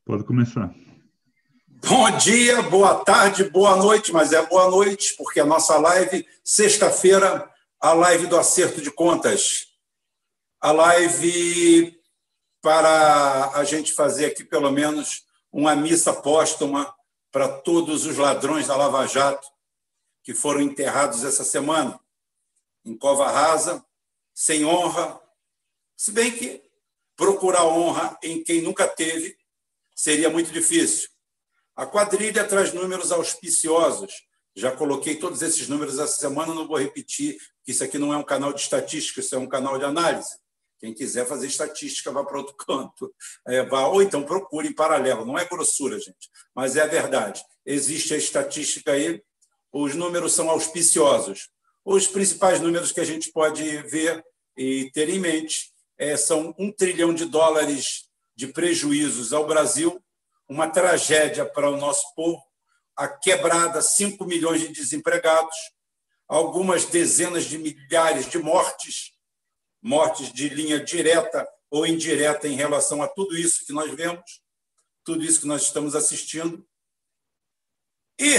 Pode começar. Bom dia, boa tarde, boa noite, mas é boa noite, porque a nossa live, sexta-feira, a live do acerto de contas. A live para a gente fazer aqui, pelo menos, uma missa póstuma para todos os ladrões da Lava Jato que foram enterrados essa semana, em cova rasa, sem honra, se bem que procurar honra em quem nunca teve seria muito difícil. A quadrilha traz números auspiciosos. Já coloquei todos esses números essa semana, não vou repetir, porque isso aqui não é um canal de estatística, isso é um canal de análise. Quem quiser fazer estatística, vá para outro canto. Ou então procure em paralelo. Não é grossura, gente, mas é a verdade. Existe a estatística aí, os números são auspiciosos. Os principais números que a gente pode ver e ter em mente são US$ 1 trilhão de prejuízos ao Brasil, uma tragédia para o nosso povo, a quebrada, 5 milhões de desempregados, algumas dezenas de milhares de mortes de linha direta ou indireta em relação a tudo isso que nós vemos, tudo isso que nós estamos assistindo. E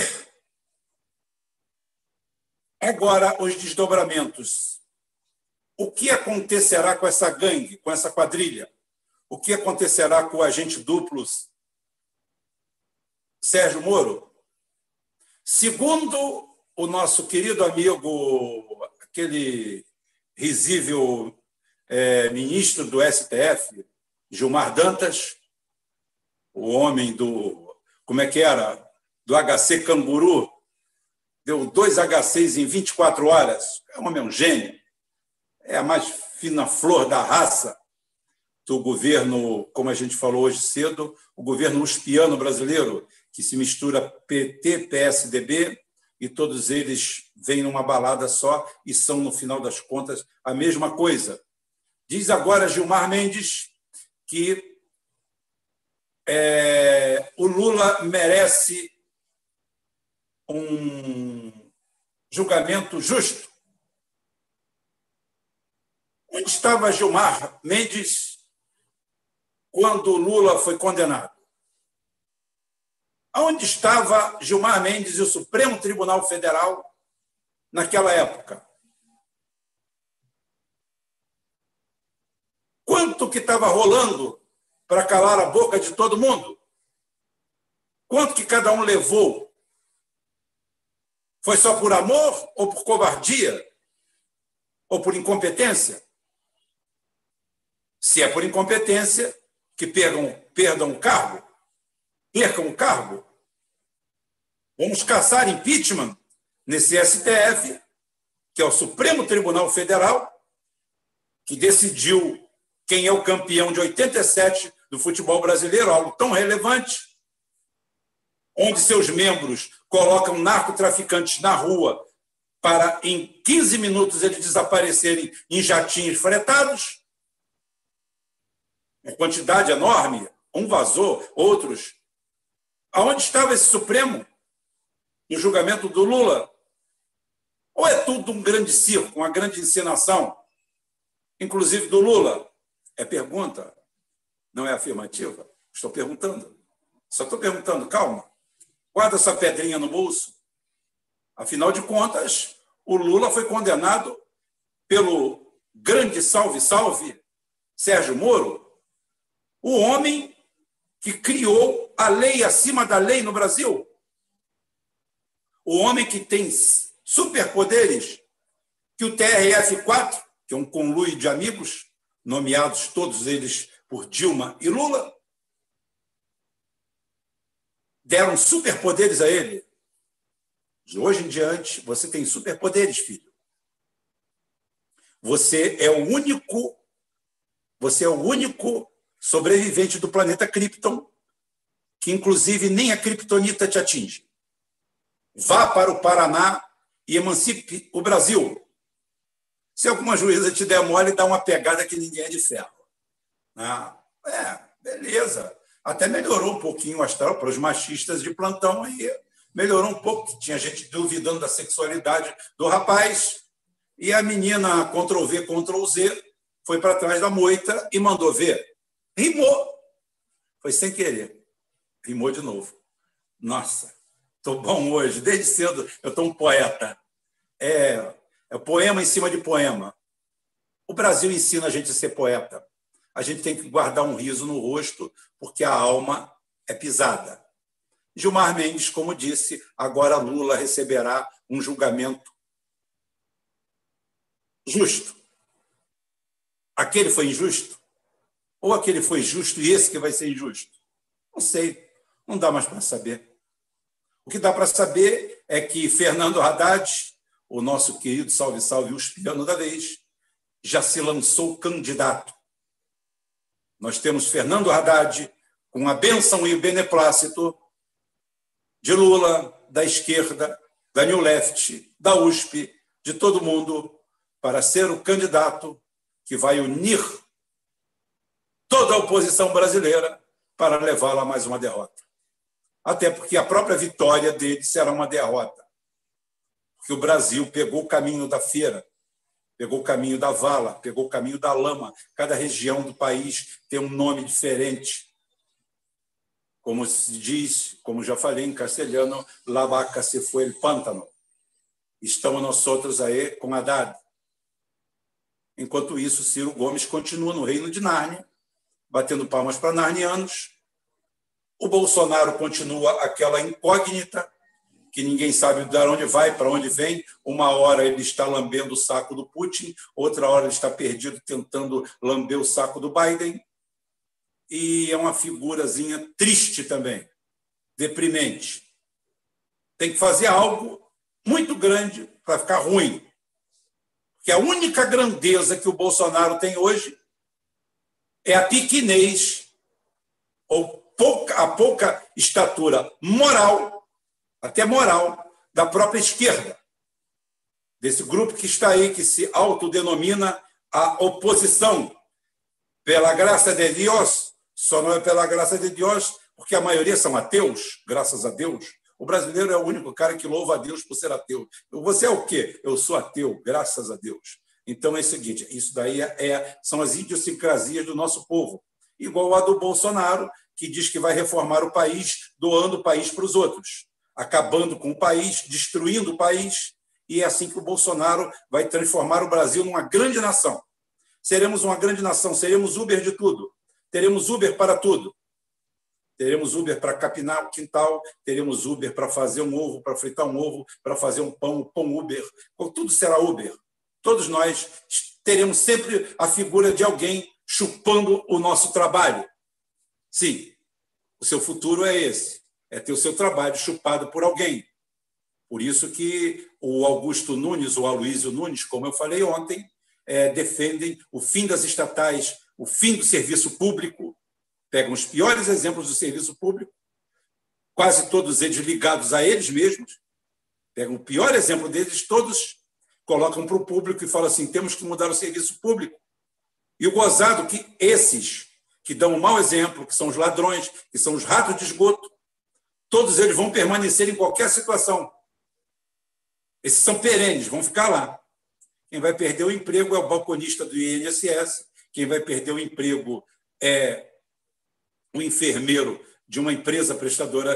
agora os desdobramentos. O que acontecerá com essa gangue, com essa quadrilha? O que acontecerá com o agente duplo Sérgio Moro? Segundo o nosso querido amigo, aquele risível ministro do STF, Gilmar Dantas, o homem do, como é que era? Do HC Canguru, deu 2 HCs em 24 horas. O homem é um gênio, é a mais fina flor da raça do governo, como a gente falou hoje cedo, o governo uspiano brasileiro, que se mistura PT, PSDB, e todos eles vêm numa balada só e são, no final das contas, a mesma coisa. Diz agora Gilmar Mendes que o Lula merece um julgamento justo. Onde estava Gilmar Mendes quando o Lula foi condenado? Onde estava Gilmar Mendes e o Supremo Tribunal Federal naquela época? Quanto que estava rolando para calar a boca de todo mundo? Quanto que cada um levou? Foi só por amor ou por covardia? Ou por incompetência? Se é por incompetência, que perdam o cargo, percam o cargo. Vamos caçar impeachment nesse STF, que é o Supremo Tribunal Federal, que decidiu quem é o campeão de 87 do futebol brasileiro, algo tão relevante, onde seus membros colocam narcotraficantes na rua para, em 15 minutos, eles desaparecerem em jatinhos fretados. Uma quantidade enorme, um vazou, outros. Aonde estava esse Supremo no julgamento do Lula? Ou é tudo um grande circo, uma grande encenação, inclusive do Lula? É pergunta, não é afirmativa. Estou perguntando. Só estou perguntando, calma. Guarda essa pedrinha no bolso. Afinal de contas, o Lula foi condenado pelo grande salve-salve Sérgio Moro, o homem que criou a lei acima da lei no Brasil. O homem que tem superpoderes que o TRF4, que é um conluio de amigos, nomeados todos eles por Dilma e Lula, deram superpoderes a ele. De hoje em diante, você tem superpoderes, filho. Você é o único sobrevivente do planeta Krypton, que inclusive nem a kryptonita te atinge. Vá para o Paraná e emancipe o Brasil. Se alguma juíza te der mole, dá uma pegada que ninguém é de ferro. Beleza. Até melhorou um pouquinho o astral para os machistas de plantão aí. Melhorou um pouco, tinha gente duvidando da sexualidade do rapaz, e a menina Ctrl-V, Ctrl-Z foi para trás da moita e mandou ver. Rimou. Foi sem querer. Rimou de novo. Nossa, estou bom hoje. Desde cedo eu estou um poeta. É poema em cima de poema. O Brasil ensina a gente a ser poeta. A gente tem que guardar um riso no rosto, porque a alma é pisada. Gilmar Mendes, como disse, agora Lula receberá um julgamento justo. Aquele foi injusto? Ou aquele foi justo e esse que vai ser injusto? Não sei, não dá mais para saber. O que dá para saber é que Fernando Haddad, o nosso querido salve, salve uspiano da vez, já se lançou candidato. Nós temos Fernando Haddad com a bênção e o beneplácito de Lula, da esquerda, da New Left, da USP, de todo mundo, para ser o candidato que vai unir toda a oposição brasileira para levá-la a mais uma derrota. Até porque a própria vitória dele será uma derrota. Porque o Brasil pegou o caminho da feira, pegou o caminho da vala, pegou o caminho da lama. Cada região do país tem um nome diferente. Como se diz, como já falei em castelhano, la vaca se foi el pântano. Estamos nós outros aí com Haddad. Enquanto isso, Ciro Gomes continua no reino de Nárnia, batendo palmas para narnianos. O Bolsonaro continua aquela incógnita, que ninguém sabe de onde vai, para onde vem. Uma hora ele está lambendo o saco do Putin, outra hora ele está perdido tentando lamber o saco do Biden. E é uma figurazinha triste também, deprimente. Tem que fazer algo muito grande para ficar ruim. Porque a única grandeza que o Bolsonaro tem hoje é a pequenez ou a pouca estatura moral, até moral, da própria esquerda, desse grupo que está aí, que se autodenomina a oposição. Pela graça de Deus, só não é pela graça de Deus, porque a maioria são ateus, graças a Deus. O brasileiro é o único cara que louva a Deus por ser ateu. Você é o quê? Eu sou ateu, graças a Deus. Então é o seguinte, isso daí são as idiosincrasias do nosso povo. Igual a do Bolsonaro, que diz que vai reformar o país, doando o país para os outros, acabando com o país, destruindo o país, e é assim que o Bolsonaro vai transformar o Brasil numa grande nação. Seremos uma grande nação, seremos Uber de tudo, teremos Uber para tudo. Teremos Uber para capinar o quintal, teremos Uber para fazer um ovo, para fritar um ovo, para fazer um pão Uber. Tudo será Uber. Todos nós teremos sempre a figura de alguém chupando o nosso trabalho. Sim, o seu futuro é esse, é ter o seu trabalho chupado por alguém. Por isso que o Augusto Nunes, o Aloysio Nunes, como eu falei ontem, defendem o fim das estatais, o fim do serviço público, pegam os piores exemplos do serviço público, quase todos eles ligados a eles mesmos, pegam o pior exemplo deles, todos colocam para o público e falam assim, temos que mudar o serviço público. E o gozado que esses que dão um mau exemplo, que são os ladrões, que são os ratos de esgoto, todos eles vão permanecer em qualquer situação. Esses são perenes, vão ficar lá. Quem vai perder o emprego é o balconista do INSS, quem vai perder o emprego é o enfermeiro de uma empresa prestadora,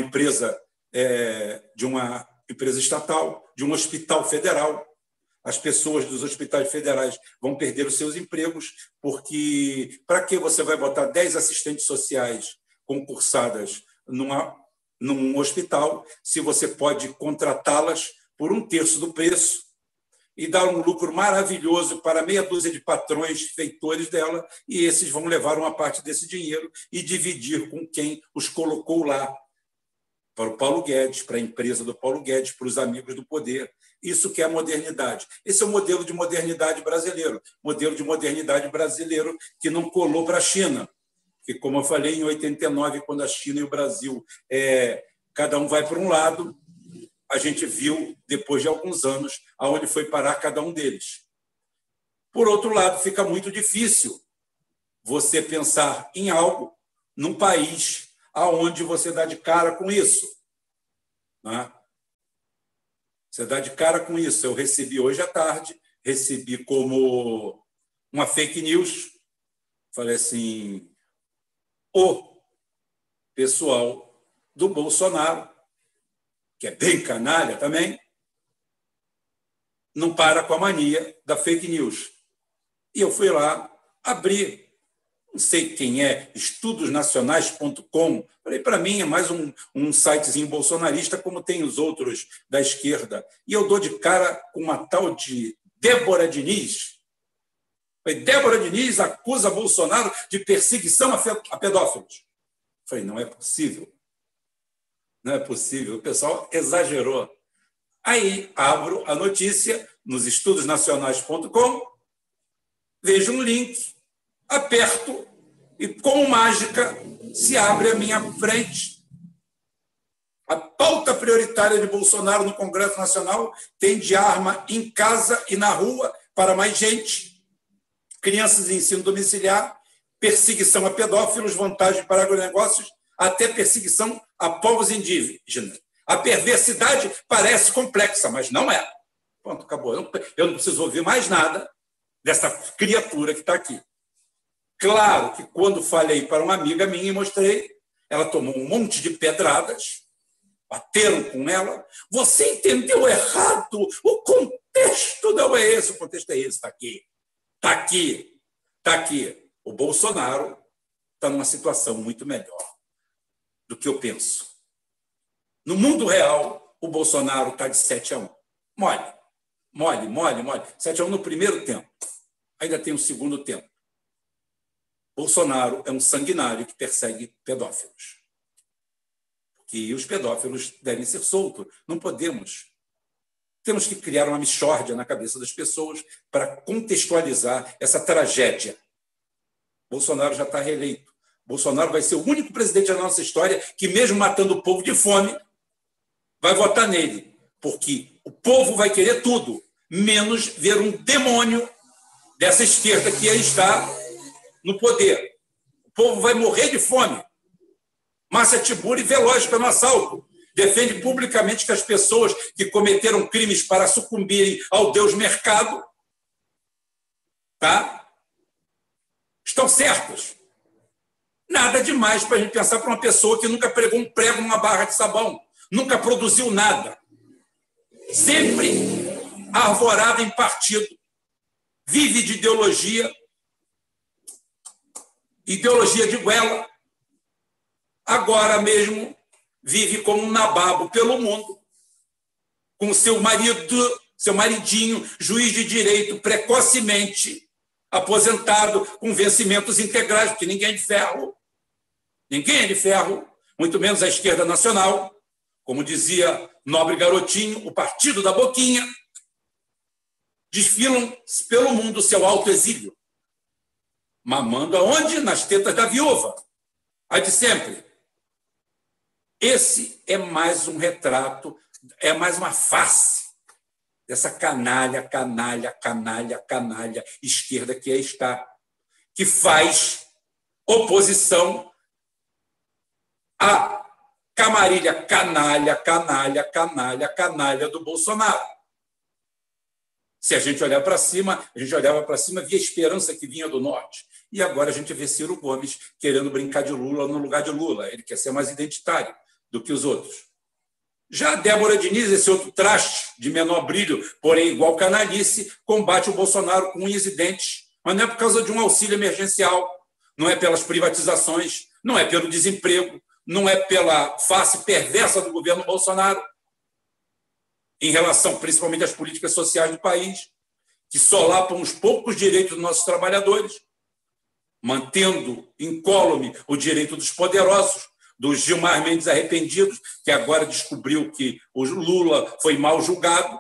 de uma empresa estatal, de um hospital federal. As pessoas dos hospitais federais vão perder os seus empregos, porque para que você vai botar 10 assistentes sociais concursadas num hospital, se você pode contratá-las por 1/3 do preço e dar um lucro maravilhoso para meia dúzia de patrões feitores dela, e esses vão levar uma parte desse dinheiro e dividir com quem os colocou lá, para o Paulo Guedes, para a empresa do Paulo Guedes, para os amigos do poder. Isso que é a modernidade. Esse é o modelo de modernidade brasileiro. Modelo de modernidade brasileiro que não colou para a China. Que, como eu falei, em 89, quando a China e o Brasil, cada um vai para um lado, a gente viu, depois de alguns anos, aonde foi parar cada um deles. Por outro lado, fica muito difícil você pensar em algo num país aonde você dá de cara com isso. Né? Você dá de cara com isso. Eu recebi hoje à tarde, recebi como uma fake news. Falei assim, pessoal do Bolsonaro, que é bem canalha também, não para com a mania da fake news. E eu fui lá, abri, não sei quem é, estudosnacionais.com. Falei, para mim é mais um sitezinho bolsonarista, como tem os outros da esquerda. E eu dou de cara com uma tal de Débora Diniz. Falei, Débora Diniz acusa Bolsonaro de perseguição a pedófilos. Falei, não é possível. Não é possível. O pessoal exagerou. Aí abro a notícia nos estudosnacionais.com, vejo um link, aperto e, como mágica, se abre à minha frente. A pauta prioritária de Bolsonaro no Congresso Nacional tem de arma em casa e na rua para mais gente, crianças em ensino domiciliar, perseguição a pedófilos, vantagem para agronegócios, até perseguição a povos indígenas. A perversidade parece complexa, mas não é. Pronto, acabou. Eu não preciso ouvir mais nada dessa criatura que está aqui. Claro que quando falei para uma amiga minha e mostrei, ela tomou um monte de pedradas, bateram com ela. Você entendeu errado, o contexto não é esse, o contexto é esse, está aqui. Está aqui, está aqui. O Bolsonaro está numa situação muito melhor do que eu penso. No mundo real, o Bolsonaro está de 7-1. Mole. 7-1 no primeiro tempo. Ainda tem um segundo tempo. Bolsonaro é um sanguinário que persegue pedófilos. E os pedófilos devem ser soltos. Não podemos. Temos que criar uma mixórdia na cabeça das pessoas para contextualizar essa tragédia. Bolsonaro já está reeleito. Bolsonaro vai ser o único presidente da nossa história que, mesmo matando o povo de fome, vai votar nele. Porque o povo vai querer tudo, menos ver um demônio dessa esquerda que aí está no poder. O povo vai morrer de fome. Márcia Tiburi vê lógica no assalto. Defende publicamente que as pessoas que cometeram crimes para sucumbirem ao Deus mercado, tá? Estão certos. Nada demais para a gente pensar para uma pessoa que nunca pregou um prego numa barra de sabão, nunca produziu nada. Sempre arvorada em partido, vive de ideologia de goela. Agora mesmo vive como um nababo pelo mundo, com seu marido, seu maridinho, juiz de direito, precocemente aposentado, com vencimentos integrais, porque ninguém é de ferro. Ninguém é de ferro, muito menos a esquerda nacional. Como dizia Nobre Garotinho, o partido da boquinha. Desfilam pelo mundo seu autoexílio. Mamando aonde? Nas tetas da viúva. A de sempre. Esse é mais um retrato, é mais uma face dessa canalha esquerda que aí está, que faz oposição à camarilha canalha do Bolsonaro. Se a gente olhar para cima, a gente olhava para cima, via a esperança que vinha do norte. E agora a gente vê Ciro Gomes querendo brincar de Lula no lugar de Lula. Ele quer ser mais identitário do que os outros. Já a Débora Diniz, esse outro traste de menor brilho, porém igual canalice, combate o Bolsonaro com unhas e dentes, mas não é por causa de um auxílio emergencial, não é pelas privatizações, não é pelo desemprego, não é pela face perversa do governo Bolsonaro, em relação principalmente às políticas sociais do país, que solapam os poucos direitos dos nossos trabalhadores, mantendo incólume o direito dos poderosos, dos Gilmar Mendes arrependidos, que agora descobriu que o Lula foi mal julgado.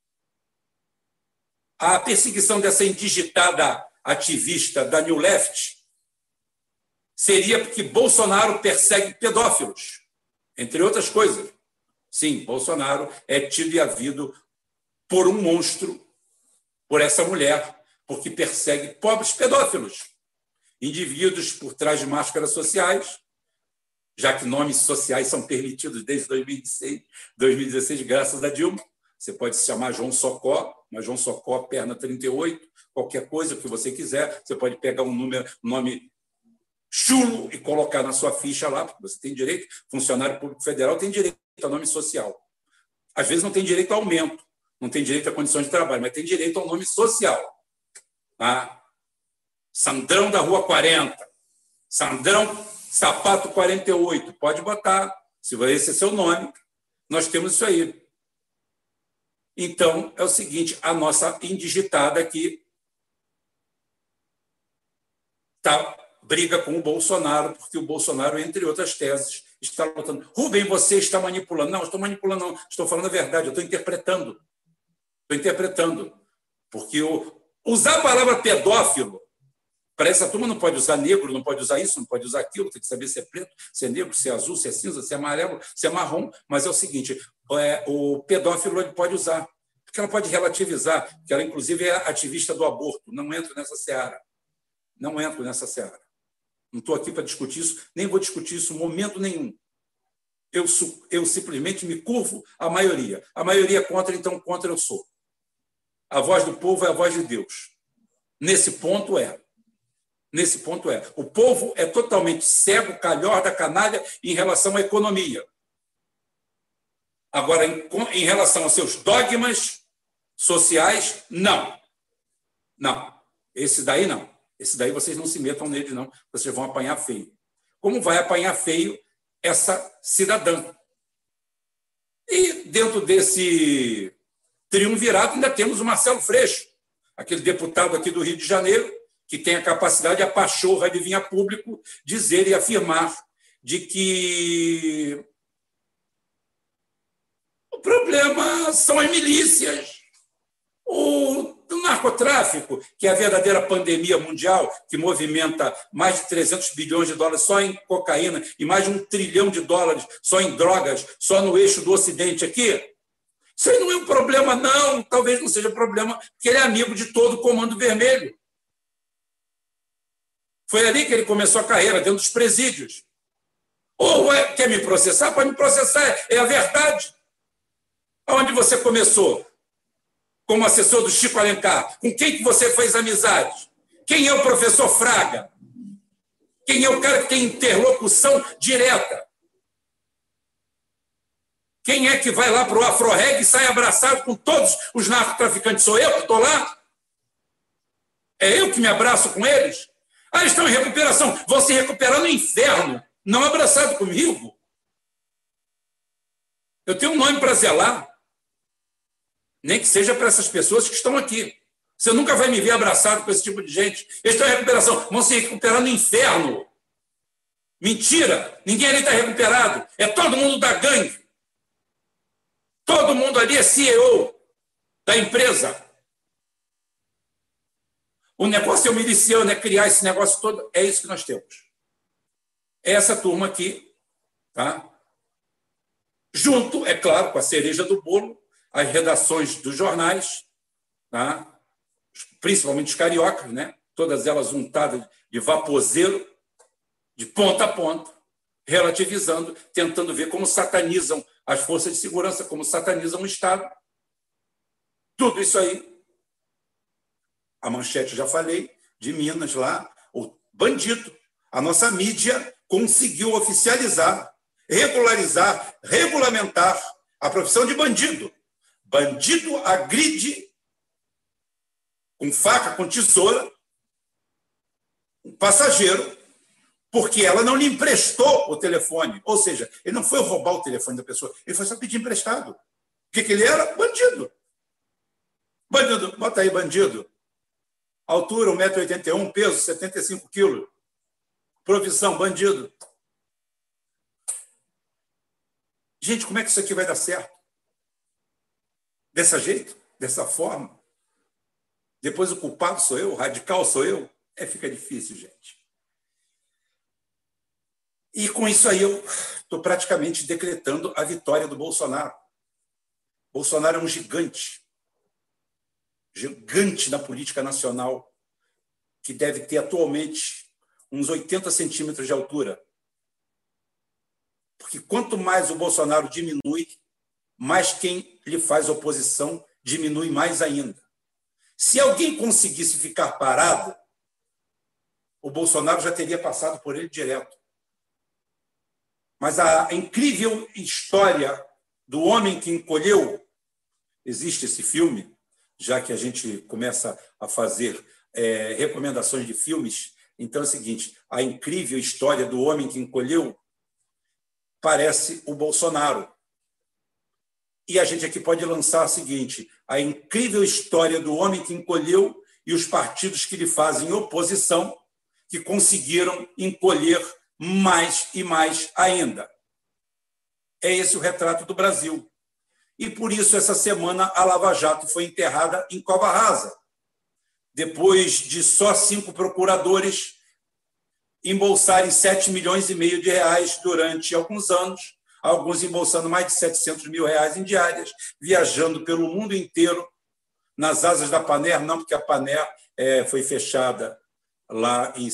A perseguição dessa indigitada ativista da New Left seria porque Bolsonaro persegue pedófilos, entre outras coisas. Sim, Bolsonaro é tido e havido por um monstro, por essa mulher, porque persegue pobres pedófilos, indivíduos por trás de máscaras sociais, já que nomes sociais são permitidos desde 2016, graças a Dilma. Você pode se chamar João Socó, mas João Socó, perna 38, qualquer coisa que você quiser. Você pode pegar um nome chulo e colocar na sua ficha lá, porque você tem direito, funcionário público federal tem direito ao nome social. Às vezes não tem direito a aumento, não tem direito a condições de trabalho, mas tem direito ao nome social. Tá? Sandrão da Rua 40, Sandrão Sapato 48, pode botar, se esse é seu nome, nós temos isso aí. Então, é o seguinte, a nossa indigitada aqui briga com o Bolsonaro, porque o Bolsonaro, entre outras teses, está lutando. Rubem, você está manipulando. Não, estou manipulando, não. Estou falando a verdade, eu estou interpretando. Estou interpretando. Porque usar a palavra pedófilo, para essa turma não pode usar negro, não pode usar isso, não pode usar aquilo, tem que saber se é preto, se é negro, se é azul, se é cinza, se é amarelo, se é marrom. Mas é o seguinte, o pedófilo ele pode usar, porque ela pode relativizar, porque ela, inclusive, é ativista do aborto. Não entro nessa seara. Não entro nessa seara. Não estou aqui para discutir isso, nem vou discutir isso em momento nenhum. Eu simplesmente me curvo à maioria. A maioria é contra, então contra eu sou. A voz do povo é a voz de Deus. Nesse ponto é. O povo é totalmente cego, calhorda, canalha em relação à economia. Agora, em relação aos seus dogmas sociais, não. Não. Esse daí não. Esse daí vocês não se metam nele, não. Vocês vão apanhar feio. Como vai apanhar feio essa cidadã? E dentro desse triunvirato ainda temos o Marcelo Freixo, aquele deputado aqui do Rio de Janeiro, que tem a capacidade, a pachorra de vir a público dizer e afirmar de que o problema são as milícias, o narcotráfico, que é a verdadeira pandemia mundial, que movimenta mais de 300 bilhões de dólares só em cocaína e mais de $1 trilhão só em drogas, só no eixo do Ocidente aqui. Isso aí não é um problema, não. Talvez não seja problema, porque ele é amigo de todo o Comando Vermelho. Foi ali que ele começou a carreira, dentro dos presídios. Ou quer me processar? Pode me processar, é a verdade. Aonde você começou? Como assessor do Chico Alencar. Com quem que você fez amizade? Quem é o professor Fraga? Quem é o cara que tem interlocução direta? Quem é que vai lá para o Afroreg e sai abraçado com todos os narcotraficantes? Sou eu que estou lá? É eu que me abraço com eles? Eles estão em recuperação. Vão se recuperar no inferno, não abraçado comigo. Eu tenho um nome para zelar. Nem que seja para essas pessoas que estão aqui. Você nunca vai me ver abraçado com esse tipo de gente. Eles estão em recuperação. Vão se recuperar no inferno. Mentira. Ninguém ali está recuperado. É todo mundo da gangue. Todo mundo ali é CEO da empresa. O negócio é o miliciano, é criar esse negócio todo. É isso que nós temos. É essa turma aqui, tá? Junto, é claro, com a cereja do bolo, as redações dos jornais, tá? Principalmente os cariocas, né? Todas elas untadas de vaposeiro, de ponta a ponta, relativizando, tentando ver como satanizam as forças de segurança, como satanizam o Estado. Tudo isso aí. A manchete, já falei, de Minas lá, o bandido. A nossa mídia conseguiu oficializar, regularizar, regulamentar a profissão de bandido. Bandido agride com faca, com tesoura, um passageiro, porque ela não lhe emprestou o telefone. Ou seja, ele não foi roubar o telefone da pessoa, ele foi só pedir emprestado. O que ele era? Bandido. Bandido, bota aí, bandido. Altura, 1,81 m, peso, 75 quilos. Profissão, bandido. Gente, como é que isso aqui vai dar certo? Desse jeito? Dessa forma? Depois o culpado sou eu, o radical sou eu? Fica difícil, gente. E com isso aí eu estou praticamente decretando a vitória do Bolsonaro. Bolsonaro é um gigante. Gigante na política nacional, que deve ter atualmente uns 80 centímetros de altura. Porque quanto mais o Bolsonaro diminui, mais quem lhe faz oposição diminui mais ainda. Se alguém conseguisse ficar parado, o Bolsonaro já teria passado por ele direto. Mas a incrível história do homem que encolheu, existe esse filme, já que a gente começa a fazer recomendações de filmes. Então é o seguinte, a incrível história do homem que encolheu parece o Bolsonaro. E a gente aqui pode lançar a seguinte, a incrível história do homem que encolheu e os partidos que lhe fazem oposição, que conseguiram encolher mais e mais ainda. É esse o retrato do Brasil. E por isso, essa semana, a Lava Jato foi enterrada em cova rasa, depois de só 5 procuradores embolsarem 7,5 milhões de reais durante alguns anos, alguns embolsando mais de 700 mil reais em diárias, viajando pelo mundo inteiro, nas asas da Panair, não, porque a Panair foi fechada lá em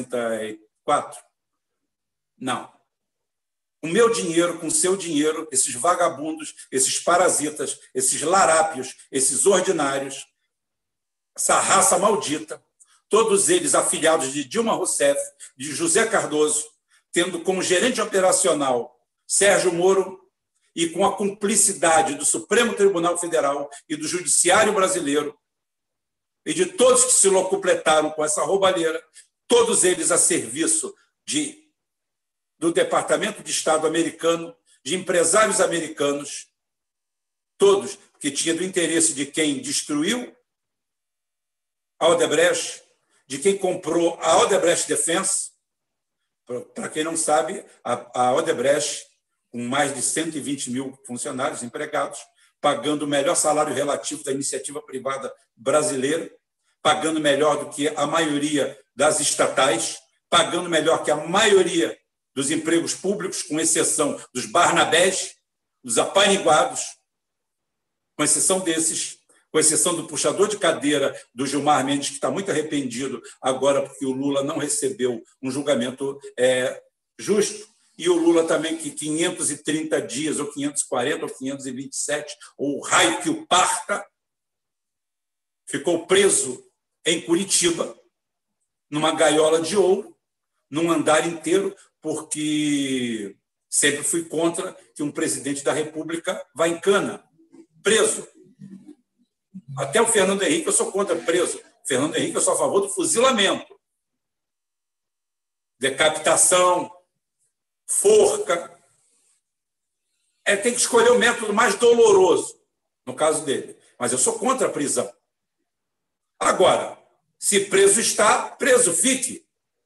64. Não. O meu dinheiro com o seu dinheiro, esses vagabundos, esses parasitas, esses larápios, esses ordinários, essa raça maldita, todos eles afiliados de Dilma Rousseff, de José Cardoso, tendo como gerente operacional Sérgio Moro e com a cumplicidade do Supremo Tribunal Federal e do Judiciário Brasileiro e de todos que se locupletaram com essa roubalheira, todos eles a serviço do Departamento de Estado americano, de empresários americanos, todos que tinham do interesse de quem destruiu a Odebrecht, de quem comprou a Odebrecht Defense. Para quem não sabe, a Odebrecht, com mais de 120 mil funcionários empregados, pagando o melhor salário relativo da iniciativa privada brasileira, pagando melhor do que a maioria das estatais, pagando melhor que a maioria dos empregos públicos, com exceção dos Barnabés, dos apaniguados, com exceção desses, com exceção do puxador de cadeira do Gilmar Mendes, que está muito arrependido agora porque o Lula não recebeu um julgamento justo, e o Lula também, que 530 dias, ou 540, ou 527, ou o raio que o parta, ficou preso em Curitiba, numa gaiola de ouro, num andar inteiro, porque sempre fui contra que um presidente da República vá em cana, preso. Até o Fernando Henrique eu sou contra preso. Fernando Henrique eu sou a favor do fuzilamento. Decapitação, forca. Tem que escolher o método mais doloroso, no caso dele. Mas eu sou contra a prisão. Agora, se preso está, preso fique.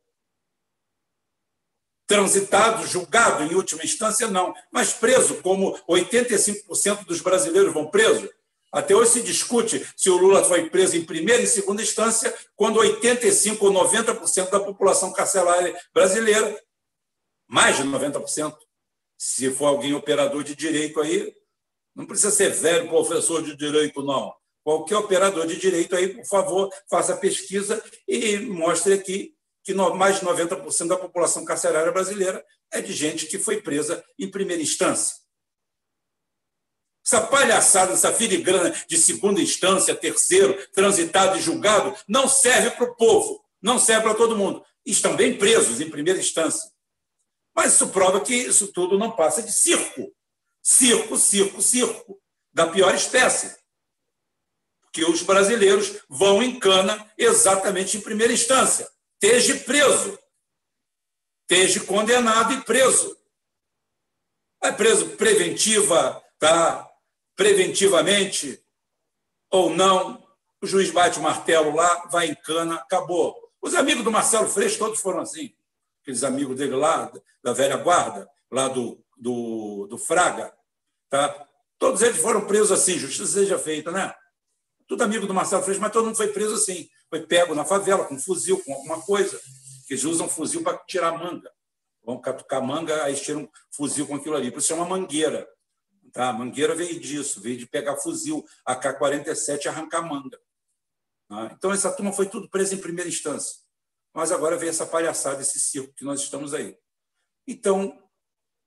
Transitado, julgado em última instância, não. Mas preso, como 85% dos brasileiros vão preso. Até hoje se discute se o Lula foi preso em primeira e segunda instância, quando 85% ou 90% da população carcerária brasileira, mais de 90%, se for alguém operador de direito aí, não precisa ser velho professor de direito, não. Qualquer operador de direito aí, por favor, faça pesquisa e mostre aqui que mais de 90% da população carcerária brasileira é de gente que foi presa em primeira instância. Essa palhaçada, essa filigrana de segunda instância, terceiro, transitado e julgado, não serve para o povo, não serve para todo mundo. Estão bem presos em primeira instância. Mas isso prova que isso tudo não passa de circo. Circo, circo, circo, da pior espécie. Porque os brasileiros vão em cana exatamente em primeira instância. Esteja preso, esteja condenado e preso. É preso preventiva, tá? Preventivamente ou não, o juiz bate o martelo lá, vai em cana, acabou. Os amigos do Marcelo Freixo todos foram assim, aqueles amigos dele lá, da velha guarda, lá do Fraga, tá? Todos eles foram presos assim, justiça seja feita, né? Tudo amigo do Marcelo Freixo, mas todo mundo foi preso assim. Foi pego na favela, com fuzil, com alguma coisa. Eles usam fuzil para tirar manga. Vão catucar manga, aí tiram um fuzil com aquilo ali. Por isso chama mangueira. Tá? Mangueira veio disso, veio de pegar fuzil, AK-47 e arrancar manga. Tá? Então, essa turma foi tudo presa em primeira instância. Mas agora vem essa palhaçada, esse circo que nós estamos aí. Então,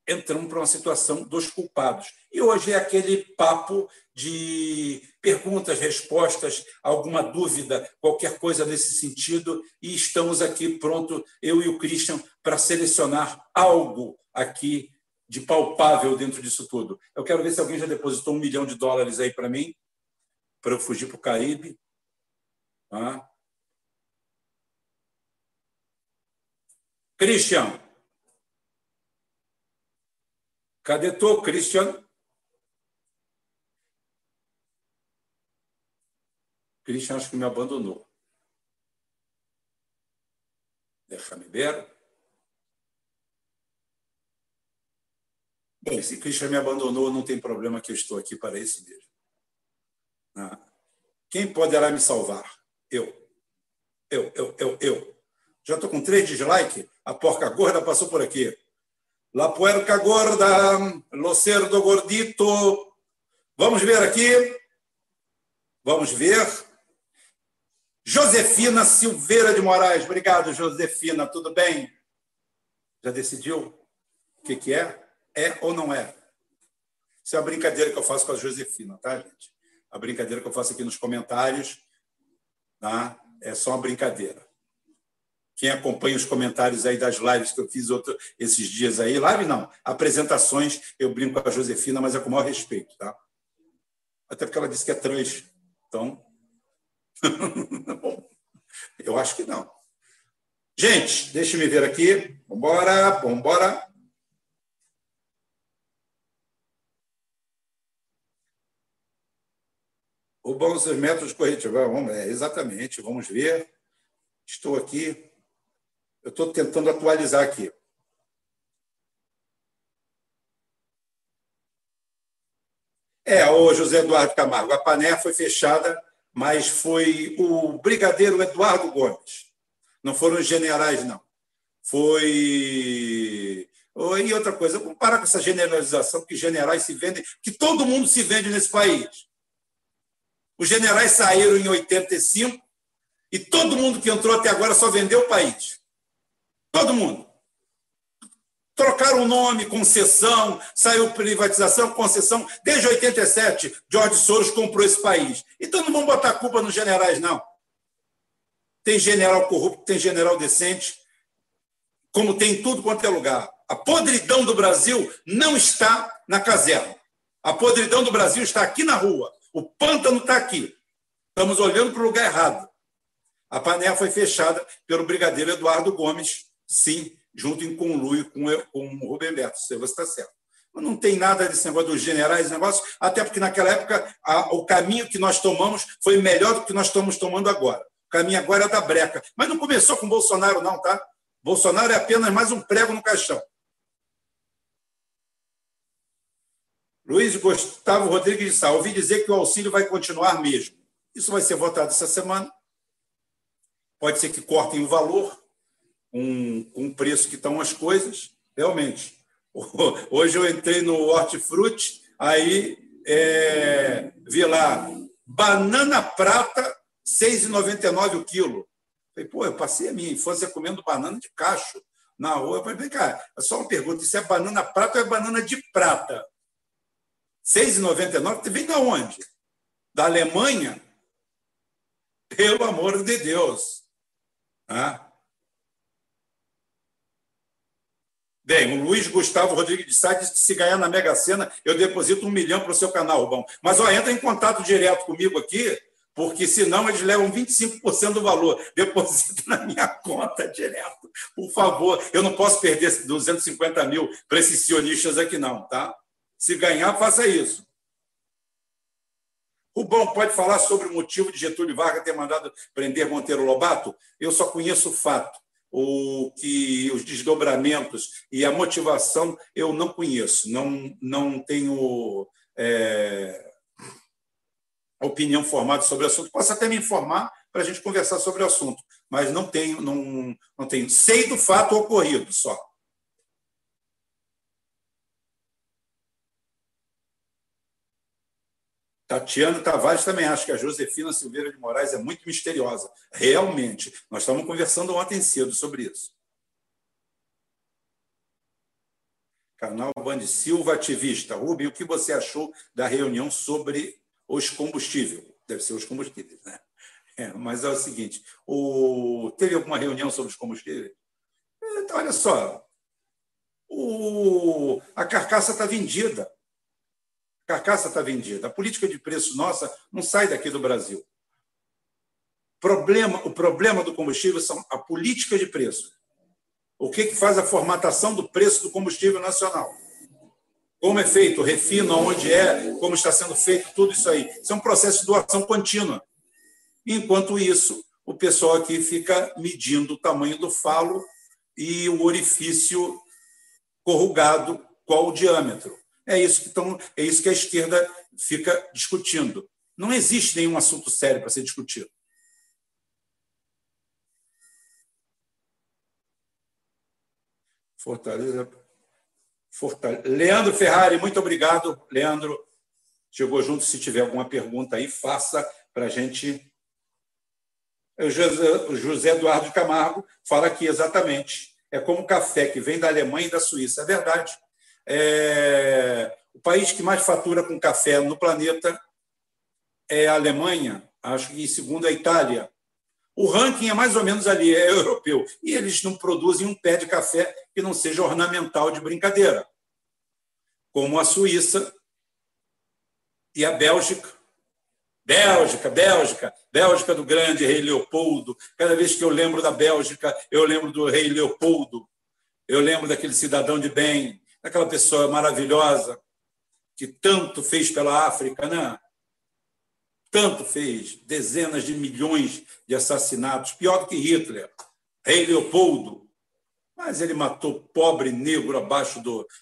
entramos para uma situação dos culpados. E hoje é aquele papo de perguntas, respostas, alguma dúvida, qualquer coisa nesse sentido, e estamos aqui pronto, eu e o Christian, para selecionar algo aqui de palpável dentro disso tudo. Eu quero ver se alguém já depositou $1 milhão aí para mim, para eu fugir para o Caribe. Ah. Christian. Cadê tu, Christian? Christian acho que me abandonou. Deixa-me ver. Bem, se Christian me abandonou, não tem problema que eu estou aqui para isso mesmo. Ah. Quem poderá me salvar? Eu. Já estou com 3 dislikes. A porca gorda passou por aqui. La puerca gorda, lo cerdo gordito. Vamos ver aqui. Vamos ver. Josefina Silveira de Moraes. Obrigado, Josefina. Tudo bem? Já decidiu o que é? É ou não é? Isso é uma brincadeira que eu faço com a Josefina, tá, gente? A brincadeira que eu faço aqui nos comentários, tá? É só uma brincadeira. Quem acompanha os comentários aí das lives que eu fiz esses dias aí, live não, apresentações, eu brinco com a Josefina, mas é com o maior respeito, tá? Até porque ela disse que é trans. Então, bom, eu acho que não. Gente, deixa-me ver aqui. Vambora. O bons métodos corretivos. Exatamente, vamos ver. Estou aqui. Eu estou tentando atualizar aqui. O José Eduardo Camargo. A Pané foi fechada, mas foi o brigadeiro Eduardo Gomes. Não foram os generais, não. Foi... E outra coisa, vamos parar com essa generalização que generais se vendem, que todo mundo se vende nesse país. Os generais saíram em 85 e todo mundo que entrou até agora só vendeu o país. Todo mundo. Trocaram o nome, concessão, saiu privatização, concessão. Desde 87, George Soros comprou esse país. Então não vamos botar a culpa nos generais, não. Tem general corrupto, tem general decente, como tem em tudo quanto é lugar. A podridão do Brasil não está na caserna. A podridão do Brasil está aqui na rua. O pântano está aqui. Estamos olhando para o lugar errado. A Pané foi fechada pelo brigadeiro Eduardo Gomes, sim, junto em conluio com o Rubem Berto. Você está certo. Mas não tem nada desse negócio dos generais, negócio, até porque naquela época o caminho que nós tomamos foi melhor do que nós estamos tomando agora. O caminho agora é da breca. Mas não começou com Bolsonaro, não, tá? Bolsonaro é apenas mais um prego no caixão. Luiz Gustavo Rodrigues de Sá, ouvi dizer que o auxílio vai continuar mesmo. Isso vai ser votado essa semana. Pode ser que cortem o valor, com o preço que estão as coisas. Realmente. Hoje eu entrei no Hortifruti, aí vi lá, banana prata, R$ 6,99 o quilo. Falei, eu passei a minha infância comendo banana de cacho na rua. Eu falei, vem cá, é só uma pergunta, isso é banana prata ou é banana de prata? R$ 6,99, vem de onde? Da Alemanha? Pelo amor de Deus. Bem, o Luiz Gustavo Rodrigues de Sá disse que se ganhar na Mega Sena, eu deposito 1 milhão para o seu canal, Rubão. Mas entra em contato direto comigo aqui, porque senão eles levam 25% do valor. Deposita na minha conta direto, por favor. Eu não posso perder 250 mil para esses sionistas aqui, não, tá? Se ganhar, faça isso. Rubão, pode falar sobre o motivo de Getúlio Vargas ter mandado prender Monteiro Lobato? Eu só conheço o fato. Os desdobramentos e a motivação eu não conheço. Não tenho opinião formada sobre o assunto. Posso até me informar para a gente conversar sobre o assunto, mas não tenho. Sei do fato ocorrido só. Tatiana Tavares também acha que a Josefina Silveira de Moraes é muito misteriosa. Realmente. Nós estávamos conversando ontem cedo sobre isso. Canal Band Silva Ativista. Rubem, o que você achou da reunião sobre os combustíveis? Deve ser os combustíveis, né? Mas é o seguinte, teve alguma reunião sobre os combustíveis? Então, olha só, a carcaça está vendida. A carcaça está vendida. A política de preço nossa não sai daqui do Brasil. O problema do combustível são a política de preço. O que faz a formatação do preço do combustível nacional? Como é feito o refino, onde como está sendo feito tudo isso aí. Isso é um processo de doação contínua. Enquanto isso, o pessoal aqui fica medindo o tamanho do falo e o orifício corrugado, qual o diâmetro. É isso que a esquerda fica discutindo. Não existe nenhum assunto sério para ser discutido. Fortaleza. Leandro Ferrari, muito obrigado. Leandro, chegou junto. Se tiver alguma pergunta aí, faça para a gente. O José Eduardo de Camargo fala aqui exatamente. É como o café que vem da Alemanha e da Suíça. É verdade. O país que mais fatura com café no planeta é a Alemanha, acho que em segundo é a Itália. O ranking é mais ou menos ali, é europeu. E eles não produzem um pé de café que não seja ornamental de brincadeira, como a Suíça e a Bélgica. Bélgica do grande rei Leopoldo. Cada vez que eu lembro da Bélgica, eu lembro do rei Leopoldo. Eu lembro daquele cidadão de bem, daquela pessoa maravilhosa que tanto fez pela África, né? Tanto fez, dezenas de milhões de assassinatos, pior do que Hitler, rei Leopoldo. Mas ele matou pobre negro abaixo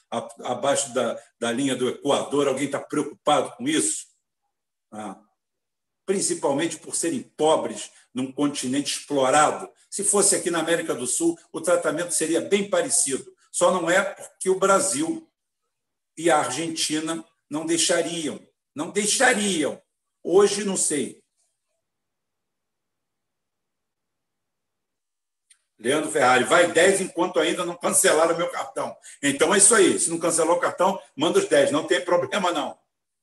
da linha do Equador. Alguém está preocupado com isso? Principalmente por serem pobres num continente explorado. Se fosse aqui na América do Sul, o tratamento seria bem parecido. Só não é porque o Brasil e a Argentina não deixariam. Não deixariam. Hoje, não sei. Leandro Ferrari, vai 10 enquanto ainda não cancelaram o meu cartão. Então é isso aí. Se não cancelou o cartão, manda os 10. Não tem problema, não.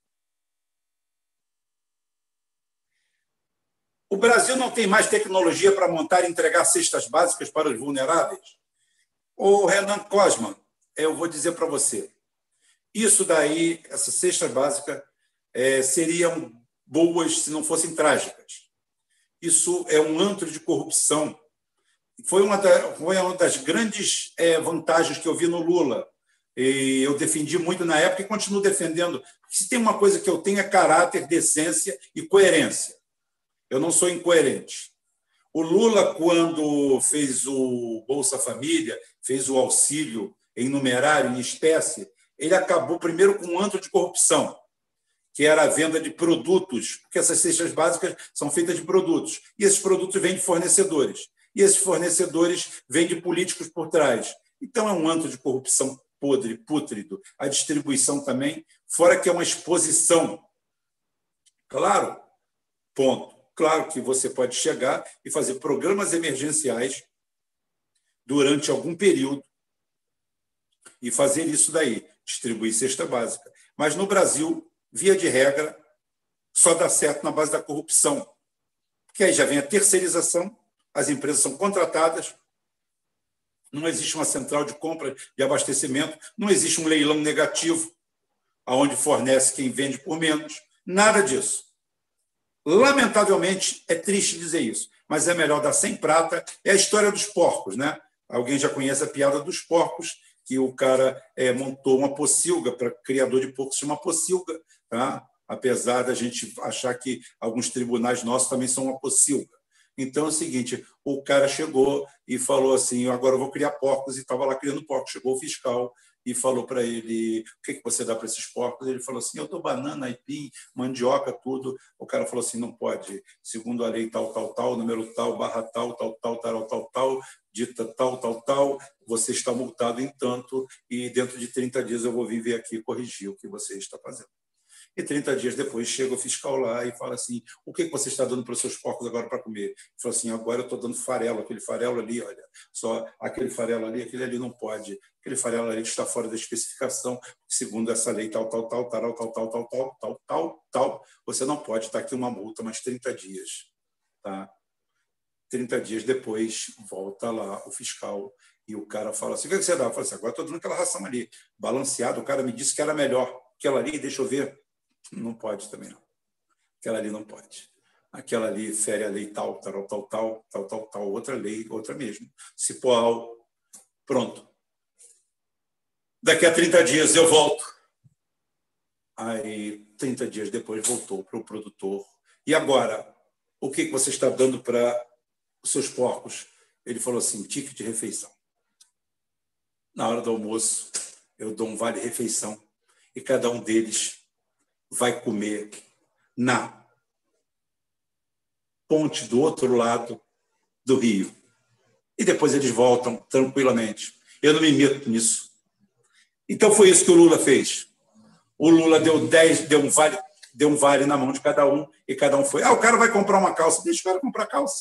O Brasil não tem mais tecnologia para montar e entregar cestas básicas para os vulneráveis? Ô, Renan Cosman, eu vou dizer para você. Isso daí, essas cestas básicas, seriam boas se não fossem trágicas. Isso é um antro de corrupção. Foi uma das grandes vantagens que eu vi no Lula. E eu defendi muito na época e continuo defendendo. Se tem uma coisa que eu tenho é caráter, decência e coerência. Eu não sou incoerente. O Lula, quando fez o Bolsa Família, fez o auxílio em numerário, em espécie, ele acabou primeiro com um antro de corrupção, que era a venda de produtos, porque essas cestas básicas são feitas de produtos, e esses produtos vêm de fornecedores, e esses fornecedores vêm de políticos por trás. Então, é um antro de corrupção podre, pútrido. A distribuição também, fora que é uma exposição. Claro, ponto. Claro que você pode chegar e fazer programas emergenciais durante algum período e fazer isso daí, distribuir cesta básica. Mas no Brasil, via de regra, só dá certo na base da corrupção. Porque aí já vem a terceirização, as empresas são contratadas, não existe uma central de compra de abastecimento, não existe um leilão negativo, onde fornece quem vende por menos, nada disso. Lamentavelmente, é triste dizer isso, mas é melhor dar sem prata. É a história dos porcos, né? Alguém já conhece a piada dos porcos, que o cara montou uma pocilga, para criador de porcos chama pocilga, tá? Apesar da gente achar que alguns tribunais nossos também são uma pocilga. Então é o seguinte, o cara chegou e falou assim, agora eu vou criar porcos, e estava lá criando porcos. Chegou o fiscal e falou para ele, o que você dá para esses porcos? Ele falou assim, eu dou banana, aipim, mandioca, tudo. O cara falou assim, não pode, segundo a lei tal, número tal, barra tal, dita tal, você está multado em tanto e dentro de 30 dias eu vou vir ver aqui e corrigir o que você está fazendo. E 30 dias depois chega o fiscal lá e fala assim: o que você está dando para os seus porcos agora para comer? Ele falou assim: agora eu estou dando farelo, aquele farelo ali, olha, só aquele farelo ali, aquele ali não pode, aquele farelo ali está fora da especificação, segundo essa lei, tal, você não pode, está aqui uma multa, mas 30 dias. Tá? 30 dias depois, volta lá o fiscal e o cara fala assim: o que você dá? Eu falo assim: agora estou dando aquela ração ali, balanceado, o cara me disse que era melhor. Aquela ali, deixa eu ver. Não pode também, não. Aquela ali não pode. Aquela ali fere a lei tal, outra lei, outra mesmo. Cipoal, pronto. Daqui a 30 dias eu volto. Aí, 30 dias depois, voltou para o produtor. E agora, o que você está dando para os seus porcos? Ele falou assim: ticket de refeição. Na hora do almoço, eu dou um vale-refeição e cada um deles vai comer na ponte do outro lado do rio. E depois eles voltam tranquilamente. Eu não me meto nisso. Então foi isso que o Lula fez. O Lula deu um vale na mão de cada um e cada um foi. O cara vai comprar uma calça, deixa o cara comprar calça.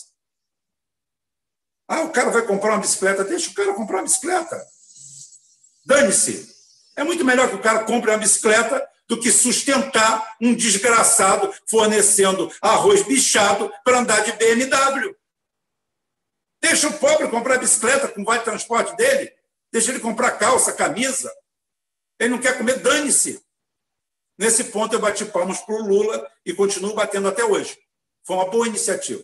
O cara vai comprar uma bicicleta, deixa o cara comprar uma bicicleta. Dane-se. É muito melhor que o cara compre uma bicicleta do que sustentar um desgraçado fornecendo arroz bichado para andar de BMW. Deixa o pobre comprar bicicleta com o vale transporte dele. Deixa ele comprar calça, camisa. Ele não quer comer, dane-se. Nesse ponto, eu bati palmas para o Lula e continuo batendo até hoje. Foi uma boa iniciativa.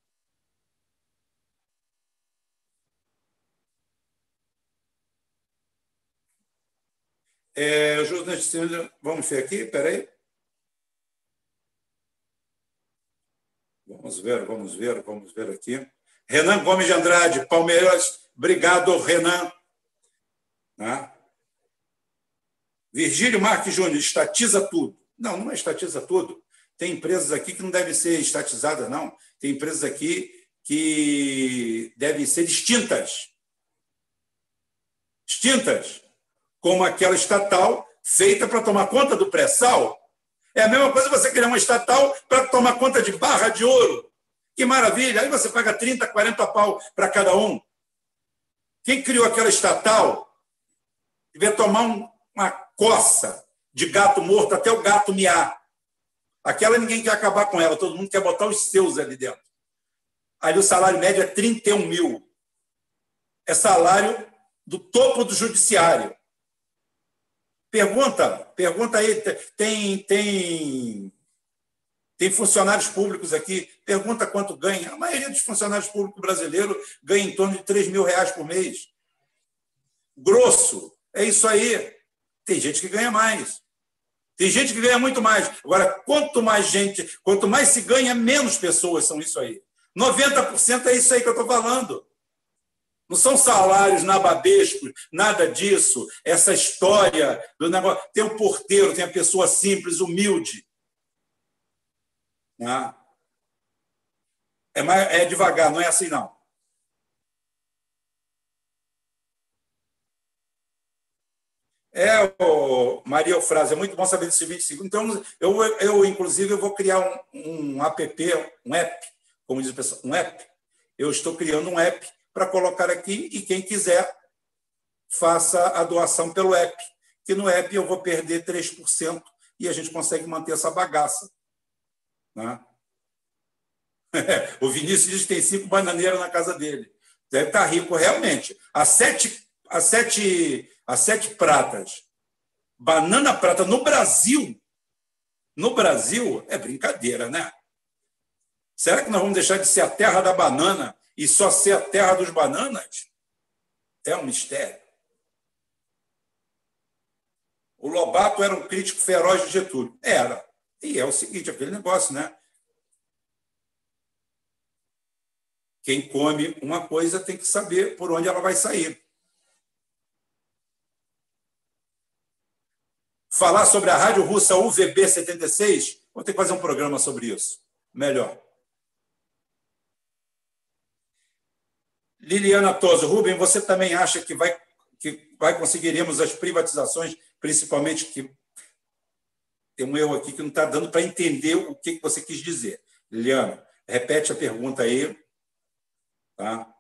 Vamos ver aqui, peraí. Vamos ver aqui. Renan Gomes de Andrade, Palmeiras, obrigado, Renan. Virgílio Marques Júnior, estatiza tudo. Não, não é estatiza tudo. Tem empresas aqui que não devem ser estatizadas, não. Tem empresas aqui que devem ser extintas. Extintas. Como aquela estatal feita para tomar conta do pré-sal. É a mesma coisa você criar uma estatal para tomar conta de Barra de Ouro. Que maravilha! Aí você paga 30, 40 pau para cada um. Quem criou aquela estatal devia tomar uma coça de gato morto até o gato miar. Aquela ninguém quer acabar com ela, todo mundo quer botar os seus ali dentro. Ali o salário médio é 31 mil. É salário do topo do judiciário. Pergunta aí, tem funcionários públicos aqui, pergunta quanto ganha. A maioria dos funcionários públicos brasileiros ganha em torno de 3 mil reais por mês. Grosso, é isso aí. Tem gente que ganha mais. Tem gente que ganha muito mais. Agora, quanto mais se ganha, menos pessoas são isso aí. 90% é isso aí que eu estou falando. Não são salários nababescos, nada disso. Essa história do negócio. Tem o porteiro, tem a pessoa simples, humilde. É devagar, não é assim, não. Maria Eufrásia, é muito bom saber desse 20 segundos. Então, inclusive, eu vou criar um app, um app, como diz o pessoal, um app. Eu estou criando um app para colocar aqui e quem quiser faça a doação pelo app. Que no app eu vou perder 3% e a gente consegue manter essa bagaça. O Vinícius diz que tem 5 bananeiras na casa dele. Deve estar rico realmente. As sete pratas. Banana prata no Brasil é brincadeira, né? Será que nós vamos deixar de ser a terra da banana e só ser a terra dos bananas? É um mistério. O Lobato era um crítico feroz de Getúlio. Era. E é o seguinte, aquele negócio, né? Quem come uma coisa tem que saber por onde ela vai sair. Falar sobre a rádio russa UVB-76, vou ter que fazer um programa sobre isso. Melhor. Liliana Toso, Rubem, você também acha que conseguiremos as privatizações, principalmente tem um erro aqui que não está dando para entender o que você quis dizer. Liliana, repete a pergunta aí. Tá?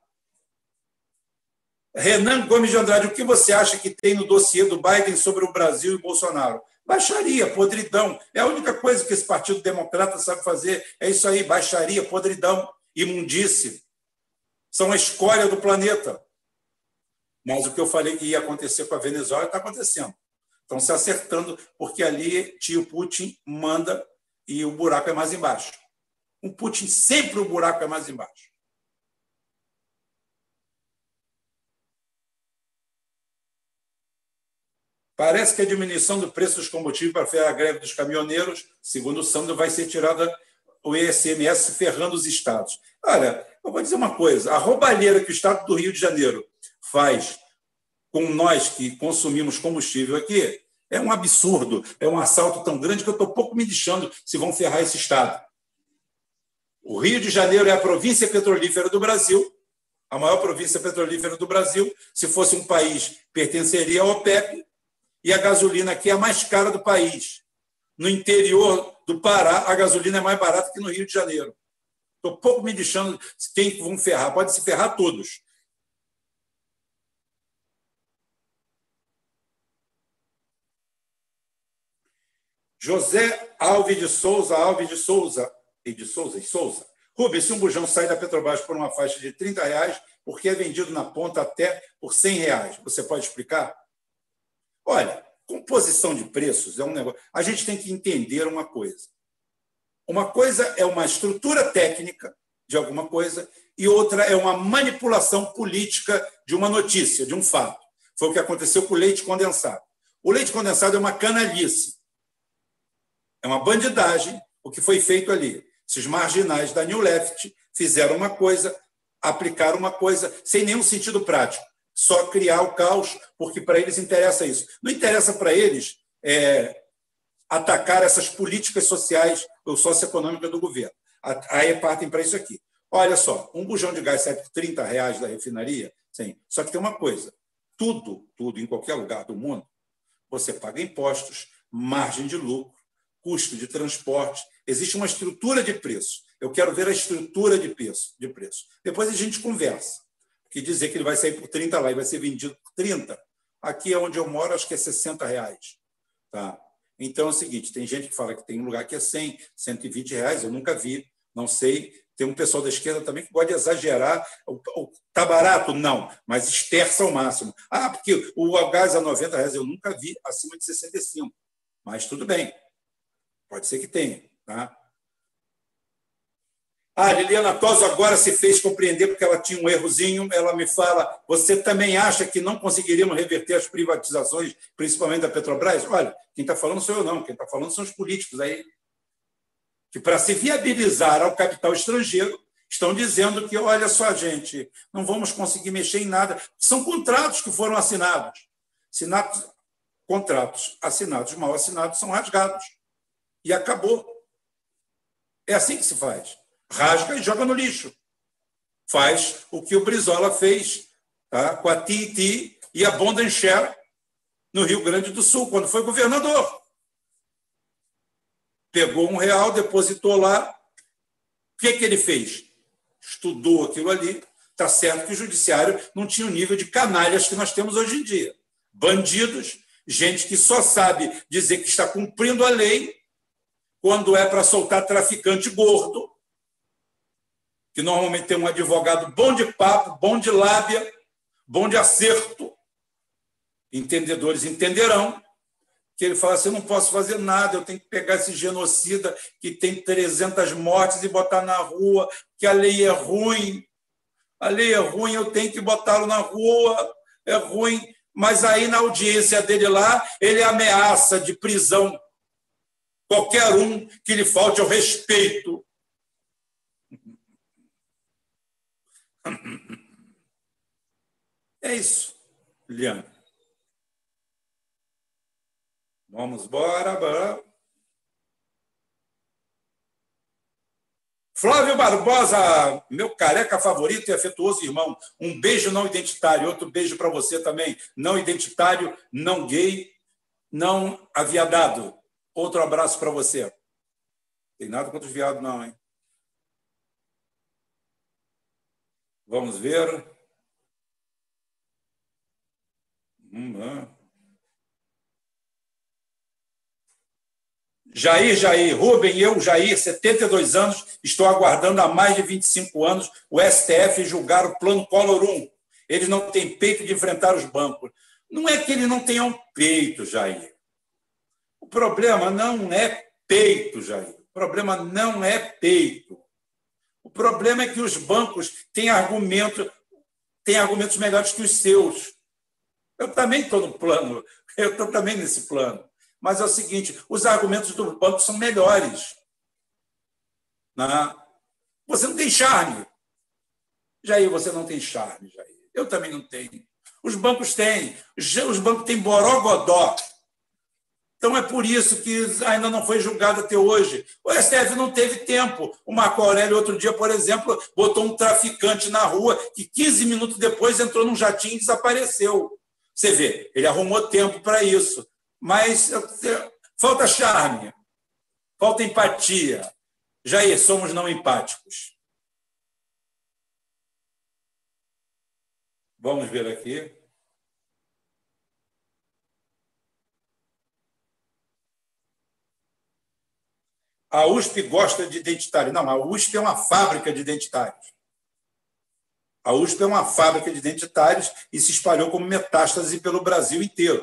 Renan Gomes de Andrade, o que você acha que tem no dossiê do Biden sobre o Brasil e Bolsonaro? Baixaria, podridão. É a única coisa que esse Partido Democrata sabe fazer. É isso aí, baixaria, podridão, imundície. São a escória do planeta. Mas o que eu falei que ia acontecer com a Venezuela está acontecendo. Estão se acertando, porque ali tio Putin manda e o buraco é mais embaixo. O Putin sempre o buraco é mais embaixo. Parece que a diminuição do preço dos combustíveis para fazer a greve dos caminhoneiros, segundo o Sandro, vai ser tirada o ICMS ferrando os estados. Olha, eu vou dizer uma coisa, a roubalheira que o estado do Rio de Janeiro faz com nós que consumimos combustível aqui é um absurdo, é um assalto tão grande que eu estou pouco me lixando se vão ferrar esse estado. O Rio de Janeiro é a província petrolífera do Brasil, a maior província petrolífera do Brasil. Se fosse um país, pertenceria ao OPEP, e a gasolina aqui é a mais cara do país. No interior do Pará, a gasolina é mais barata que no Rio de Janeiro. Estou pouco me lixando quem vão ferrar. Pode se ferrar todos. José Alves de Souza, Rubens, se um bujão sai da Petrobras por uma faixa de R$30, por que é vendido na ponta até por R$100? Você pode explicar? Olha, composição de preços é um negócio. A gente tem que entender uma coisa. Uma coisa é uma estrutura técnica de alguma coisa e outra é uma manipulação política de uma notícia, de um fato. Foi o que aconteceu com o leite condensado. O leite condensado é uma canalice. É uma bandidagem o que foi feito ali. Esses marginais da New Left fizeram uma coisa, aplicaram uma coisa sem nenhum sentido prático. Só criar o caos, porque para eles interessa isso. Não interessa para eles atacar essas políticas sociais ou socioeconômicas do governo. Aí partem para isso aqui. Olha só, um bujão de gás sai por R$30 da refinaria, sim. Só que tem uma coisa, tudo, em qualquer lugar do mundo, você paga impostos, margem de lucro, custo de transporte, existe uma estrutura de preço. Eu quero ver a estrutura de preço. Depois a gente conversa. Que dizer que ele vai sair por 30 lá e vai ser vendido por 30, aqui é onde eu moro, acho que é R$60. Tá? Então é o seguinte, tem gente que fala que tem um lugar que é 100, R$120, eu nunca vi, não sei. Tem um pessoal da esquerda também que pode exagerar. Está barato? Não, mas esterça ao máximo. Ah, porque o gás a R$90, eu nunca vi acima de 65. Mas tudo bem, pode ser que tenha. Tá? A Liliana Toso agora se fez compreender porque ela tinha um errozinho. Ela me fala, você também acha que não conseguiríamos reverter as privatizações, principalmente da Petrobras? Olha, quem está falando sou eu não, quem está falando são os políticos aí, que para se viabilizar ao capital estrangeiro, estão dizendo que, olha só, gente, não vamos conseguir mexer em nada. São contratos que foram assinados. Contratos assinados, mal assinados, são rasgados. E acabou. É assim que se faz. Rasga e joga no lixo. Faz o que o Brizola fez, tá? Com a TNT e a Bondenshare no Rio Grande do Sul, quando foi governador. Pegou R$1, depositou lá. O que ele fez? Estudou aquilo ali. Está certo que o judiciário não tinha o nível de canalhas que nós temos hoje em dia. Bandidos, gente que só sabe dizer que está cumprindo a lei quando é para soltar traficante gordo, que normalmente tem um advogado bom de papo, bom de lábia, bom de acerto. Entendedores entenderão que ele fala assim, eu não posso fazer nada, eu tenho que pegar esse genocida que tem 300 mortes e botar na rua, que a lei é ruim. A lei é ruim, eu tenho que botá-lo na rua, é ruim. Mas aí, na audiência dele lá, ele ameaça de prisão qualquer um que lhe falte ao respeito. É isso, Liliana. Vamos embora. Flávio Barbosa, meu careca favorito e afetuoso irmão. Um beijo não identitário, outro beijo para você também. Não identitário, não gay, não aviadado. Outro abraço para você. Tem nada contra os viados, não, hein? Vamos ver. Hum. Jair, Rubem, eu, Jair, 72 anos, estou aguardando há mais de 25 anos o STF julgar o Plano Collor 1. Eles não têm peito de enfrentar os bancos. Não é que eles não tenham peito, Jair. O problema não é peito, Jair. O problema não é peito. O problema é que os bancos têm argumentos melhores que os seus. Eu também estou no plano, eu estou também nesse plano. Mas é o seguinte, os argumentos do banco são melhores. Né? Você não tem charme. Jair, você não tem charme, Jair. Eu também não tenho. Os bancos têm. Os bancos têm borogodó. Então é por isso que ainda não foi julgado até hoje. O STF não teve tempo. O Marco Aurélio, outro dia, por exemplo, botou um traficante na rua que 15 minutos depois entrou num jatinho e desapareceu. Você vê, ele arrumou tempo para isso. Mas falta charme, falta empatia. Jair, somos não empáticos. Vamos ver aqui. A USP gosta de identitário. Não, a USP é uma fábrica de identitários. A USP é uma fábrica de identitários e se espalhou como metástase pelo Brasil inteiro.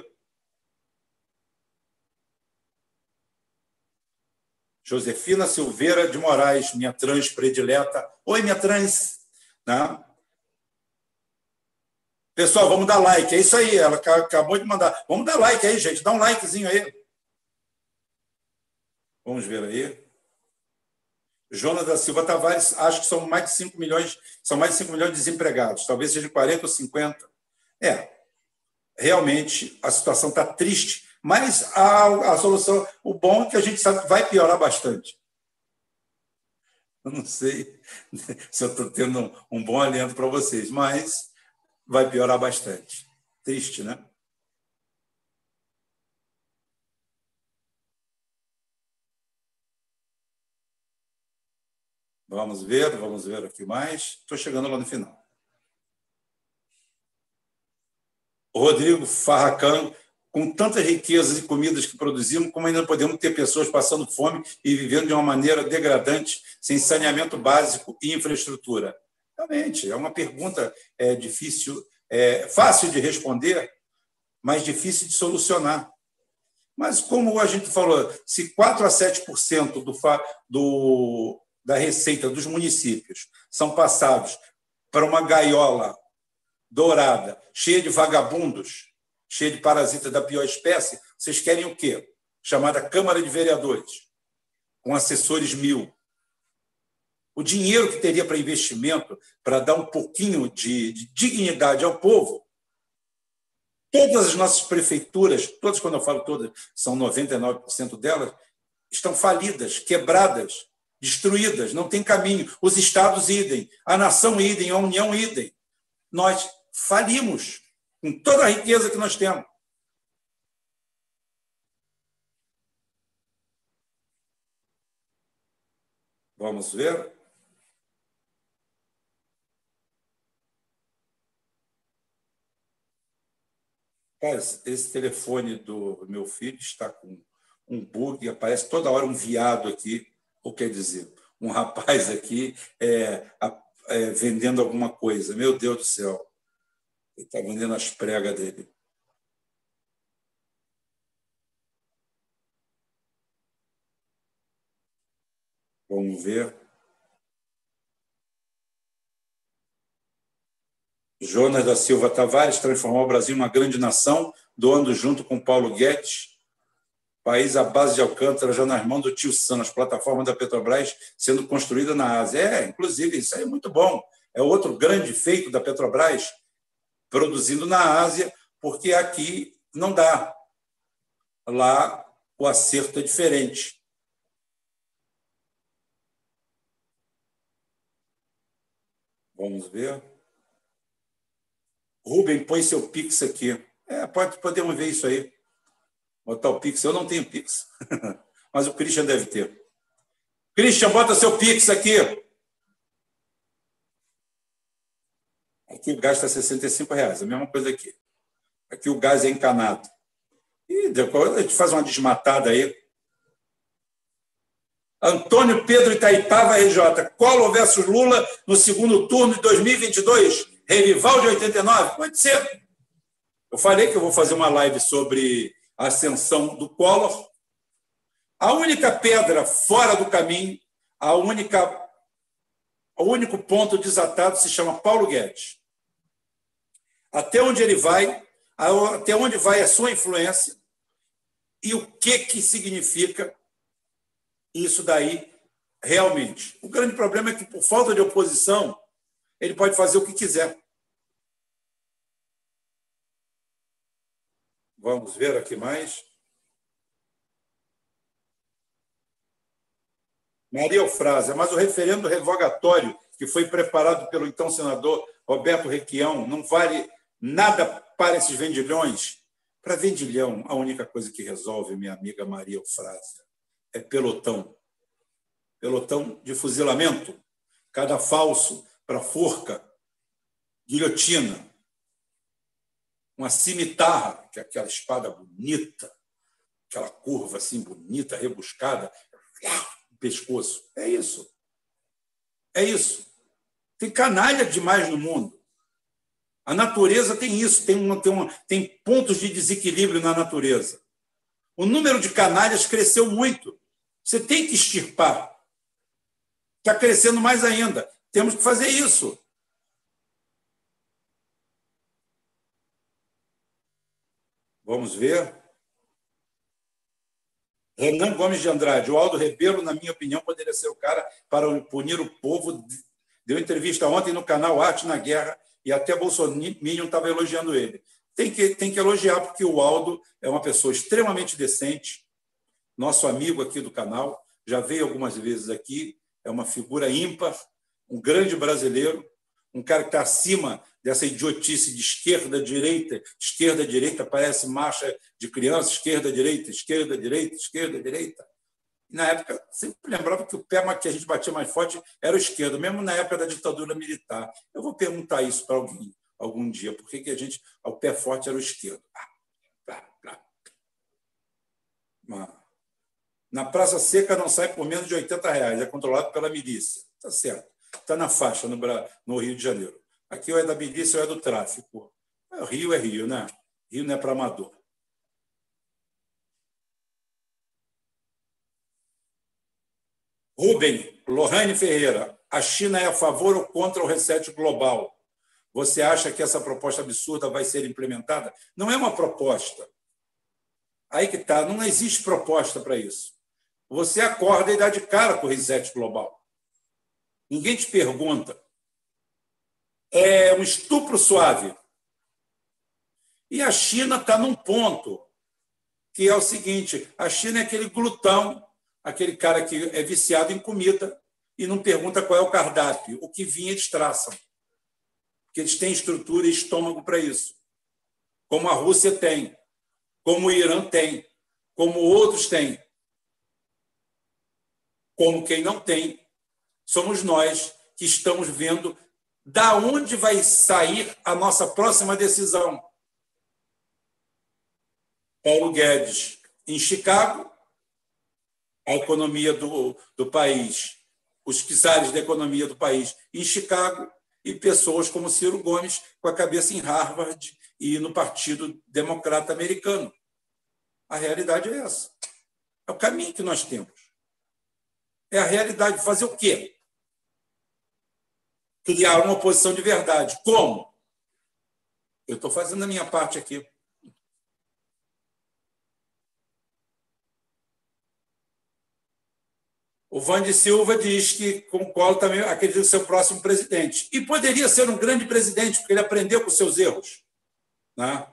Josefina Silveira de Moraes, minha trans predileta. Oi, minha trans. Né? Pessoal, vamos dar like. É isso aí, ela acabou de mandar. Vamos dar like aí, gente. Dá um likezinho aí. Vamos ver aí. Jonas da Silva Tavares, acho que são mais de 5 milhões, são mais de 5 milhões de desempregados, talvez seja 40 ou 50. Realmente a situação está triste, mas a solução, o bom é que a gente sabe que vai piorar bastante. Eu não sei se eu estou tendo um bom alento para vocês, mas vai piorar bastante. Triste, né? Vamos ver aqui mais. Estou chegando lá no final. O Rodrigo Farracan, com tantas riquezas e comidas que produzimos, como ainda podemos ter pessoas passando fome e vivendo de uma maneira degradante, sem saneamento básico e infraestrutura? Realmente, é uma pergunta difícil, fácil de responder, mas difícil de solucionar. Mas, como a gente falou, se 4 a 7% da receita dos municípios são passados para uma gaiola dourada, cheia de vagabundos, cheia de parasitas da pior espécie, vocês querem o quê? Chamada Câmara de Vereadores, com assessores 1000. O dinheiro que teria para investimento, para dar um pouquinho de dignidade ao povo, todas as nossas prefeituras, todas, quando eu falo todas, são 99% delas, estão falidas, quebradas, destruídas, não tem caminho. Os estados idem, a nação idem, a União idem. Nós falimos com toda a riqueza que nós temos. Vamos ver. Esse telefone do meu filho está com um bug, aparece toda hora um viado aqui, ou quer dizer, um rapaz aqui vendendo alguma coisa. Meu Deus do céu. Ele está vendendo as pregas dele. Vamos ver. Jonas da Silva Tavares transformou o Brasil em uma grande nação, doando junto com Paulo Guedes, país à base de Alcântara, já nas mãos do tio Sam, as plataformas da Petrobras sendo construída na Ásia. Inclusive, isso aí é muito bom. É outro grande feito da Petrobras, produzindo na Ásia, porque aqui não dá. Lá o acerto é diferente. Vamos ver. Rubem, põe seu Pix aqui. Podemos ver isso aí. Botar o Pix. Eu não tenho Pix, mas o Christian deve ter. Christian, bota seu Pix aqui. Aqui o gás está R$65, a mesma coisa aqui. Aqui o gás é encanado. E depois a gente faz uma desmatada aí. Antônio Pedro Itaipava, RJ. Collor versus Lula no segundo turno de 2022. Revival de 89. Pode ser. Eu falei que eu vou fazer uma live sobre a ascensão do Collor. A única pedra fora do caminho, o único ponto desatado se chama Paulo Guedes. Até onde ele vai, até onde vai a sua influência e o que significa isso daí realmente. O grande problema é que, por falta de oposição, ele pode fazer o que quiser. Vamos ver aqui mais. Maria Eufrásia, mas o referendo revogatório que foi preparado pelo então senador Roberto Requião não vale nada para esses vendilhões? Para vendilhão, a única coisa que resolve, minha amiga Maria Eufrásia, é pelotão. Pelotão de fuzilamento, cada falso para forca, guilhotina, uma cimitarra, que é aquela espada bonita, aquela curva assim bonita, rebuscada, pescoço. É isso. É isso. Tem canalha demais no mundo. A natureza tem isso, tem pontos de desequilíbrio na natureza. O número de canalhas cresceu muito. Você tem que extirpar. Está crescendo mais ainda. Temos que fazer isso. Vamos ver. Renan Gomes de Andrade. O Aldo Rebelo, na minha opinião, poderia ser o cara para punir o povo. Deu entrevista ontem no canal Arte na Guerra e até Bolsonaro estava elogiando ele. Tem que elogiar, porque o Aldo é uma pessoa extremamente decente, nosso amigo aqui do canal, já veio algumas vezes aqui, é uma figura ímpar, um grande brasileiro, um cara que está acima dessa idiotice de esquerda-direita, parece marcha de criança, esquerda-direita, esquerda-direita, esquerda-direita. Na época, sempre lembrava que o pé que a gente batia mais forte era o esquerdo, mesmo na época da ditadura militar. Eu vou perguntar isso para alguém algum dia, por que o pé forte era o esquerdo. Na Praça Seca não sai por menos de R$80, é controlado pela milícia. Está certo. Está na faixa no Rio de Janeiro. Aqui ou é da milícia ou é do tráfico. Rio é Rio, né? Rio não é para amador. Rubem, Lohane Ferreira, a China é a favor ou contra o reset global? Você acha que essa proposta absurda vai ser implementada? Não é uma proposta. Aí que está, não existe proposta para isso. Você acorda e dá de cara com o reset global. Ninguém te pergunta. É um estupro suave. E a China está num ponto que é o seguinte, a China é aquele glutão, aquele cara que é viciado em comida e não pergunta qual é o cardápio. O que vinha, eles traçam. Porque eles têm estrutura e estômago para isso. Como a Rússia tem, como o Irã tem, como outros têm. Como quem não tem, somos nós que estamos vendo da onde vai sair a nossa próxima decisão. Paulo Guedes, em Chicago, a economia do país, os czares da economia do país em Chicago, e pessoas como Ciro Gomes com a cabeça em Harvard e no Partido Democrata Americano. A realidade é essa. É o caminho que nós temos. É a realidade. Fazer o quê? Criar uma oposição de verdade. Como? Eu estou fazendo a minha parte aqui. O Vande Silva diz que com o Collor também acredita ser o próximo presidente. E poderia ser um grande presidente, porque ele aprendeu com seus erros. Né?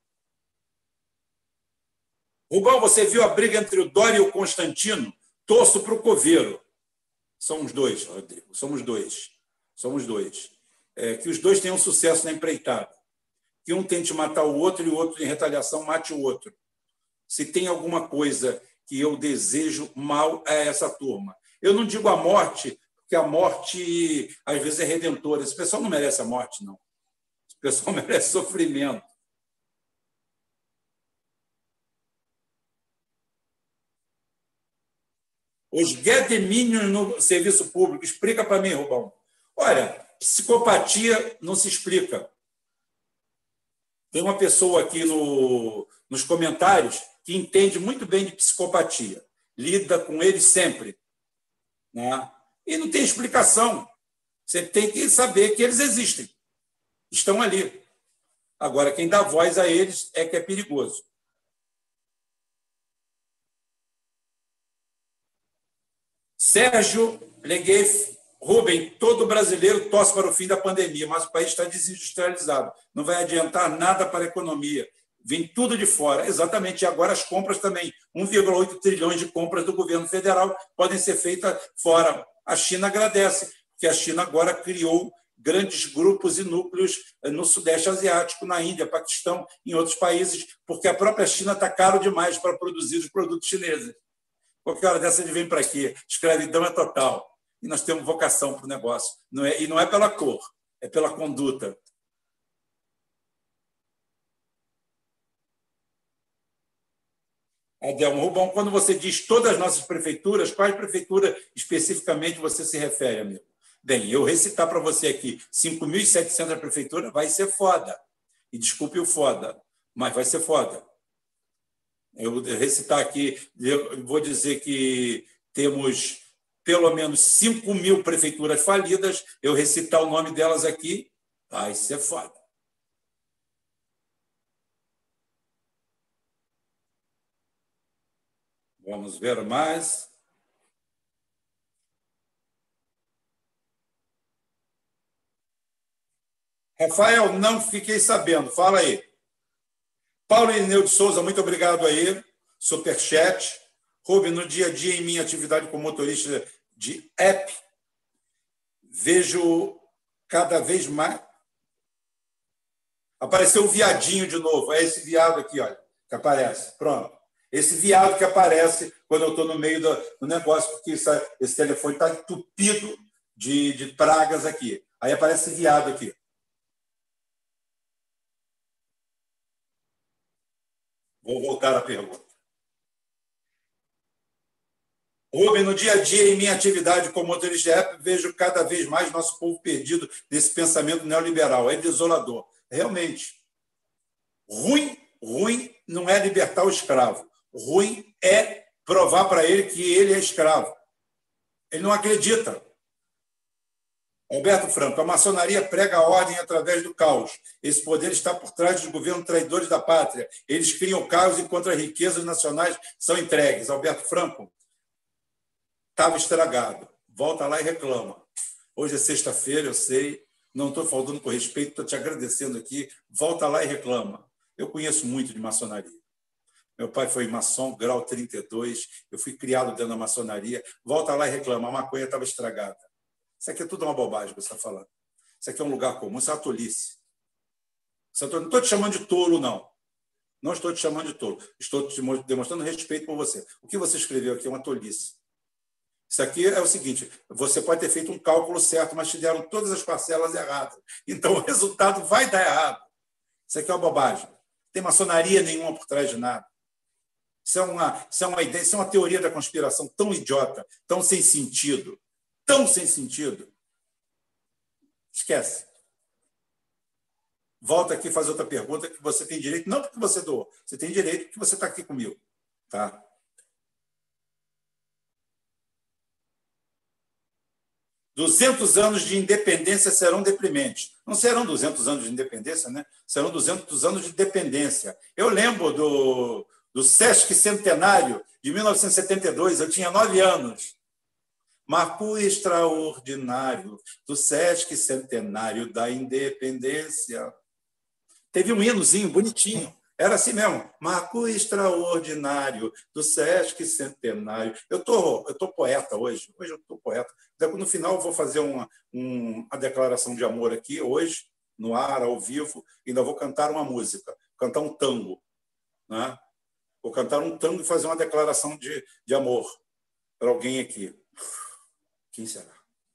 Rubão, você viu a briga entre o Dória e o Constantino? Torço para o Coveiro. Somos dois, Rodrigo. Somos dois. Que os dois tenham sucesso na empreitada. Que um tente matar o outro e o outro, em retaliação, mate o outro. se tem alguma coisa que eu desejo mal a essa turma. Eu não digo a morte, porque a morte, às vezes, é redentora. Esse pessoal não merece a morte, não. Esse pessoal merece sofrimento. Os guedemínios no serviço público. Explica para mim, Rubão. Olha, psicopatia não se explica. Tem uma pessoa aqui nos comentários que entende muito bem de psicopatia. Lida com eles sempre. Né? E não tem explicação. Você tem que saber que eles existem. Estão ali. Agora, quem dá voz a eles é que é perigoso. Sérgio Leguef, Rubem, todo brasileiro torce para o fim da pandemia, mas o país está desindustrializado. Não vai adiantar nada para a economia. Vem tudo de fora. Exatamente. E agora as compras também. 1,8 trilhões de compras do governo federal podem ser feitas fora. A China agradece, porque a China agora criou grandes grupos e núcleos no Sudeste Asiático, na Índia, Paquistão, em outros países, porque a própria China está caro demais para produzir os produtos chineses. Qualquer hora dessa ele vem para aqui. Escravidão é total. E nós temos vocação para o negócio. E não é pela cor, é pela conduta. Adelmo Rubão, quando você diz todas as nossas prefeituras, quais prefeitura especificamente você se refere, amigo? Bem, eu recitar para você aqui 5.700 prefeituras vai ser foda. E desculpe o foda, mas vai ser foda. Eu recitar aqui, eu vou dizer que temos pelo menos 5.000 prefeituras falidas. Eu recitar o nome delas aqui, vai ser foda. Vamos ver mais. Rafael, não fiquei sabendo. Fala aí. Paulo Irineu de Souza, muito obrigado aí. Superchat. Rubem, no dia a dia, em minha atividade como motorista de app, vejo cada vez mais. Apareceu o viadinho de novo. É esse viado aqui, olha, que aparece. Pronto. Esse viado que aparece quando eu estou no meio do negócio, porque esse telefone está entupido de pragas aqui. Aí aparece esse viado aqui. Vou voltar à pergunta. Rubem, no dia a dia, em minha atividade como motorista de app, vejo cada vez mais nosso povo perdido nesse pensamento neoliberal. É desolador. Realmente. Ruim não é libertar o escravo. Ruim é provar para ele que ele é escravo. Ele não acredita. Alberto Franco, a maçonaria prega a ordem através do caos. Esse poder está por trás dos governos traidores da pátria. Eles criam caos enquanto as riquezas nacionais são entregues. Alberto Franco estava estragado. Volta lá e reclama. Hoje é sexta-feira, eu sei. Não estou falando com respeito, estou te agradecendo aqui. Volta lá e reclama. Eu conheço muito de maçonaria. Meu pai foi maçom, grau 32. Eu fui criado dentro da maçonaria. Volta lá e reclama. A maconha estava estragada. Isso aqui é tudo uma bobagem que você está falando. Isso aqui é um lugar comum, isso é uma tolice. Não estou te chamando de tolo, não. Não estou te chamando de tolo. Estou te demonstrando respeito por você. O que você escreveu aqui é uma tolice. Isso aqui é o seguinte, você pode ter feito um cálculo certo, mas te deram todas as parcelas erradas. Então, o resultado vai dar errado. Isso aqui é uma bobagem. Não tem maçonaria nenhuma por trás de nada. Isso é uma ideia, isso é uma teoria da conspiração tão idiota, tão sem sentido. Tão sem sentido. Esquece. Volta aqui e faz outra pergunta que você tem direito, não porque você doou, você tem direito porque você está aqui comigo. Tá? "200 anos de independência serão deprimentes." Não serão 200 anos de independência, né? Serão 200 anos de dependência. Eu lembro do Sesc Centenário de 1972, eu tinha 9 anos. Marco extraordinário do Sesc Centenário da Independência. Teve um hinozinho bonitinho. Era assim mesmo. Marco extraordinário do Sesc Centenário. Eu tô poeta hoje. Hoje eu estou poeta. No final eu vou fazer uma declaração de amor aqui hoje, no ar, ao vivo. Ainda vou cantar uma música, cantar um tango. Né? Vou cantar um tango e fazer uma declaração de amor para alguém aqui. Quem será?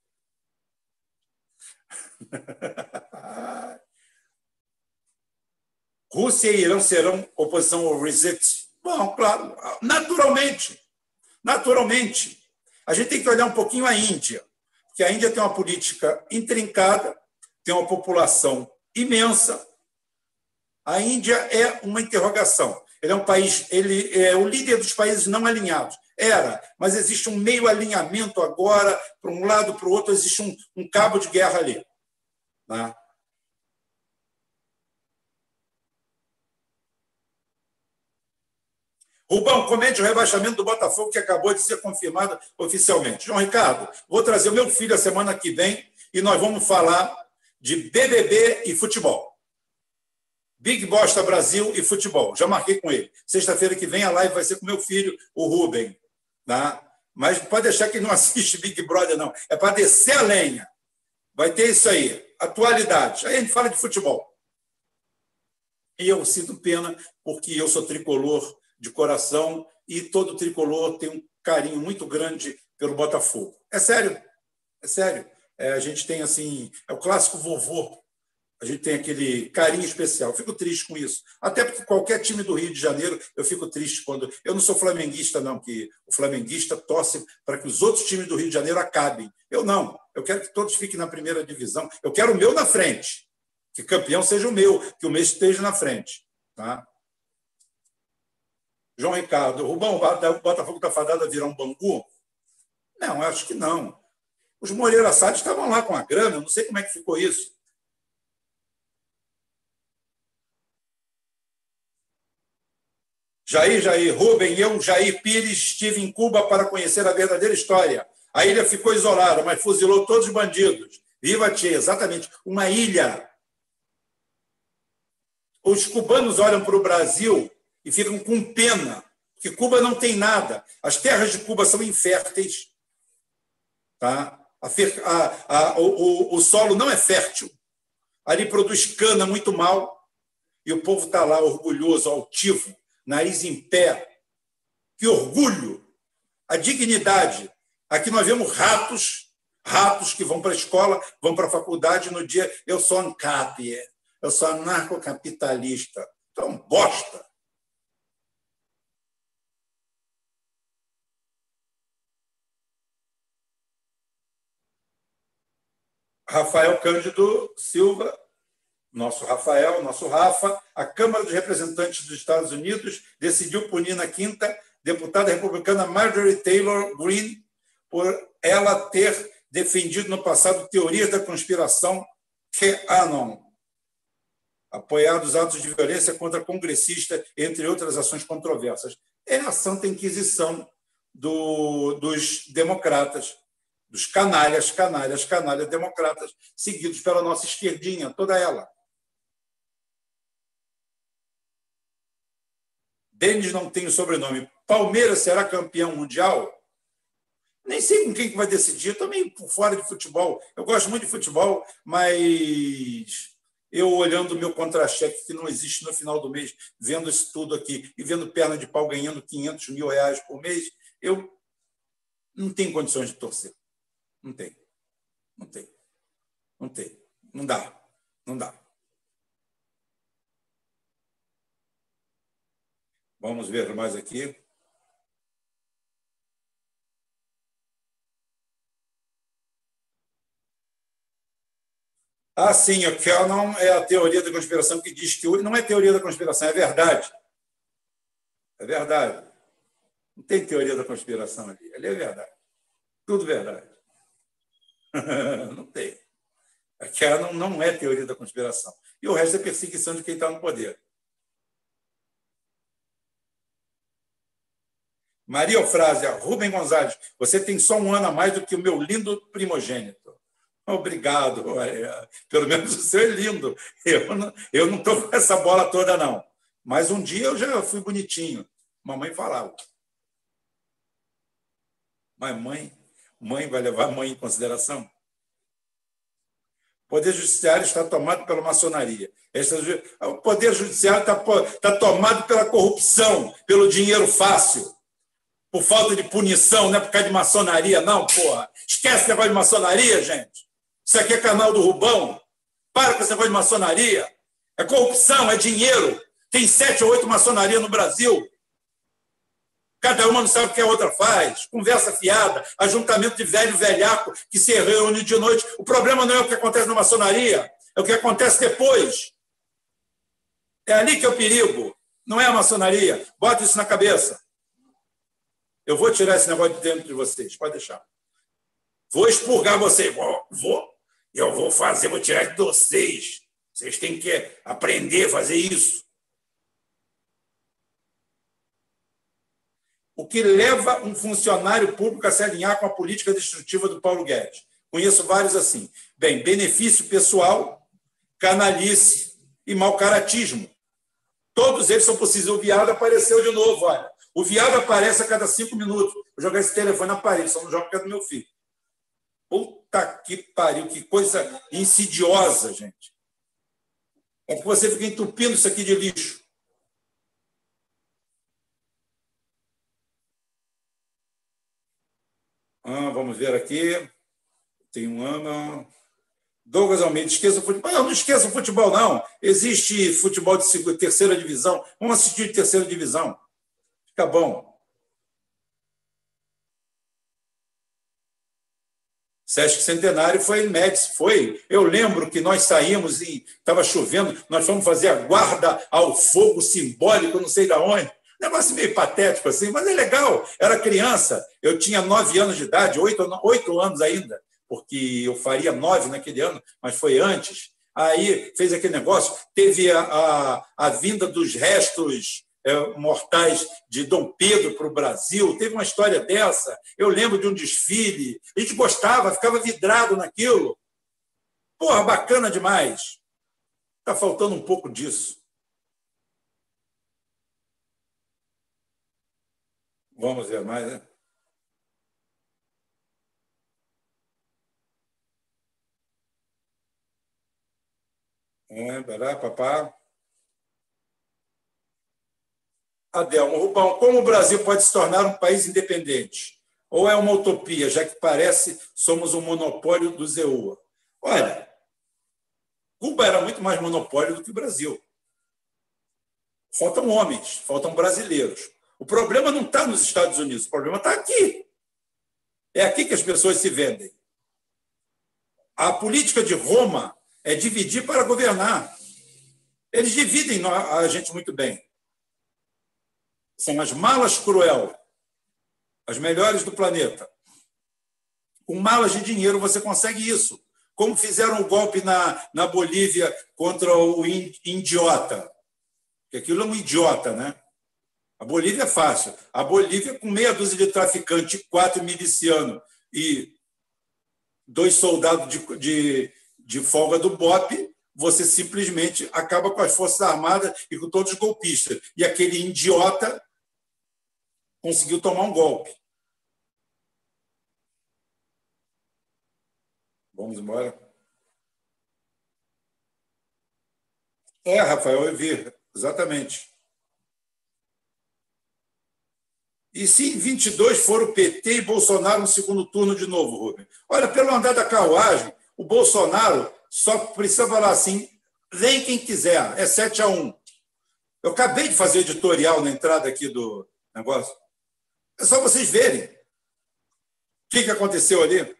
Rússia e Irã serão oposição ao reset? Bom, claro, naturalmente. Naturalmente. A gente tem que olhar um pouquinho a Índia, porque a Índia tem uma política intrincada, tem uma população imensa. A Índia é uma interrogação. Ele é um país, ele é o líder dos países não alinhados. Era, mas existe um meio alinhamento agora, para um lado, para o outro, existe um cabo de guerra ali. Né? Rubão, comente o rebaixamento do Botafogo que acabou de ser confirmado oficialmente. João Ricardo, vou trazer o meu filho a semana que vem e nós vamos falar de BBB e futebol. Big Bosta Brasil e futebol. Já marquei com ele. Sexta-feira que vem a live vai ser com meu filho, o Rubem. Tá? Mas pode deixar que ele não assiste Big Brother, não. É para descer a lenha. Vai ter isso aí. Atualidade. Aí a gente fala de futebol. E eu sinto pena porque eu sou tricolor de coração e todo tricolor tem um carinho muito grande pelo Botafogo. É sério. É sério. A gente tem, assim, é o clássico vovô. A gente tem aquele carinho especial. Eu fico triste com isso. Até porque qualquer time do Rio de Janeiro, eu fico triste quando... Eu não sou flamenguista, não, que o flamenguista torce para que os outros times do Rio de Janeiro acabem. Eu não. Eu quero que todos fiquem na primeira divisão. Eu quero o meu na frente. Que campeão seja o meu, que o meu esteja na frente. Tá? João Ricardo, Rubão, o Botafogo está fadado a virar um Bangu? Não, acho que não. Os Moreira Salles estavam lá com a grana, eu não sei como é que ficou isso. Jair, Rubem, eu, Jair Pires, estive em Cuba para conhecer a verdadeira história. A ilha ficou isolada, mas fuzilou todos os bandidos. Viva Che, exatamente. Uma ilha. Os cubanos olham para o Brasil e ficam com pena, porque Cuba não tem nada. As terras de Cuba são inférteis. Tá? O solo não é fértil. Ali produz cana muito mal. E o povo está lá orgulhoso, altivo, nariz em pé. Que orgulho! A dignidade. Aqui nós vemos ratos que vão para a escola, vão para a faculdade no dia. Eu sou ANCAP, eu sou anarcocapitalista. Então, bosta. Rafael Cândido Silva, nosso Rafael, nosso Rafa, a Câmara dos Representantes dos Estados Unidos decidiu punir na quinta deputada republicana Marjorie Taylor Greene por ela ter defendido no passado teorias da conspiração QAnon, apoiado os atos de violência contra congressistas, entre outras ações controversas. É a Santa Inquisição dos democratas, dos canalhas democratas, seguidos pela nossa esquerdinha, toda ela. Denis não tem o sobrenome. Palmeiras será campeão mundial? Nem sei com quem que vai decidir. Estou meio por fora de futebol. Eu gosto muito de futebol, mas eu olhando o meu contra-cheque, que não existe no final do mês, vendo isso tudo aqui e vendo perna de pau ganhando R$500 mil por mês, eu não tenho condições de torcer. Não tem. Não tem. Não tem. Não dá. Não dá. Vamos ver mais aqui. Ah, sim, o QAnon é a teoria da conspiração que diz que... Não é teoria da conspiração, é verdade. É verdade. Não tem teoria da conspiração ali. Ali é verdade. Tudo verdade. Não tem. A QAnon não é teoria da conspiração. E o resto é perseguição de quem está no poder. Maria Eufrásia, Rubem Gonzalez, você tem só um ano a mais do que o meu lindo primogênito. Obrigado. Pelo menos o seu é lindo. Eu não estou com essa bola toda, não. Mas um dia eu já fui bonitinho. Mamãe falava. Mas mãe vai levar a mãe em consideração? Poder Judiciário está tomado pela maçonaria. O Poder Judiciário está tomado pela corrupção, pelo dinheiro fácil, por falta de punição, não é por causa de maçonaria, não, porra. Esquece esse negócio de maçonaria, gente. Isso aqui é canal do Rubão. Para com esse negócio de maçonaria. É corrupção, é dinheiro. Tem 7 ou 8 maçonarias no Brasil. Cada uma não sabe o que a outra faz. Conversa fiada, ajuntamento de velho velhaco que se reúne de noite. O problema não é o que acontece na maçonaria, é o que acontece depois. É ali que é o perigo. Não é a maçonaria. Bota isso na cabeça. Eu vou tirar esse negócio de dentro de vocês, pode deixar. Vou expurgar vocês. Eu vou fazer, vou tirar de vocês. Vocês têm que aprender a fazer isso. O que leva um funcionário público a se alinhar com a política destrutiva do Paulo Guedes? Conheço vários assim. Bem, benefício pessoal, canalice e mau-caratismo. Todos eles são possíveis. O viado apareceu de novo, olha. O viado aparece a cada 5 minutos. Vou jogar esse telefone na parede, só não jogo por causa do meu filho. Puta que pariu, que coisa insidiosa, gente. É que você fica entupindo isso aqui de lixo. Vamos ver aqui. Tem um ano. Douglas Almeida, esqueça o futebol. Não esqueça o futebol, não. Existe futebol de terceira divisão. Vamos assistir de terceira divisão. Fica bom. Sesc Centenário foi em Médici, foi. Eu lembro que nós saímos e estava chovendo, nós fomos fazer a guarda ao fogo simbólico, não sei de onde. Negócio meio patético assim, mas é legal. Era criança, eu tinha 9 anos de idade, 8 anos ainda, porque eu faria 9 naquele ano, mas foi antes. Aí fez aquele negócio, teve a vinda dos restos mortais de Dom Pedro para o Brasil, teve uma história dessa. Eu lembro de um desfile, a gente gostava, ficava vidrado naquilo. Porra, bacana demais. Está faltando um pouco disso. Vamos ver mais, né? Bará, papá. Adelmo Rubão, como o Brasil pode se tornar um país independente? Ou é uma utopia, já que parece somos um monopólio do ZEUA? Olha, Cuba era muito mais monopólio do que o Brasil. Faltam homens, faltam brasileiros. O problema não está nos Estados Unidos, o problema está aqui. É aqui que as pessoas se vendem. A política de Roma é dividir para governar. Eles dividem a gente muito bem. São as malas cruel, as melhores do planeta. Com malas de dinheiro você consegue isso. Como fizeram o golpe na Bolívia contra o idiota. Porque aquilo é um idiota, né? A Bolívia é fácil. A Bolívia, com meia dúzia de traficantes, 4 milicianos e 2 soldados de folga do BOPE, você simplesmente acaba com as Forças Armadas e com todos os golpistas. E aquele idiota conseguiu tomar um golpe. Vamos embora? Rafael, eu vi, exatamente. E se em 22 for o PT e Bolsonaro no segundo turno de novo, Rubem? Olha, pelo andar da carruagem, o Bolsonaro só precisa falar assim, vem quem quiser, é 7-1. Eu acabei de fazer editorial na entrada aqui do negócio. É só vocês verem o que aconteceu ali.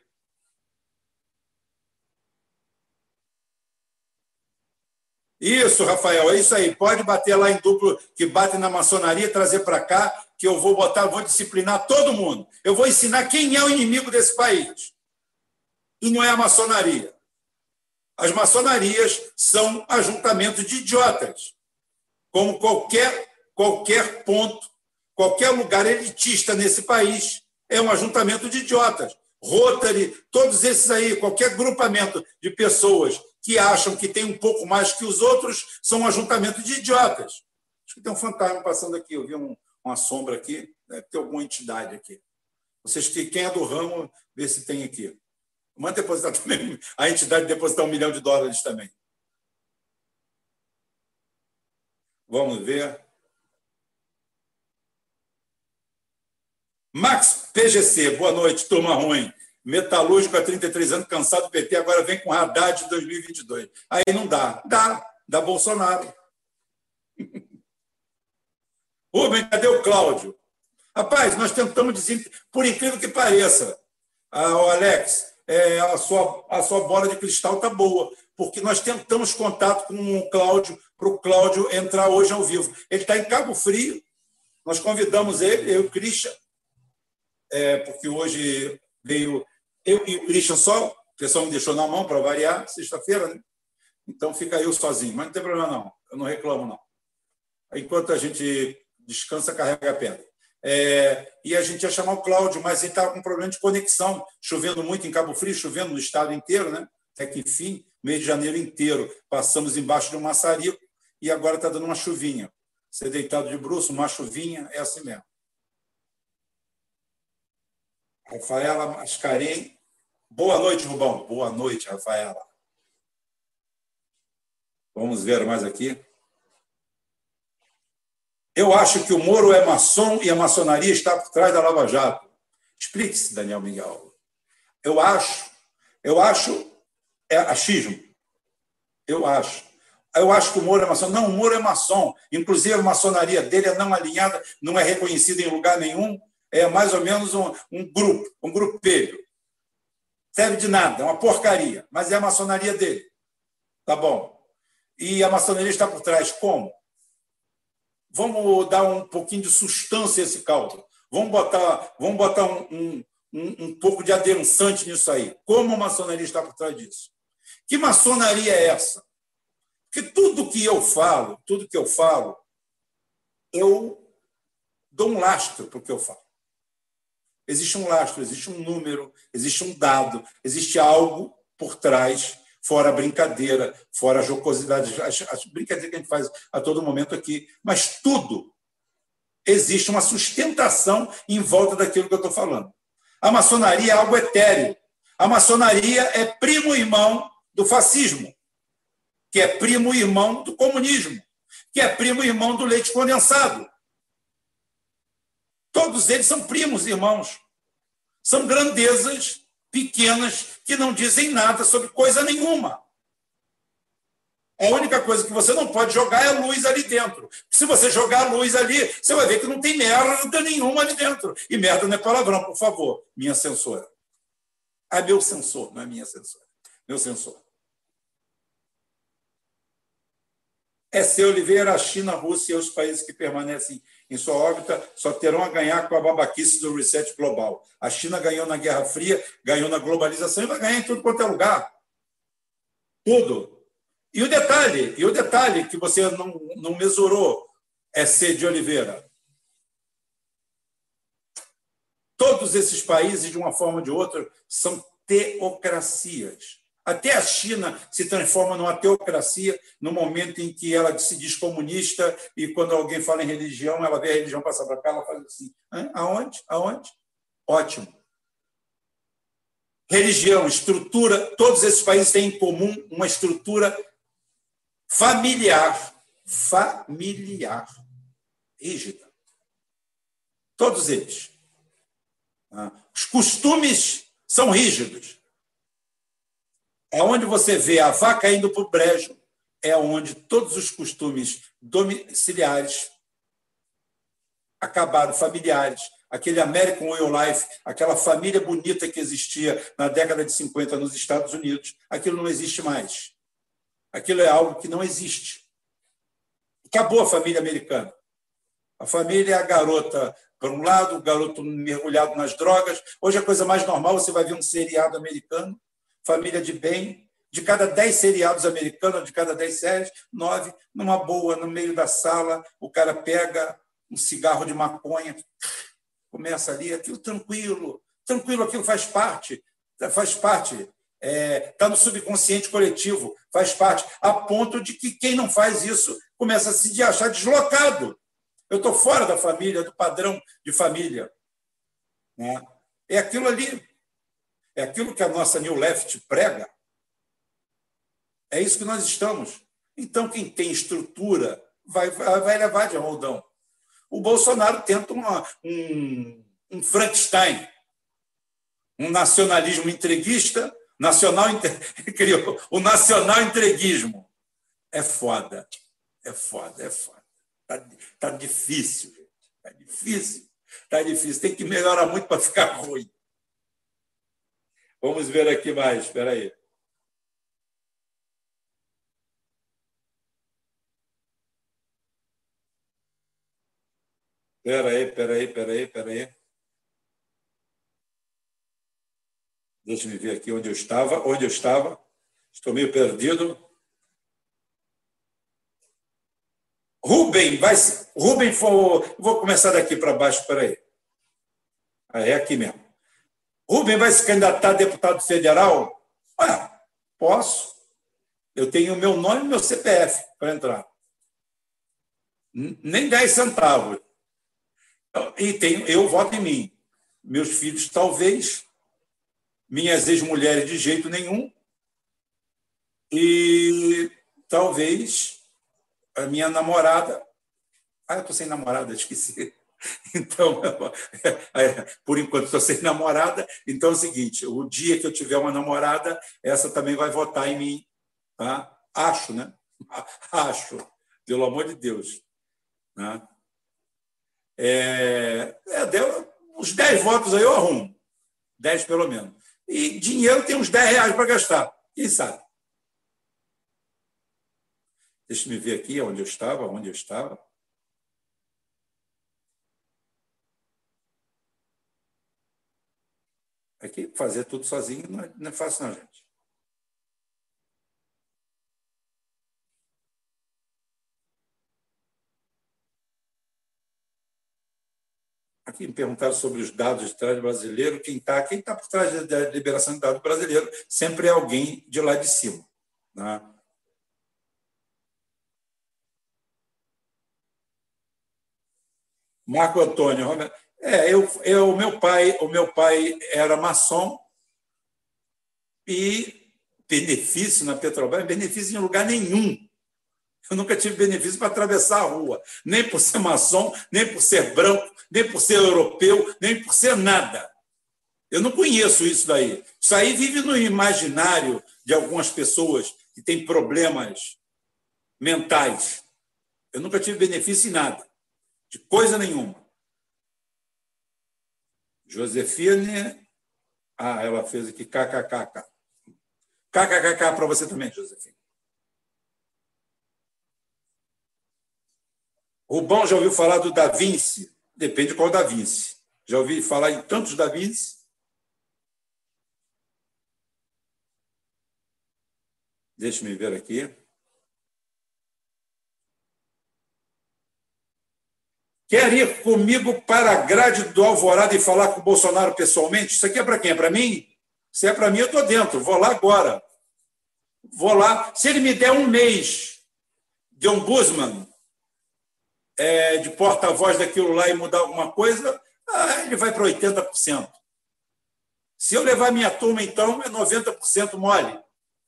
Isso, Rafael, é isso aí. Pode bater lá em duplo, que bate na maçonaria, trazer para cá, que eu vou vou disciplinar todo mundo. Eu vou ensinar quem é o inimigo desse país. E não é a maçonaria. As maçonarias são ajuntamentos de idiotas. Como qualquer ponto, qualquer lugar elitista nesse país é um ajuntamento de idiotas. Rotary, todos esses aí, qualquer grupamento de pessoas que acham que tem um pouco mais que os outros, são um ajuntamento de idiotas. Acho que tem um fantasma passando aqui, eu vi uma sombra aqui, deve ter alguma entidade aqui. Vocês, quem é do ramo, vê se tem aqui. Manda depositar também, a entidade depositar US$ 1 milhão também. Vamos ver. Max PGC, boa noite, turma ruim. Metalúrgico há 33 anos, cansado do PT, agora vem com Haddad de 2022. Aí não dá. Dá Bolsonaro. Rubem, cadê o Cláudio? Rapaz, nós tentamos dizer, por incrível que pareça, o Alex, a sua bola de cristal está boa, porque nós tentamos contato com o Cláudio, para o Cláudio entrar hoje ao vivo. Ele está em Cabo Frio, nós convidamos ele, eu e o Christian, porque hoje veio eu e o Christian só, o pessoal me deixou na mão para variar, sexta-feira, né? Então fica eu sozinho, mas não tem problema não, eu não reclamo não. Enquanto a gente descansa, carrega a pedra. E a gente ia chamar o Cláudio, mas ele estava com problema de conexão, chovendo muito em Cabo Frio, chovendo no estado inteiro, né? Até que, enfim, mês de janeiro inteiro, passamos embaixo de um maçarico e agora está dando uma chuvinha. Você deitado de bruço, uma chuvinha, é assim mesmo. Rafaela Mascarenhas. Boa noite, Rubão. Boa noite, Rafaela. Vamos ver mais aqui. Eu acho que o Moro é maçom e a maçonaria está por trás da Lava Jato. Explique-se, Daniel Miguel. Eu acho, é achismo. Eu acho que o Moro é maçom. Não, o Moro é maçom. Inclusive, a maçonaria dele é não alinhada, não é reconhecida em lugar nenhum. É mais ou menos um grupo, um grupelho. Serve de nada, é uma porcaria, mas é a maçonaria dele. Tá bom. E a maçonaria está por trás. Como? Vamos dar um pouquinho de substância a esse caldo. Vamos botar um pouco de adençante nisso aí. Como a maçonaria está por trás disso? Que maçonaria é essa? Porque tudo que eu falo, eu dou um lastro para o que eu falo. Existe um lastro, existe um número, existe um dado, existe algo por trás, fora a brincadeira, fora a jocosidade, as brincadeiras que a gente faz a todo momento aqui, mas tudo existe uma sustentação em volta daquilo que eu estou falando. A maçonaria é algo etéreo. A maçonaria é primo irmão do fascismo, que é primo irmão do comunismo, que é primo irmão do leite condensado. Todos eles são primos irmãos. São grandezas pequenas que não dizem nada sobre coisa nenhuma. A única coisa que você não pode jogar é a luz ali dentro. Se você jogar a luz ali, você vai ver que não tem merda nenhuma ali dentro. E merda não é palavrão, por favor, minha censora. Meu censor, não é minha censora. Meu censor. C. Oliveira, a China, a Rússia e os países que permanecem em sua órbita só terão a ganhar com a babaquice do reset global. A China ganhou na Guerra Fria, ganhou na globalização e vai ganhar em tudo quanto é lugar. Tudo. E o detalhe que você não mesurou, C. de Oliveira. Todos esses países, de uma forma ou de outra, são teocracias. Até a China se transforma numa teocracia no momento em que ela se diz comunista e quando alguém fala em religião, ela vê a religião passar para cá, ela faz assim. Aonde? Ótimo. Religião, estrutura, todos esses países têm em comum uma estrutura familiar, rígida. Todos eles. Os costumes são rígidos. É onde você vê a vaca indo para o brejo, é onde todos os costumes domiciliares acabaram, familiares. Aquele American Way of Life, aquela família bonita que existia na década de 50 nos Estados Unidos, aquilo não existe mais. Aquilo é algo que não existe. Acabou a família americana. A família é a garota, por um lado, o garoto mergulhado nas drogas. Hoje a coisa mais normal, você vai ver um seriado americano, família de bem, de cada 10 seriados americanos, de cada 10 séries, 9, numa boa, no meio da sala, o cara pega um cigarro de maconha, começa ali, aquilo tranquilo, aquilo faz parte, está no subconsciente coletivo, faz parte, a ponto de que quem não faz isso começa a se achar deslocado. Eu estou fora da família, do padrão de família. Né? É aquilo ali. é aquilo que a nossa New Left prega. É isso que nós estamos. Então, quem tem estrutura vai levar de roldão. O Bolsonaro tenta um Frankenstein, um nacionalismo entreguista, criou o nacional entreguismo. É foda. Tá difícil, gente. Tá difícil. Tem que melhorar muito para ficar ruim. Vamos ver aqui mais. Espera aí. Espera aí. Deixa eu ver aqui onde eu estava. Estou meio perdido. Rubem, vou começar daqui para baixo, espera aí. É aqui mesmo. Rubem vai se candidatar a deputado federal? Posso. Eu tenho o meu nome e meu CPF para entrar. Nem 10 centavos. E eu voto em mim. Meus filhos, talvez. Minhas ex-mulheres, de jeito nenhum. E talvez a minha namorada. Eu estou sem namorada, esqueci. Então, por enquanto, estou sem namorada. Então é o seguinte: o dia que eu tiver uma namorada, essa também vai votar em mim. Tá? Acho, né? Acho. Pelo amor de Deus. Né? Deu uns 10 votos aí, eu arrumo. 10 pelo menos. E dinheiro tem uns R$10 para gastar. Quem sabe? Deixa eu me ver aqui onde eu estava. Aqui, fazer tudo sozinho não é fácil, não, gente. Aqui me perguntaram sobre os dados de trás brasileiro. Quem tá por trás da liberação de dados brasileiro sempre é alguém de lá de cima. Né? Marco Antônio. O meu pai era maçom e benefício na Petrobras, benefício em lugar nenhum. Eu nunca tive benefício para atravessar a rua, nem por ser maçom, nem por ser branco, nem por ser europeu, nem por ser nada. Eu não conheço isso daí. Isso aí vive no imaginário de algumas pessoas que têm problemas mentais. Eu nunca tive benefício em nada, de coisa nenhuma. Josefine, ela fez aqui kkkk. Kkkk para você também, Josefine. Rubão já ouviu falar do Da Vinci? Depende de qual Da Vinci. Já ouvi falar em tantos Da Vinci? Deixa-me ver aqui. Quer ir comigo para a grade do Alvorada e falar com o Bolsonaro pessoalmente? Isso aqui é para quem? É para mim? Se é para mim, eu estou dentro. Vou lá agora. Vou lá. Se ele me der um mês de ombudsman, de porta-voz daquilo lá e mudar alguma coisa, ele vai para 80%. Se eu levar minha turma, então, é 90% mole.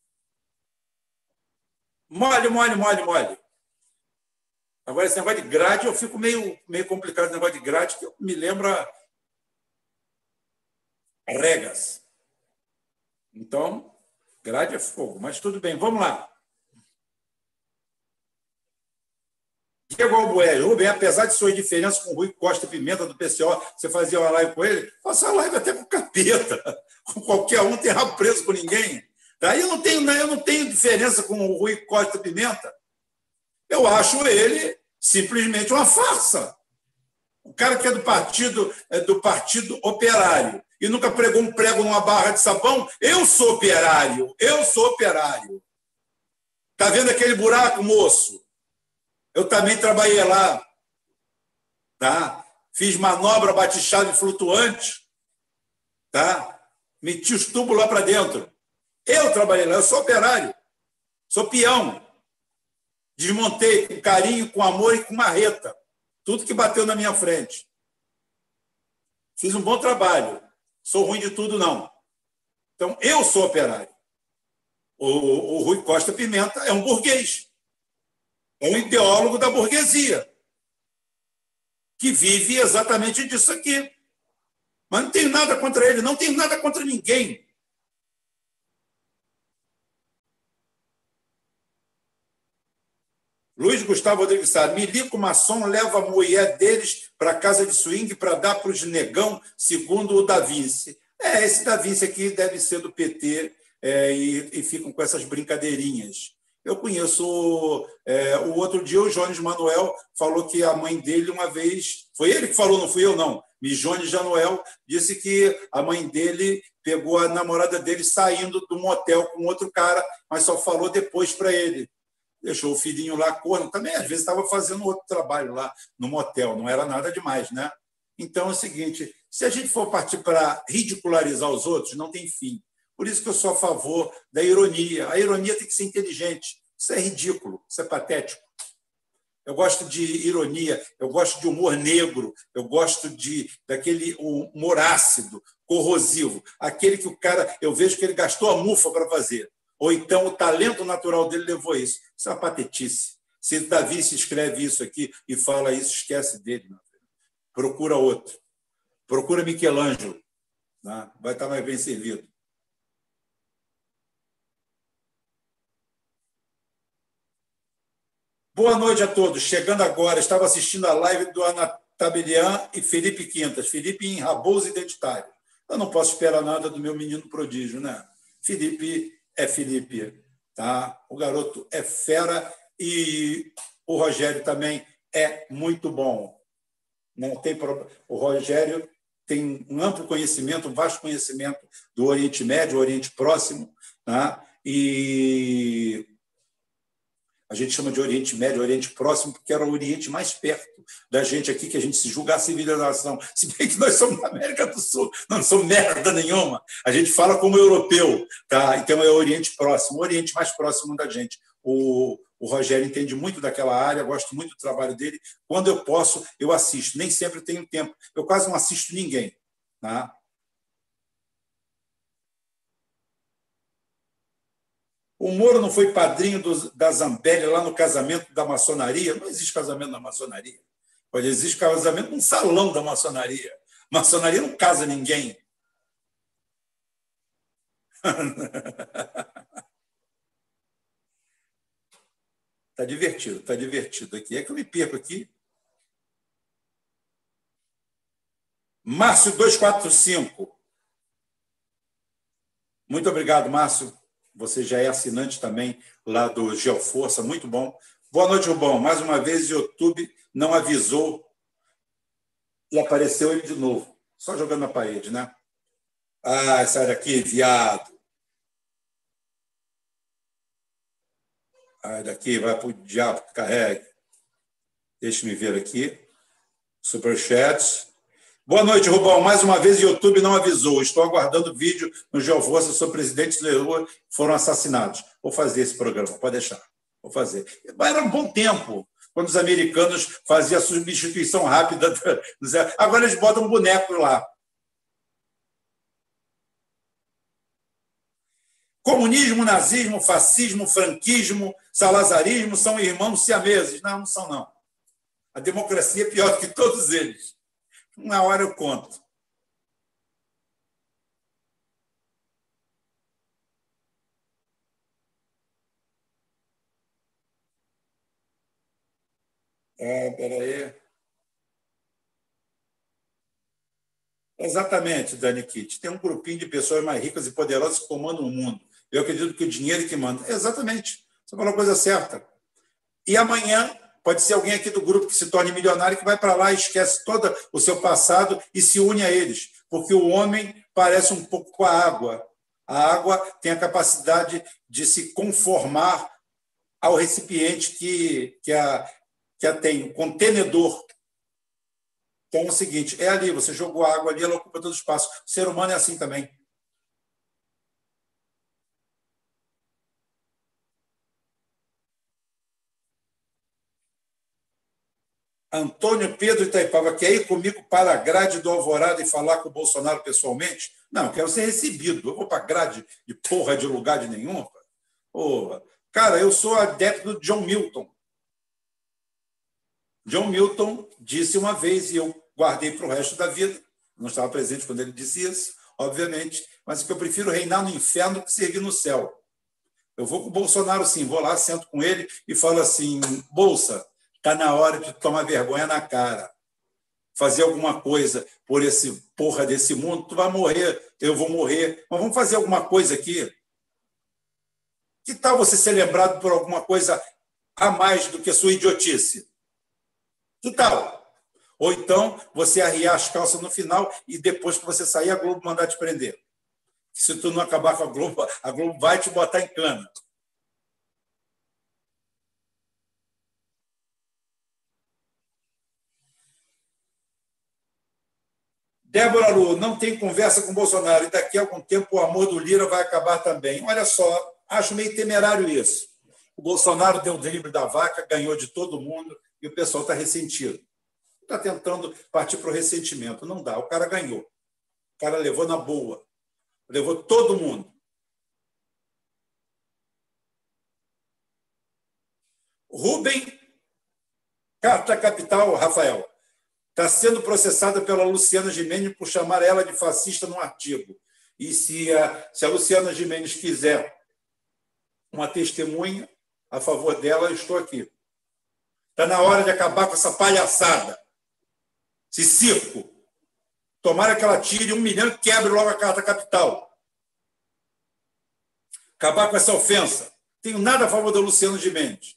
Mole. Agora, esse negócio de grade, eu fico meio complicado, esse negócio de grade, que me lembra regas. Então, grade é fogo. Mas tudo bem, vamos lá. Diego Albuquerque, Rubem, apesar de suas diferenças com o Rui Costa Pimenta do PCO, você fazia uma live com ele? Faça a live até com o capeta. Com qualquer um, tem rabo preso com ninguém. Daí eu não tenho diferença com o Rui Costa Pimenta. Eu acho ele simplesmente uma farsa. O cara que é do partido operário e nunca pregou um prego numa barra de sabão, eu sou operário. Está vendo aquele buraco, moço? Eu também trabalhei lá. Tá? Fiz manobra, bati chave flutuante. Tá? Meti os tubos lá para dentro. Eu trabalhei lá, eu sou operário. Sou peão. Desmontei com carinho, com amor e com marreta. Tudo que bateu na minha frente. Fiz um bom trabalho. Sou ruim de tudo, não. Então, eu sou operário. O Rui Costa Pimenta é um burguês. É um ideólogo da burguesia, que vive exatamente disso aqui. Mas não tenho nada contra ele, não tenho nada contra ninguém. Luiz Gustavo Rodrigues Sá, milico maçom leva a mulher deles para a casa de swing para dar para os negão, segundo o Da Vinci. Esse Da Vinci aqui deve ser do PT e ficam com essas brincadeirinhas. Eu conheço, o outro dia o Jones Manuel falou que a mãe dele uma vez, foi ele que falou, não fui eu não, Jones Manuel disse que a mãe dele pegou a namorada dele saindo do motel com outro cara, mas só falou depois para ele. Deixou o filhinho lá corno. Também, às vezes, estava fazendo outro trabalho lá no motel, não era nada demais, né? Então, é o seguinte, se a gente for partir para ridicularizar os outros, não tem fim. Por isso que eu sou a favor da ironia. A ironia tem que ser inteligente. Isso é ridículo, isso é patético. Eu gosto de ironia, eu gosto de humor negro, eu gosto daquele humor ácido, corrosivo, aquele que o cara, eu vejo que ele gastou a mufa para fazer. Ou então o talento natural dele levou a isso. Isso é uma patetice. Se Davi se escreve isso aqui e fala isso, esquece dele. Procura outro. Procura Michelangelo. Né? Vai estar mais bem servido. Boa noite a todos. Chegando agora, estava assistindo a live do Anatabelian e Felipe Quintas. Felipe em Raposo Identitário. Eu não posso esperar nada do meu menino prodígio, né? Felipe é Felipe. Tá? O garoto é fera e o Rogério também é muito bom. Não tem problema. O Rogério tem um amplo conhecimento, um vasto conhecimento do Oriente Médio, Oriente Próximo, tá? E a gente chama de Oriente Médio, Oriente Próximo, porque era o Oriente mais perto da gente aqui, que a gente se julga a civilização. Se bem que nós somos da América do Sul, não somos merda nenhuma. A gente fala como europeu, tá? Então é o Oriente Próximo, o Oriente mais próximo da gente. O Rogério entende muito daquela área, gosto muito do trabalho dele. Quando eu posso, eu assisto. Nem sempre tenho tempo. Eu quase não assisto ninguém, tá? O Moro não foi padrinho da Zambelli lá no casamento da maçonaria? Não existe casamento na maçonaria. Pode existir casamento num salão da maçonaria. Maçonaria não casa ninguém. Está divertido aqui. É que eu me perco aqui. Márcio 245. Muito obrigado, Márcio. Você já é assinante também lá do Geoforça, muito bom. Boa noite, Rubão. Mais uma vez, o YouTube não avisou e apareceu ele de novo. Só jogando na parede, né? Ah, sai daqui, viado. Sai daqui, vai para o diabo que carregue. Deixa-me ver aqui. Superchats. Boa noite, Rubão. Mais uma vez, o YouTube não avisou. Estou aguardando vídeo no Geoforça sobre presidentes da Lula que foram assassinados. Vou fazer esse programa, pode deixar. Vou fazer. Era um bom tempo, quando os americanos faziam a substituição rápida. Agora eles botam um boneco lá. Comunismo, nazismo, fascismo, franquismo, salazarismo são irmãos siameses. Não, não são, não. A democracia é pior que todos eles. Uma hora eu conto. Peraí. Exatamente, Dani Kitt. Tem um grupinho de pessoas mais ricas e poderosas que comandam o mundo. Eu acredito que o dinheiro é que manda. Exatamente. Você falou a coisa certa. E amanhã pode ser alguém aqui do grupo que se torne milionário que vai para lá e esquece todo o seu passado e se une a eles. Porque o homem parece um pouco com a água. A água tem a capacidade de se conformar ao recipiente que a tem, o contenedor. Então é o seguinte, é ali, você jogou água ali, ela ocupa todo o espaço. O ser humano é assim também. Antônio Pedro Itaipava, quer ir comigo para a grade do Alvorada e falar com o Bolsonaro pessoalmente? Não, eu quero ser recebido. Eu vou para a grade de porra de lugar de nenhum. Porra. Cara, eu sou adepto do John Milton. John Milton disse uma vez, e eu guardei para o resto da vida, não estava presente quando ele disse isso, obviamente, mas que eu prefiro reinar no inferno do que servir no céu. Eu vou com o Bolsonaro, sim, vou lá, sento com ele e falo assim, Bolsa, está na hora de tomar vergonha na cara, fazer alguma coisa por esse porra desse mundo, tu vai morrer, eu vou morrer, mas vamos fazer alguma coisa aqui. Que tal você ser lembrado por alguma coisa a mais do que a sua idiotice? Que tal? Ou então você arriar as calças no final e depois que você sair, a Globo mandar te prender. Se tu não acabar com a Globo vai te botar em cana. Débora Lu, não tem conversa com o Bolsonaro e daqui a algum tempo o amor do Lira vai acabar também. Olha só, acho meio temerário isso. O Bolsonaro deu o drible da vaca, ganhou de todo mundo e o pessoal está ressentido. Está tentando partir para o ressentimento. Não dá, o cara ganhou. O cara levou na boa. Levou todo mundo. Rubem, Carta Capital, Rafael, está sendo processada pela Luciana Gimenez por chamar ela de fascista num artigo. E se a Luciana Gimenez quiser uma testemunha a favor dela, eu estou aqui. Está na hora de acabar com essa palhaçada, esse circo. Tomara que ela tire 1 milhão e quebre logo a Carta Capital. Acabar com essa ofensa. Tenho nada a favor da Luciana Gimenez.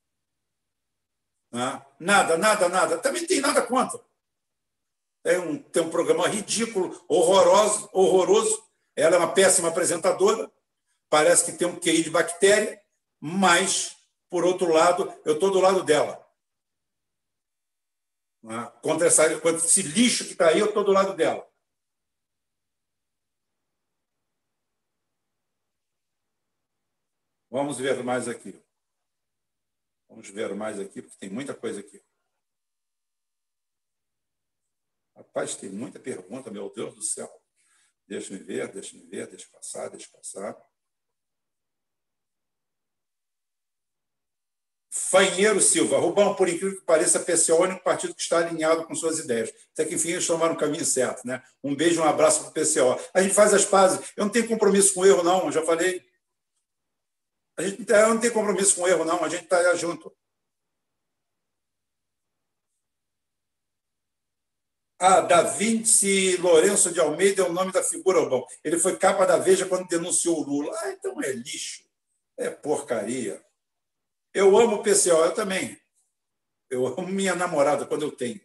Nada, nada, nada. Também tem nada contra. Tem um programa ridículo, horroroso. Ela é uma péssima apresentadora. Parece que tem um QI de bactéria, mas, por outro lado, eu estou do lado dela. Contra esse lixo que está aí, eu estou do lado dela. Vamos ver mais aqui. Vamos ver mais aqui, porque tem muita coisa aqui. Rapaz, tem muita pergunta, meu Deus do céu. Deixa-me ver, deixa passar. Fainheiro Silva, Rubão, por incrível que pareça, a PCO é o único partido que está alinhado com suas ideias. Até que, enfim, eles tomaram o caminho certo. Né? Um beijo, um abraço para o PCO. A gente faz as pazes. Eu não tenho compromisso com erro, não, eu já falei. Eu não tenho compromisso com erro, não, a gente está junto. Da Vinci Lourenço de Almeida é o nome da figura, Rubão. Ele foi capa da Veja quando denunciou o Lula. Então é lixo. É porcaria. Eu amo o PCO, eu também. Eu amo minha namorada quando eu tenho.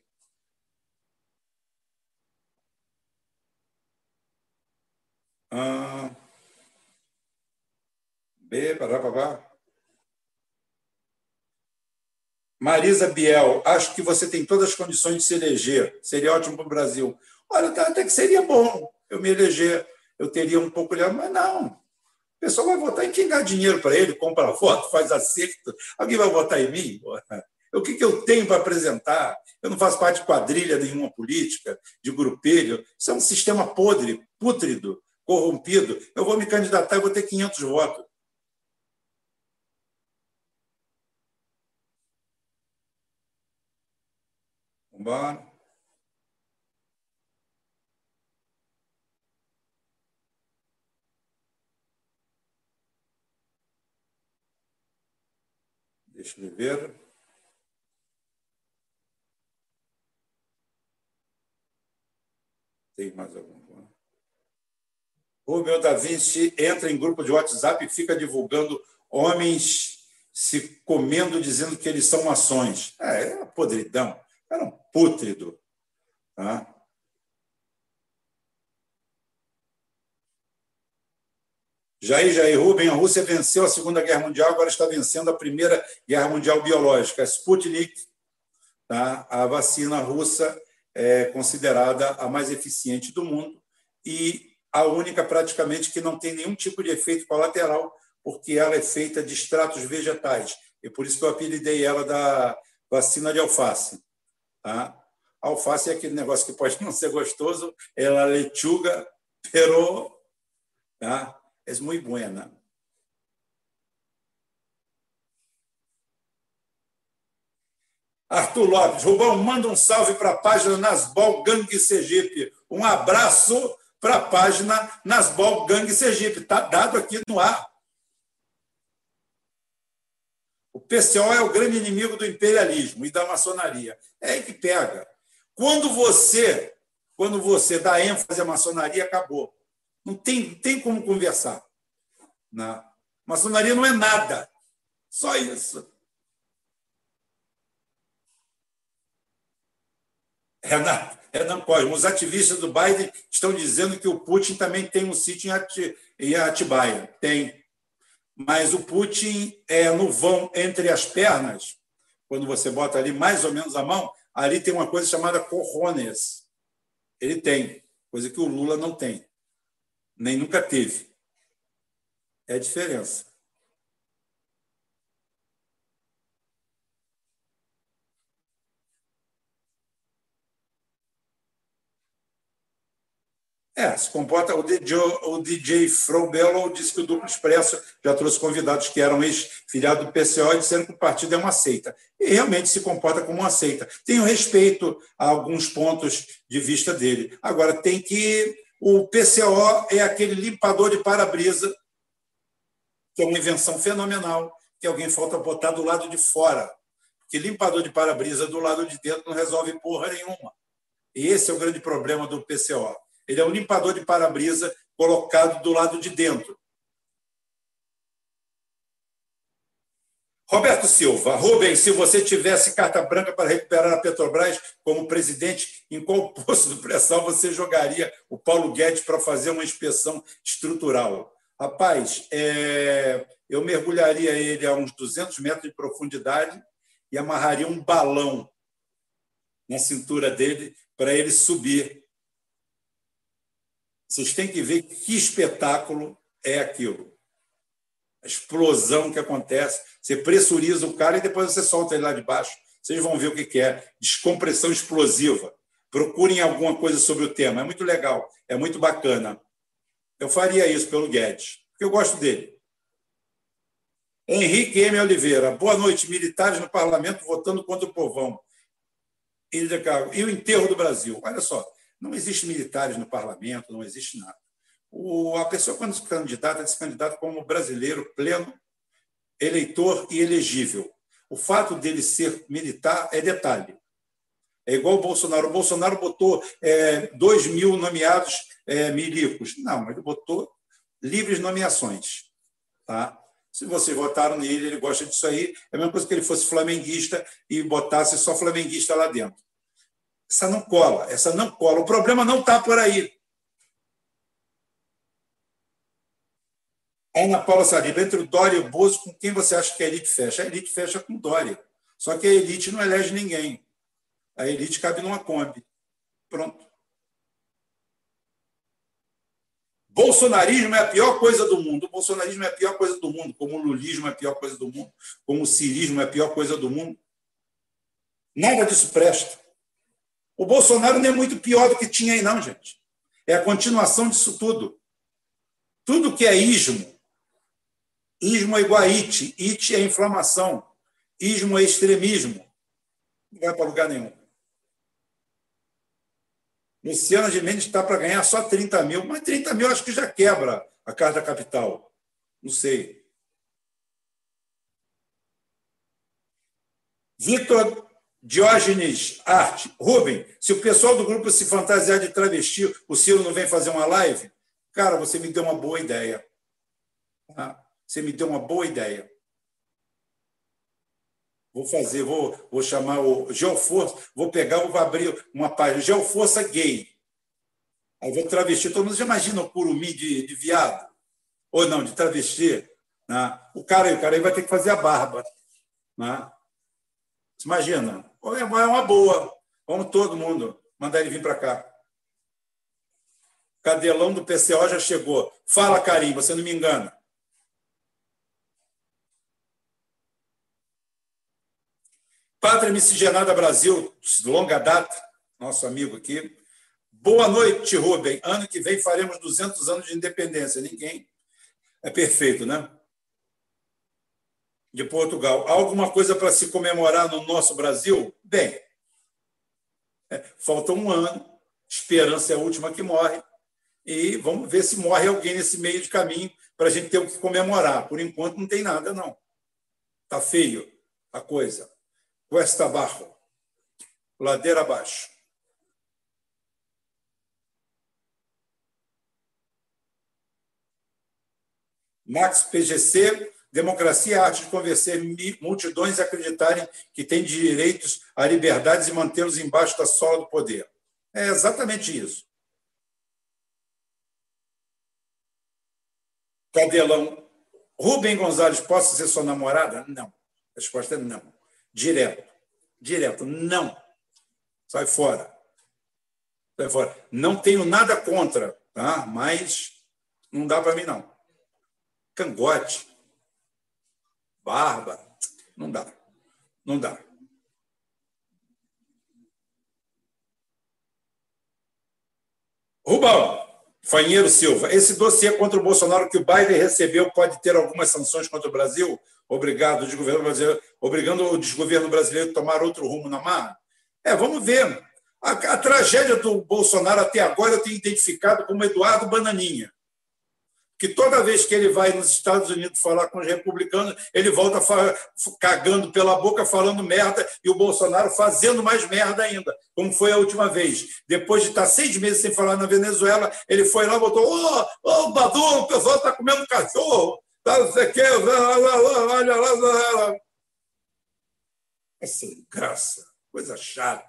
Pará. Marisa Biel, acho que você tem todas as condições de se eleger. Seria ótimo para o Brasil. Olha, até que seria bom eu me eleger. Eu teria um pouco de... Mas não. O pessoal vai votar em quem dá dinheiro para ele, compra voto, faz acerto. Alguém vai votar em mim? O que eu tenho para apresentar? Eu não faço parte de quadrilha nenhuma política, de grupelho. Isso é um sistema podre, pútrido, corrompido. Eu vou me candidatar e vou ter 500 votos. Vamos. Deixa eu ver. Tem mais alguma coisa? Rubem Da Vinci entra em grupo de WhatsApp e fica divulgando homens se comendo, dizendo que eles são maçons. É uma podridão. Era um pútrido. Tá? Jair Rubem, a Rússia venceu a Segunda Guerra Mundial, agora está vencendo a Primeira Guerra Mundial biológica. A Sputnik, tá? A vacina russa é considerada a mais eficiente do mundo e a única praticamente que não tem nenhum tipo de efeito colateral, porque ela é feita de extratos vegetais. E por isso que eu apelidei ela da vacina de alface. Tá? Alface é aquele negócio que pode não ser gostoso, ela lechuga, pero tá? É muito buena. Arthur Lopes, Rubão, manda um salve para a página Nasbol Gangue Sergipe. Um abraço para a página Nasbol Gangue Sergipe. Está dado aqui no ar. O PCO é o grande inimigo do imperialismo e da maçonaria. É aí que pega. Quando você dá ênfase à maçonaria, acabou. Não tem como conversar. Não. Maçonaria não é nada. Só isso. Renan Cosmo, os ativistas do Biden estão dizendo que o Putin também tem um sítio em Atibaia. Tem. Mas o Putin no vão entre as pernas, quando você bota ali mais ou menos a mão, ali tem uma coisa chamada cojones. Ele tem, coisa que o Lula não tem, nem nunca teve. É a diferença. Se comporta. O DJ Frobello disse que o Duplo Expresso já trouxe convidados que eram ex-filiados do PCO, dizendo que o partido é uma seita. E realmente se comporta como uma seita. Tenho respeito a alguns pontos de vista dele. Agora, tem que. O PCO é aquele limpador de para-brisa, que é uma invenção fenomenal, que alguém falta botar do lado de fora. Porque limpador de para-brisa do lado de dentro não resolve porra nenhuma. E esse é o grande problema do PCO. Ele é um limpador de para-brisa colocado do lado de dentro. Roberto Silva, Rubens, se você tivesse carta branca para recuperar a Petrobras como presidente, em qual posto do pré-sal você jogaria o Paulo Guedes para fazer uma inspeção estrutural? Rapaz, eu mergulharia ele a uns 200 metros de profundidade e amarraria um balão na cintura dele para ele subir. Vocês têm que ver que espetáculo é aquilo. A explosão que acontece. Você pressuriza o cara e depois você solta ele lá de baixo. Vocês vão ver o que é. Descompressão explosiva. Procurem alguma coisa sobre o tema. É muito legal, é muito bacana. Eu faria isso pelo Guedes, porque eu gosto dele. Henrique M. Oliveira. Boa noite. Militares no parlamento votando contra o povão. E o enterro do Brasil. Olha só. Não existe militares no parlamento, não existe nada. A pessoa, quando se candidata como brasileiro pleno, eleitor e elegível. O fato dele ser militar é detalhe. É igual o Bolsonaro. O Bolsonaro botou 2.000 nomeados milicos. Não, ele botou livres nomeações. Tá? Se vocês votaram nele, ele gosta disso aí. É a mesma coisa que ele fosse flamenguista e botasse só flamenguista lá dentro. Essa não cola. O problema não está por aí. Ana Paula Saliba, entre o Dória e o Bozo, com quem você acha que a elite fecha? A elite fecha com o Dória. Só que a elite não elege ninguém. A elite cabe numa Kombi. Pronto. Bolsonarismo é a pior coisa do mundo. O bolsonarismo é a pior coisa do mundo, como o lulismo é a pior coisa do mundo, como o cirismo é a pior coisa do mundo. Nada disso presta. O Bolsonaro não é muito pior do que tinha aí, não, gente. É a continuação disso tudo. Tudo que é ismo. Ismo é igual a it. It é inflamação. Ismo é extremismo. Não vai para lugar nenhum. Luciana de Mendes está para ganhar só 30 mil, mas 30 mil acho que já quebra a Carta Capital. Não sei. Vitor Diógenes Arte. Rubem, se o pessoal do grupo se fantasiar de travesti, o Ciro não vem fazer uma live? Cara, você me deu uma boa ideia. Você me deu uma boa ideia. Vou chamar o Geoforça, vou abrir uma página, Geoforça Gay. Aí vou travestir, todo mundo já imagina o curumim de viado? Ou não, de travesti. Né? O cara aí vai ter que fazer a barba. Né? Você imagina? É uma boa. Vamos todo mundo mandar ele vir para cá. Cadelão do PCO já chegou. Fala, Karim, você não me engana. Pátria Miscigenada Brasil, de longa data, nosso amigo aqui. Boa noite, Rubem. Ano que vem faremos 200 anos de independência. Ninguém é perfeito, né? De Portugal. Há alguma coisa para se comemorar no nosso Brasil? Bem, falta um ano, esperança é a última que morre, e vamos ver se morre alguém nesse meio de caminho para a gente ter o que comemorar. Por enquanto não tem nada, não. Está feio a coisa. Cuesta abaixo, ladeira abaixo. Max PGC, democracia é a arte de convencer multidões a acreditarem que têm direitos a liberdades e mantê-los embaixo da sola do poder. É exatamente isso. Cadelão. Rubem Gonzalez, posso ser sua namorada? Não. A resposta é não. Direto. Direto. Não. Sai fora. Sai fora. Não tenho nada contra, tá? Mas não dá para mim, não. Cangote. Barba. Não dá. Não dá. Rubão. Fanheiro Silva, esse dossiê contra o Bolsonaro que o Biden recebeu pode ter algumas sanções contra o Brasil? Obrigado, o desgoverno brasileiro, obrigando o desgoverno brasileiro a tomar outro rumo na marra? Vamos ver. A tragédia do Bolsonaro até agora eu tenho identificado como Eduardo Bananinha, que toda vez que ele vai nos Estados Unidos falar com os republicanos, ele volta cagando pela boca, falando merda, e o Bolsonaro fazendo mais merda ainda, como foi a última vez. Depois de estar 6 meses sem falar na Venezuela, ele foi lá e botou: ô, Badu, o pessoal está comendo cachorro, tá, não sei o quê, olha lá. Essa graça, coisa chata.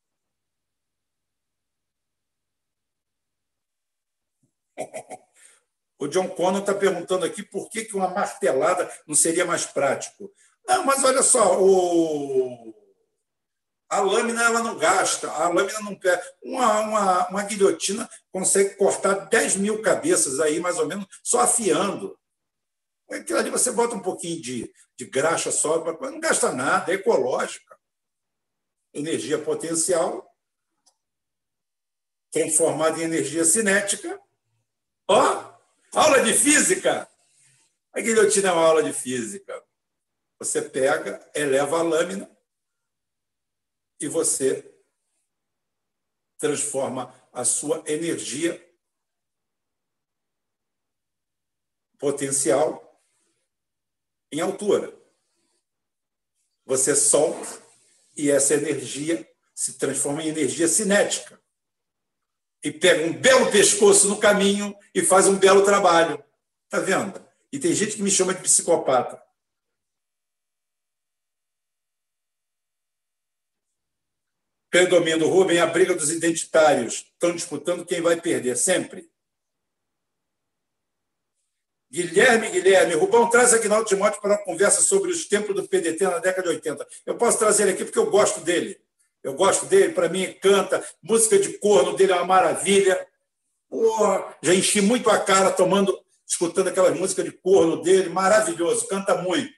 O John Connor está perguntando aqui por que uma martelada não seria mais prático. Não, mas olha só, a lâmina ela não gasta, a lâmina não pega. Uma guilhotina consegue cortar 10 mil cabeças aí, mais ou menos, só afiando. Aquilo ali você bota um pouquinho de graxa só, não gasta nada, é ecológica. Energia potencial transformada em energia cinética. Ó! Aula de física. A guilhotina é uma aula de física. Você pega, eleva a lâmina e você transforma a sua energia potencial em altura. Você solta e essa energia se transforma em energia cinética. E pega um belo pescoço no caminho e faz um belo trabalho. Está vendo? E tem gente que me chama de psicopata. Predomina o Rubem, a briga dos identitários. Estão disputando quem vai perder, sempre. Guilherme, Rubão, traz Aguinaldo Timóteo para uma conversa sobre os tempos do PDT na década de 80. Eu posso trazer ele aqui porque eu gosto dele. Eu gosto dele, para mim, canta. Música de corno dele é uma maravilha. Porra, já enchi muito a cara escutando aquelas músicas de corno dele. Maravilhoso, canta muito.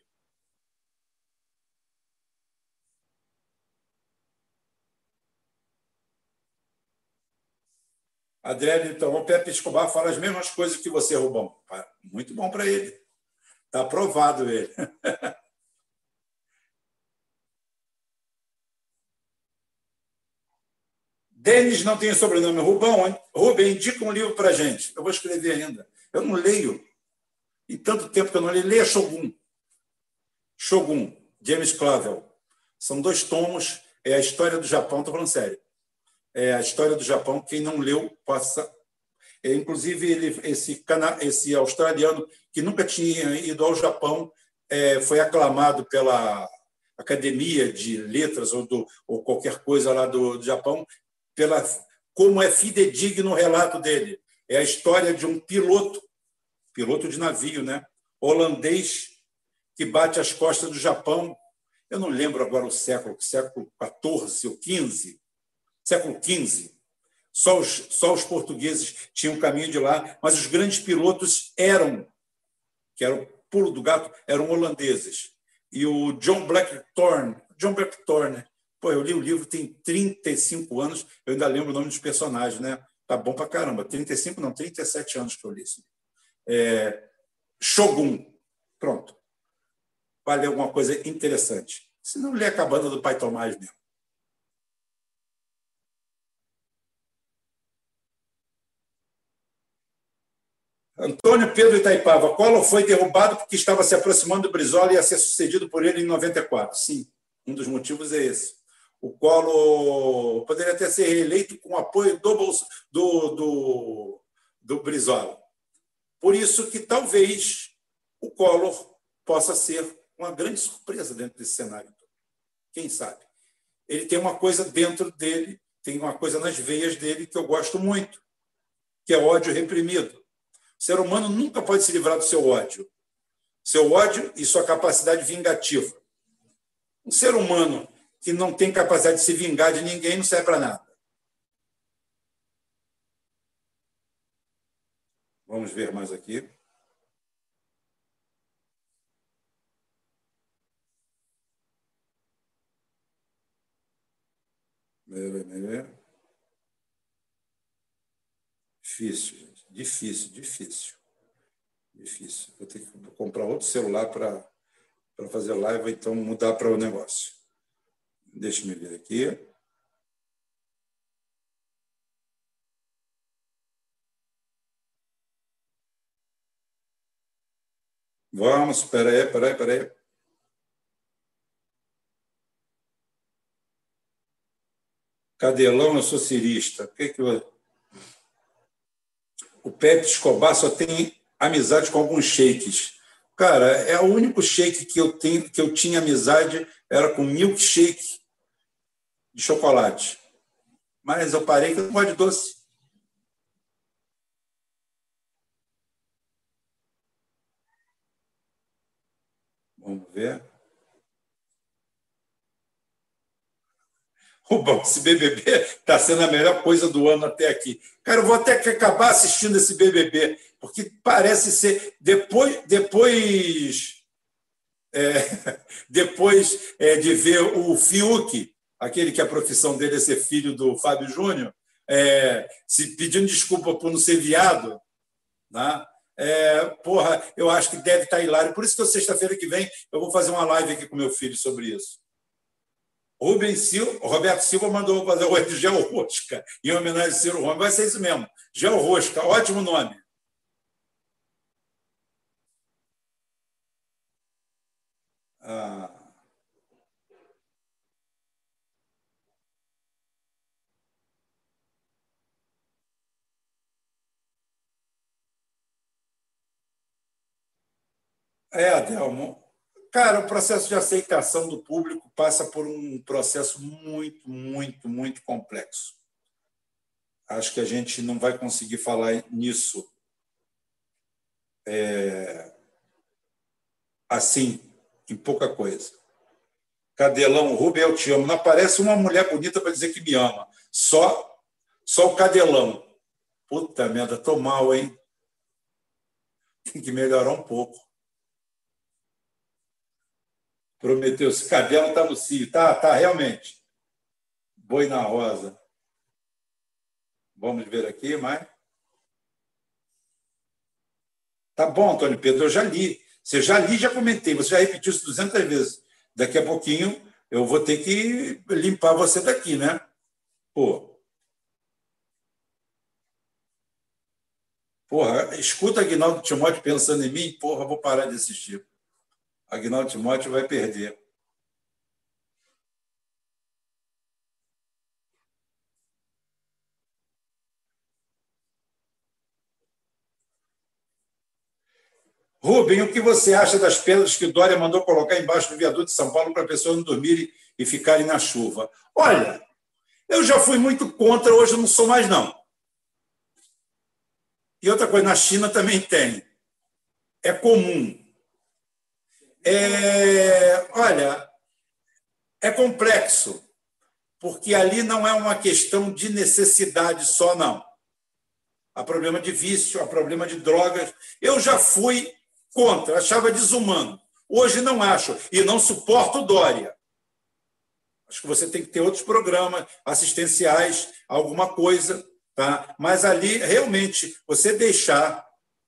Adriano, então, o Pepe Escobar fala as mesmas coisas que você, Rubão. Muito bom para ele. Está aprovado ele. Denis não tem sobrenome. Rubem, indica um livro para a gente. Eu vou escrever ainda. Eu não leio. Em tanto tempo que eu não leio. Leia Shogun. Shogun, James Clavell. São 2 tomos. É a história do Japão. Estou falando sério. É a história do Japão. Quem não leu, passa. Inclusive, esse australiano que nunca tinha ido ao Japão foi aclamado pela Academia de Letras ou qualquer coisa lá do Japão, como é fidedigno o relato dele. É a história de um piloto de navio, né? Holandês, que bate as costas do Japão. Eu não lembro agora o século XIV ou XV, século XV. Só os portugueses tinham caminho de lá, mas os grandes pilotos que eram pulo do gato, eram holandeses. e o John Blackthorne. John Blackthorne, pô, eu li o livro tem 35 anos, eu ainda lembro o nome dos personagens, né? Tá bom pra caramba. 35 não, 37 anos que eu li isso. Shogun. Pronto. Vai ler alguma coisa interessante. Se não, lê a Cabana do Pai Tomás mesmo. Antônio Pedro Itaipava. Collor foi derrubado porque estava se aproximando do Brizola e ia ser sucedido por ele em 94. Sim, um dos motivos é esse. O Collor poderia até ser reeleito com apoio do Brizola. Por isso que talvez o Collor possa ser uma grande surpresa dentro desse cenário. Quem sabe? Ele tem uma coisa dentro dele, tem uma coisa nas veias dele que eu gosto muito, que é ódio reprimido. O ser humano nunca pode se livrar do seu ódio. Seu ódio e sua capacidade vingativa. Um ser humano que não tem capacidade de se vingar de ninguém não serve para nada. Vamos ver mais aqui. Difícil, gente. Difícil. Vou ter que comprar outro celular para fazer live, então mudar para o negócio. Deixa eu ver aqui. Vamos, espera aí. Cadelão, eu sou cirista. O Pepe Escobar só tem amizade com alguns sheiks. Cara, é o único shake que eu tinha amizade era com milkshake de chocolate. Mas eu parei que eu não gosto de doce. Vamos ver. Esse BBB está sendo a melhor coisa do ano até aqui. Cara, eu vou até que acabar assistindo esse BBB, porque parece ser... Depois de ver o Fiuk, aquele que a profissão dele é ser filho do Fábio Júnior, se pedindo desculpa por não ser viado, né? Porra, eu acho que deve estar hilário. Por isso que sexta-feira que vem eu vou fazer uma live aqui com meu filho sobre isso. Roberto Silva mandou fazer o Gel Rosca, em homenagem a Ciro Gomes. Vai ser isso mesmo. Gel Rosca, ótimo nome. Adelmo. Cara, o processo de aceitação do público passa por um processo muito complexo. Acho que a gente não vai conseguir falar nisso assim, em pouca coisa. Cadelão, Rubem, eu te amo. Não aparece uma mulher bonita para dizer que me ama. Só o Cadelão. Puta merda, tô mal, hein? Tem que melhorar um pouco. Prometeu, esse Cadelo está no cio. Tá, realmente. Boi na rosa. Vamos ver aqui, mais. Tá bom, Antônio Pedro, eu já li. Você já li, já comentei. Você já repetiu isso 200 vezes. Daqui a pouquinho eu vou ter que limpar você daqui, né? Porra, escuta Aguinaldo Timóteo pensando em mim, porra, vou parar de assistir. Aguinaldo Timóteo vai perder. Rubem, o que você acha das pedras que Dória mandou colocar embaixo do viaduto de São Paulo para pessoas não dormirem e ficarem na chuva? Olha, eu já fui muito contra, hoje eu não sou mais, não. E outra coisa, na China também tem. É comum. Olha, é complexo, porque ali não é uma questão de necessidade só, não. Há problema de vício, há problema de drogas. Eu já fui contra, achava desumano. Hoje não acho, e não suporto o Dória. Acho que você tem que ter outros programas assistenciais, alguma coisa, tá? Mas ali, realmente, você deixar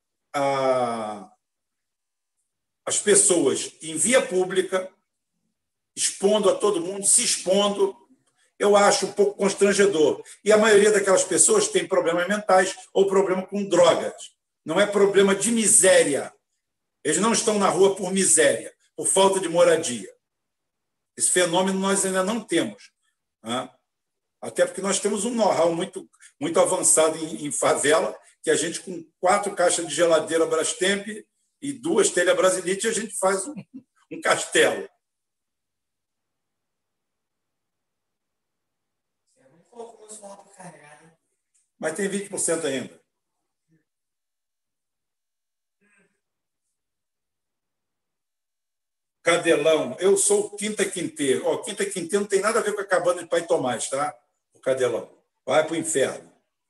as pessoas em via pública, expondo a todo mundo, se expondo, eu acho um pouco constrangedor. E a maioria daquelas pessoas tem problemas mentais ou problema com drogas. Não é problema de miséria. Eles não estão na rua por miséria, por falta de moradia. Esse fenômeno nós ainda não temos. Né? Até porque nós temos um know-how muito avançado em favela, que a gente, com 4 caixas de geladeira Brastemp e 2 telhas Brasilite, a gente faz um castelo. Mas tem 20% ainda. Cadelão, eu sou o Quinta Quinteiro. Quinta Quinteiro não tem nada a ver com a cabana de Pai Tomás, tá? O Cadelão. Vai para o inferno.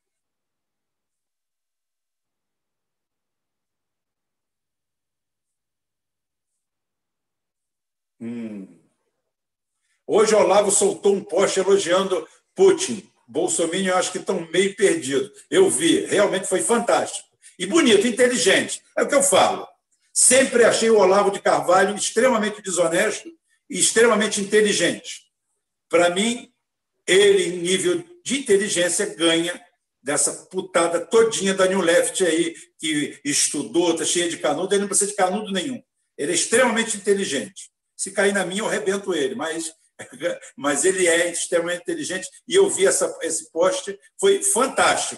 Hoje o Olavo soltou um post elogiando Putin. Bolsonaro, eu acho que estão meio perdidos. Eu vi, realmente foi fantástico. E bonito, inteligente. É o que eu falo. Sempre achei o Olavo de Carvalho extremamente desonesto e extremamente inteligente. Para mim, ele, em nível de inteligência, ganha dessa putada todinha da New Left aí, que estudou, está cheia de canudo. Ele não precisa de canudo nenhum. Ele é extremamente inteligente. Se cair na minha, eu arrebento ele, mas ele é extremamente inteligente e eu vi esse post, foi fantástico.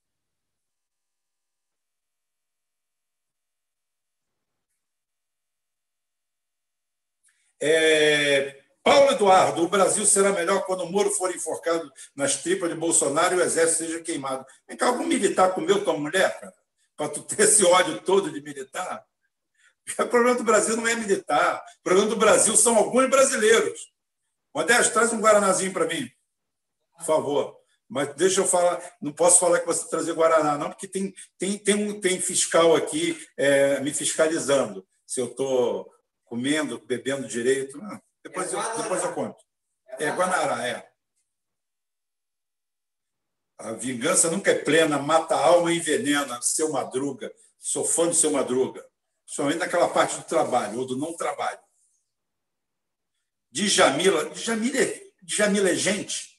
Paulo Eduardo, o Brasil será melhor quando o Moro for enforcado nas tripas de Bolsonaro e o exército seja queimado. Vem cá, algum militar comeu tua mulher, cara? Para tu ter esse ódio todo de militar? O problema do Brasil não é militar. O problema do Brasil são alguns brasileiros. Modesto, traz um guaranazinho para mim, por favor. Mas deixa eu falar, não posso falar que você trazer guaraná, não, porque tem fiscal aqui me fiscalizando. Se eu estou comendo, bebendo direito. Não, depois eu conto. Guanará, é. A vingança nunca é plena, mata a alma e envenena. Seu Madruga, sou fã do Seu Madruga. Somente naquela parte do trabalho ou do não trabalho. Djamila é gente.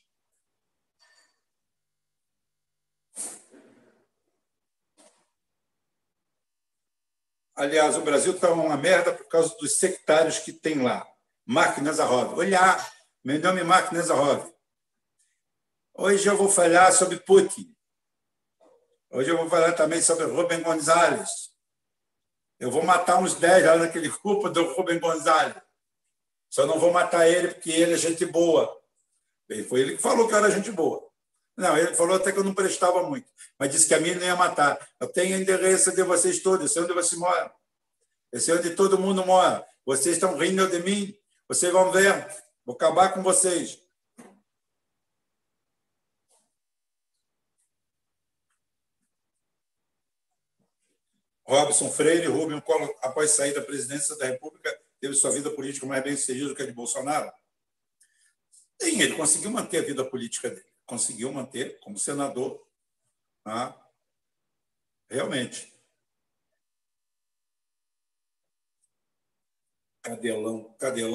Aliás, o Brasil está uma merda por causa dos sectários que tem lá. Mark Nazarov. Olha, meu nome é Mark Nazarov. Hoje eu vou falar sobre Putin. Hoje eu vou falar também sobre Rubem Gonzalez. Eu vou matar uns 10 lá naquele grupo do Rubem Gonzalez. Só não vou matar ele porque ele é gente boa. Foi ele que falou que eu era gente boa. Não, ele falou até que eu não prestava muito, mas disse que a mim não ia matar. Eu tenho endereço de vocês todos, eu sei onde você mora. Eu sei onde todo mundo mora. Vocês estão rindo de mim, vocês vão ver. Vou acabar com vocês. Robson Freire, Rubem Collor, após sair da presidência da República, teve sua vida política mais bem-sucedida do que a de Bolsonaro? Sim, ele conseguiu manter a vida política dele. Conseguiu manter como senador. Tá? Realmente. Cadelão.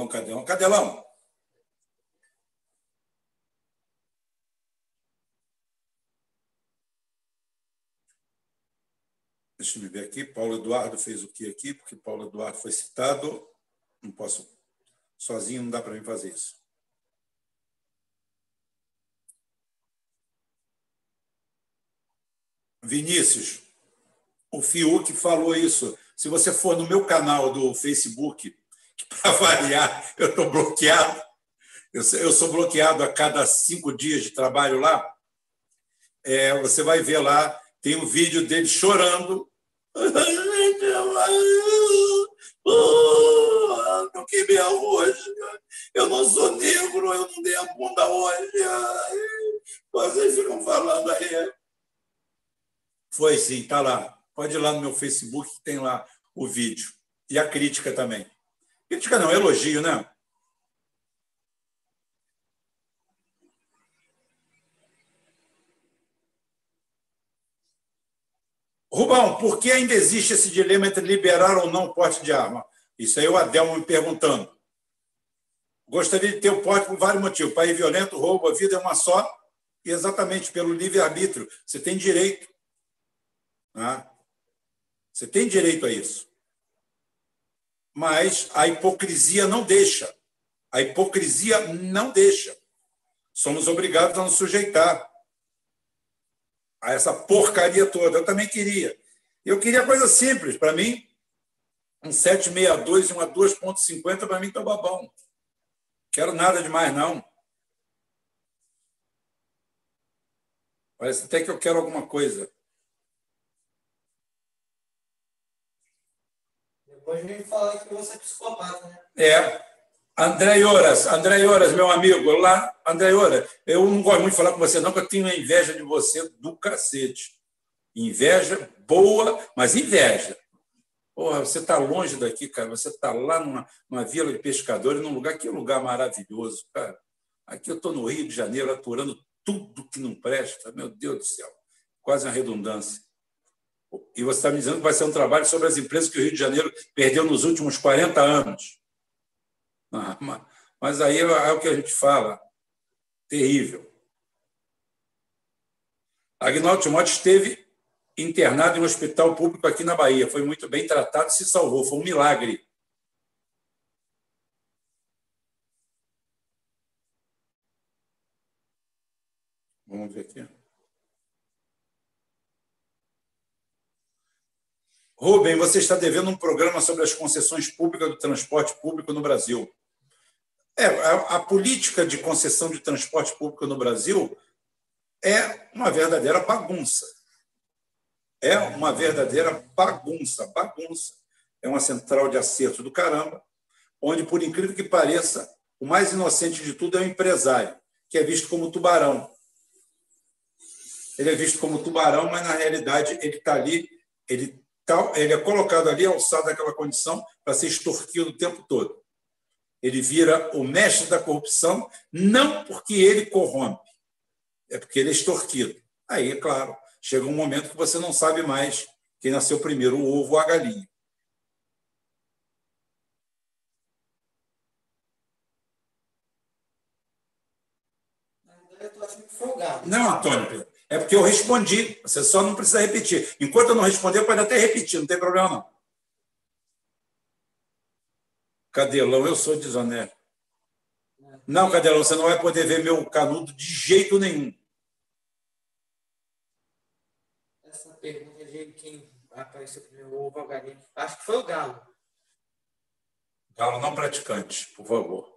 Deixa eu ver aqui. Paulo Eduardo fez o que aqui? Porque Paulo Eduardo foi citado. Não posso. Sozinho não dá para mim fazer isso. Vinícius, o Fiuk falou isso. Se você for no meu canal do Facebook, que para variar, eu estou bloqueado. Eu sou bloqueado a cada 5 dias de trabalho lá. Você vai ver lá, tem um vídeo dele chorando. Não queimei hoje. Eu não sou negro, eu não dei a bunda hoje. Vocês ficam falando aí. Foi sim, está lá. Pode ir lá no meu Facebook, que tem lá o vídeo. E a crítica também. Crítica não, elogio, né? Rubão, por que ainda existe esse dilema entre liberar ou não o porte de arma? Isso aí é o Adelmo me perguntando. Gostaria de ter o porte por vários motivos. País violento, roubo, a vida é uma só, e exatamente pelo livre-arbítrio. Você tem direito. Né? Você tem direito a isso. Mas a hipocrisia não deixa. A hipocrisia não deixa. Somos obrigados a nos sujeitar a essa porcaria toda. Eu também queria. Eu queria coisa simples. Para mim, um 762 e uma 2,50 para mim estava bom. Quero nada demais, não. Parece até que eu quero alguma coisa. Depois a gente fala que você é psicopata, né? André Ioras, meu amigo, lá, André Ioras, eu não gosto muito de falar com você, não, porque eu tenho inveja de você do cacete. Inveja boa, mas inveja. Porra, você está longe daqui, cara. Você está lá numa vila de pescadores, num lugar, que lugar maravilhoso, cara. Aqui eu estou no Rio de Janeiro, aturando tudo que não presta. Meu Deus do céu. Quase uma redundância. E você está me dizendo que vai ser um trabalho sobre as empresas que o Rio de Janeiro perdeu nos últimos 40 anos. Mas aí é o que a gente fala. Terrível. Agnaldo Timóteo esteve internado em um hospital público aqui na Bahia. Foi muito bem tratado e se salvou. Foi um milagre. Vamos ver aqui. Rubem, você está devendo um programa sobre as concessões públicas do transporte público no Brasil. A política de concessão de transporte público no Brasil é uma verdadeira bagunça. É uma verdadeira bagunça. É uma central de acerto do caramba, onde, por incrível que pareça, o mais inocente de tudo é o empresário, que é visto como tubarão. Ele é visto como tubarão, mas, na realidade, ele está ali, ele é colocado ali, alçado naquela condição, para ser extorquido o tempo todo. Ele vira o mestre da corrupção, não porque ele corrompe, é porque ele é extorquido. Aí, é claro, chega um momento que você não sabe mais quem nasceu primeiro, o ovo ou a galinha. Eu estou achando que foi o Galo. Não, Antônio, é porque eu respondi. Você só não precisa repetir. Enquanto eu não responder, pode até repetir, não tem problema, não. Cadelão, eu sou desonesto. Não, Cadelão, você não vai poder ver meu canudo de jeito nenhum. Essa pergunta de quem apareceu primeiro, o ovo ou a galinha. Acho que foi o Galo. Galo não praticante, por favor.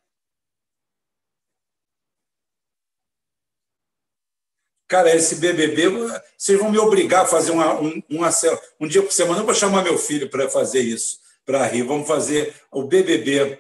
Cara, esse BBB, vocês vão me obrigar a fazer um dia por semana. Eu vou chamar meu filho para fazer isso, para rir. Vamos fazer o BBB.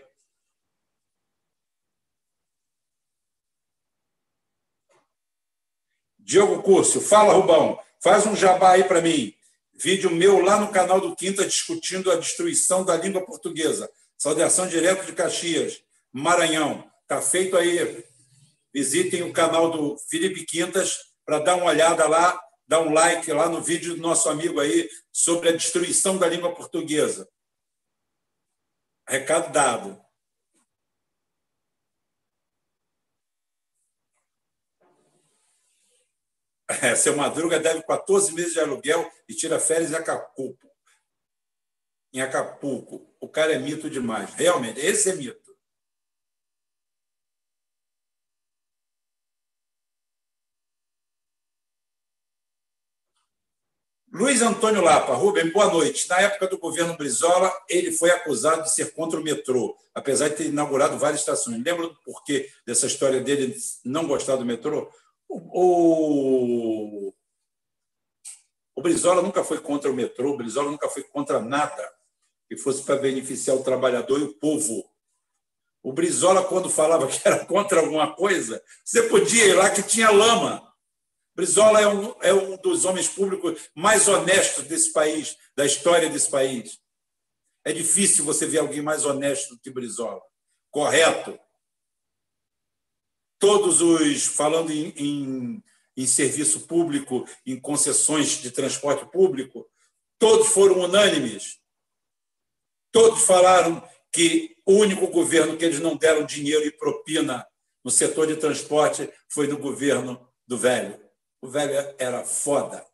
Diogo Curcio, fala, Rubão. Faz um jabá aí para mim. Vídeo meu lá no canal do Quinta discutindo a destruição da língua portuguesa. Saudação direto de Caxias, Maranhão. Está feito aí. Visitem o canal do Felipe Quintas para dar uma olhada lá, dar um like lá no vídeo do nosso amigo aí sobre a destruição da língua portuguesa. Recado dado. Seu Madruga deve 14 meses de aluguel e tira férias em Acapulco. Em Acapulco. O cara é mito demais. Realmente, esse é mito. Luiz Antônio Lapa, Rubem, boa noite. Na época do governo Brizola, ele foi acusado de ser contra o metrô, apesar de ter inaugurado várias estações. Lembra do porquê dessa história dele não gostar do metrô? O Brizola nunca foi contra o metrô, o Brizola nunca foi contra nada que fosse para beneficiar o trabalhador e o povo. O Brizola, quando falava que era contra alguma coisa, você podia ir lá que tinha lama. Brizola é um dos homens públicos mais honestos desse país, da história desse país. É difícil você ver alguém mais honesto do que Brizola. Correto. Todos os, falando em serviço público, em concessões de transporte público, todos foram unânimes. Todos falaram que o único governo que eles não deram dinheiro e propina no setor de transporte foi no governo do Velho. O Velho era foda.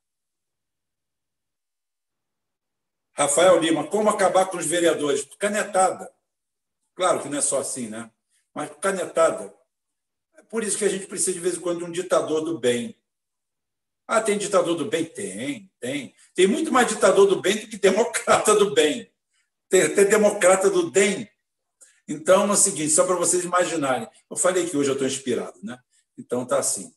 Rafael Lima, como acabar com os vereadores? Canetada. Claro que não é só assim, né? Mas canetada. É por isso que a gente precisa, de vez em quando, de um ditador do bem. Ah, tem ditador do bem? Tem. Tem muito mais ditador do bem do que democrata do bem. Tem até democrata do DEM. Então, é o seguinte, só para vocês imaginarem. Eu falei que hoje eu estou inspirado, né? Então, tá assim.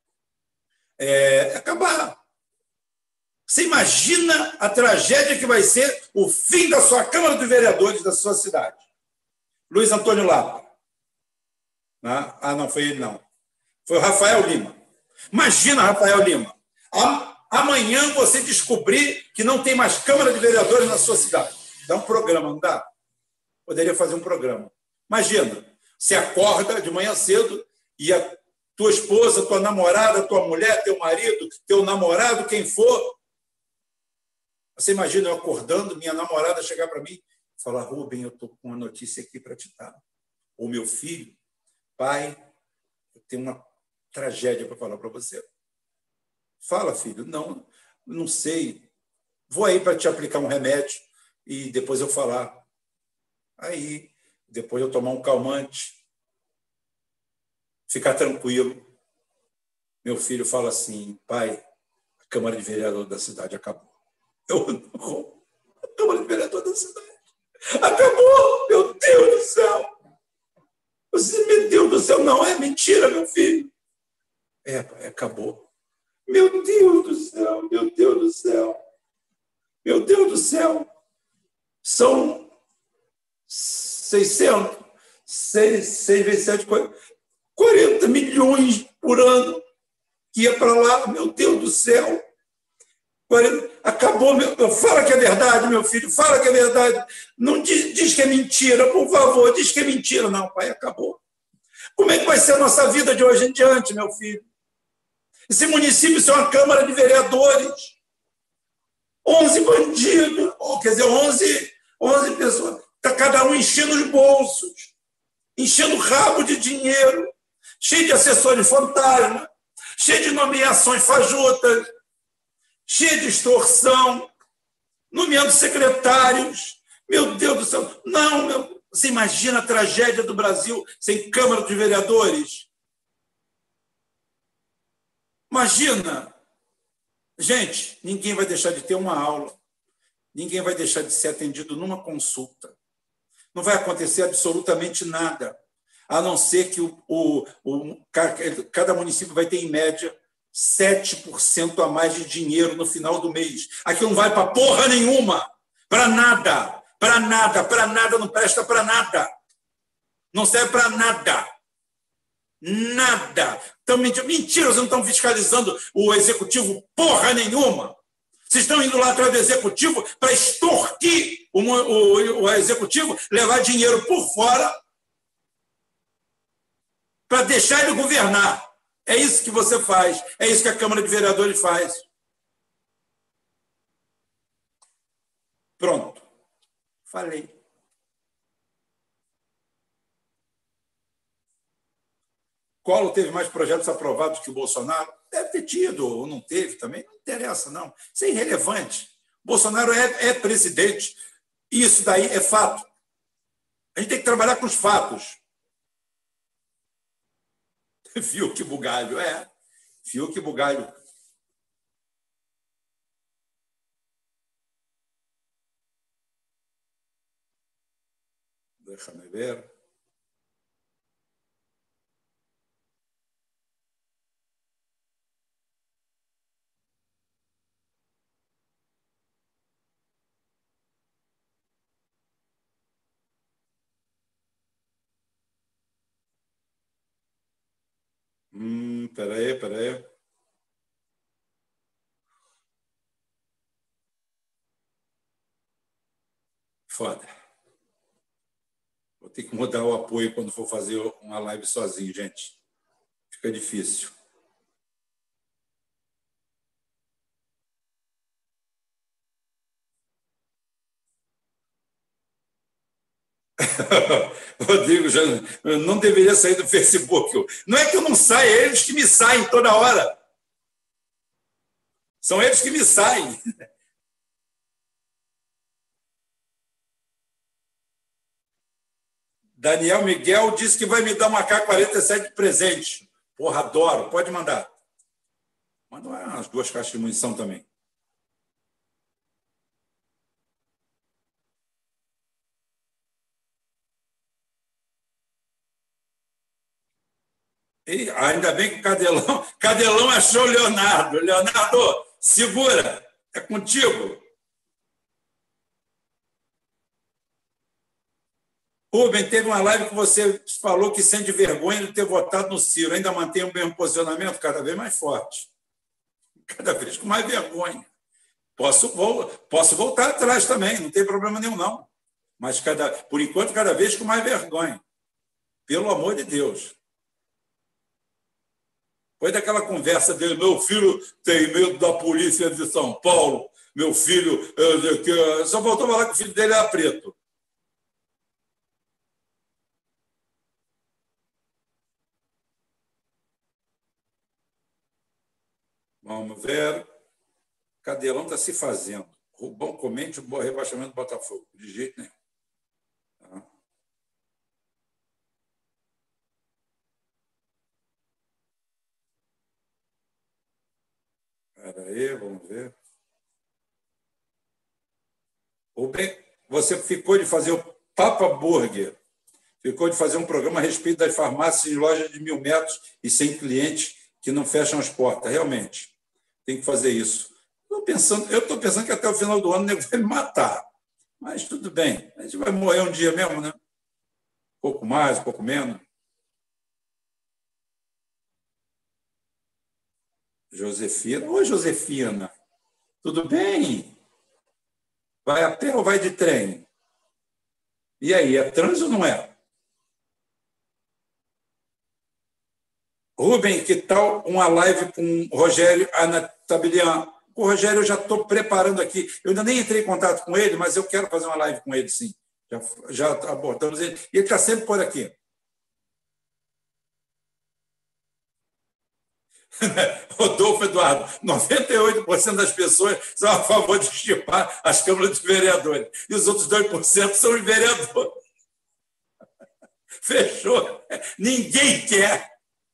Acabar. Você imagina a tragédia que vai ser o fim da sua Câmara dos Vereadores da sua cidade. Luiz Antônio Lapa. Ah, não, foi ele, não. Foi o Rafael Lima. Imagina, Rafael Lima. Amanhã você descobrir que não tem mais Câmara de Vereadores na sua cidade. Dá um programa, não dá? Poderia fazer um programa. Imagina, você acorda de manhã cedo e a tua esposa, tua namorada, tua mulher, teu marido, teu namorado, quem for. Você imagina eu acordando, minha namorada chegar para mim e falar: Rubem, eu estou com uma notícia aqui para te dar. Ou meu filho, pai, eu tenho uma tragédia para falar para você. Fala, filho. Não sei. Vou aí para te aplicar um remédio e depois eu falar. Aí, depois eu tomar um calmante, ficar tranquilo. Meu filho fala assim: pai, a Câmara de Vereador da cidade acabou. A Câmara de Vereador da cidade acabou! Meu Deus do céu! Meu Deus do céu, não é mentira, meu filho. Pai, acabou. Meu Deus do céu, meu Deus do céu. Meu Deus do céu. São 600, 6 vezes 7, 40 milhões por ano que ia para lá. Meu Deus do céu. Acabou. Fala que é verdade, meu filho. Fala que é verdade. Não diz que é mentira, por favor. Diz que é mentira. Não, pai, acabou. Como é que vai ser a nossa vida de hoje em diante, meu filho? Esse município é uma Câmara de Vereadores. 11 bandidos, quer dizer, 11 pessoas. Está cada um enchendo os bolsos, enchendo o rabo de dinheiro, cheio de assessores fantasma, cheio de nomeações fajutas, cheio de extorsão, nomeando secretários. Meu Deus do céu. Não, você imagina a tragédia do Brasil sem Câmara de Vereadores? Imagina. Gente, ninguém vai deixar de ter uma aula, ninguém vai deixar de ser atendido numa consulta. Não vai acontecer absolutamente nada, a não ser que cada município vai ter, em média, 7% a mais de dinheiro no final do mês. Aqui não vai para porra nenhuma, para nada, não presta para nada. Não serve para nada. Nada. Então, mentira, vocês não estão fiscalizando o executivo porra nenhuma. Vocês estão indo lá atrás do executivo para extorquir o executivo, levar dinheiro por fora para deixar ele governar. É isso que você faz. É isso que a Câmara de Vereadores faz. Pronto. Falei. Collor teve mais projetos aprovados que o Bolsonaro? Deve ter tido, ou não teve também. Não interessa, não. Isso é irrelevante. Bolsonaro é presidente. Isso daí é fato. A gente tem que trabalhar com os fatos. Fiuk Bugalho, Fiuk Bugalho. Deixa-me ver. Peraí. Foda. ter que mudar o apoio quando for fazer uma live sozinho, gente. Fica difícil. Rodrigo, já não deveria sair do Facebook. Não é que eu não saia, é eles que me saem toda hora. São eles que me saem. Daniel Miguel disse que vai me dar uma K-47 de presente. Porra, adoro. Pode mandar. Manda umas 2 caixas de munição também. E ainda bem que o Cadelão achou o Leonardo. Leonardo, segura. É contigo. Rubem, teve uma live que você falou que sente vergonha de ter votado no Ciro. Ainda mantém o mesmo posicionamento, cada vez mais forte. Cada vez com mais vergonha. Posso voltar atrás também, não tem problema nenhum, não. Mas, por enquanto, cada vez com mais vergonha. Pelo amor de Deus. Foi daquela conversa dele, meu filho tem medo da polícia de São Paulo, meu filho... Só voltou a falar que o filho dele era preto. Vamos ver. Cadelão está se fazendo. Rubão comente o rebaixamento do Botafogo. De jeito nenhum. Tá. Espera aí, vamos ver. Rubem, você ficou de fazer o Papa Burger. Ficou de fazer um programa a respeito das farmácias em lojas de 1.000 metros e sem clientes que não fecham as portas. Realmente, tem que fazer isso. Eu estou pensando que até o final do ano o nego vai me matar. Mas tudo bem. A gente vai morrer um dia mesmo, né? Um pouco mais, um pouco menos. Josefina. Oi, Josefina. Tudo bem? Vai a pé ou vai de trem? E aí, é trânsito ou não é? Rubem, que tal uma live com o Rogério Anatabilian? Com o Rogério eu já estou preparando aqui. Eu ainda nem entrei em contato com ele, mas eu quero fazer uma live com ele, sim. Já abordamos ele. E ele está sempre por aqui. Rodolfo Eduardo, 98% das pessoas são a favor de extirpar as câmaras de vereadores. E os outros 2% são os vereadores. Fechou. Ninguém quer.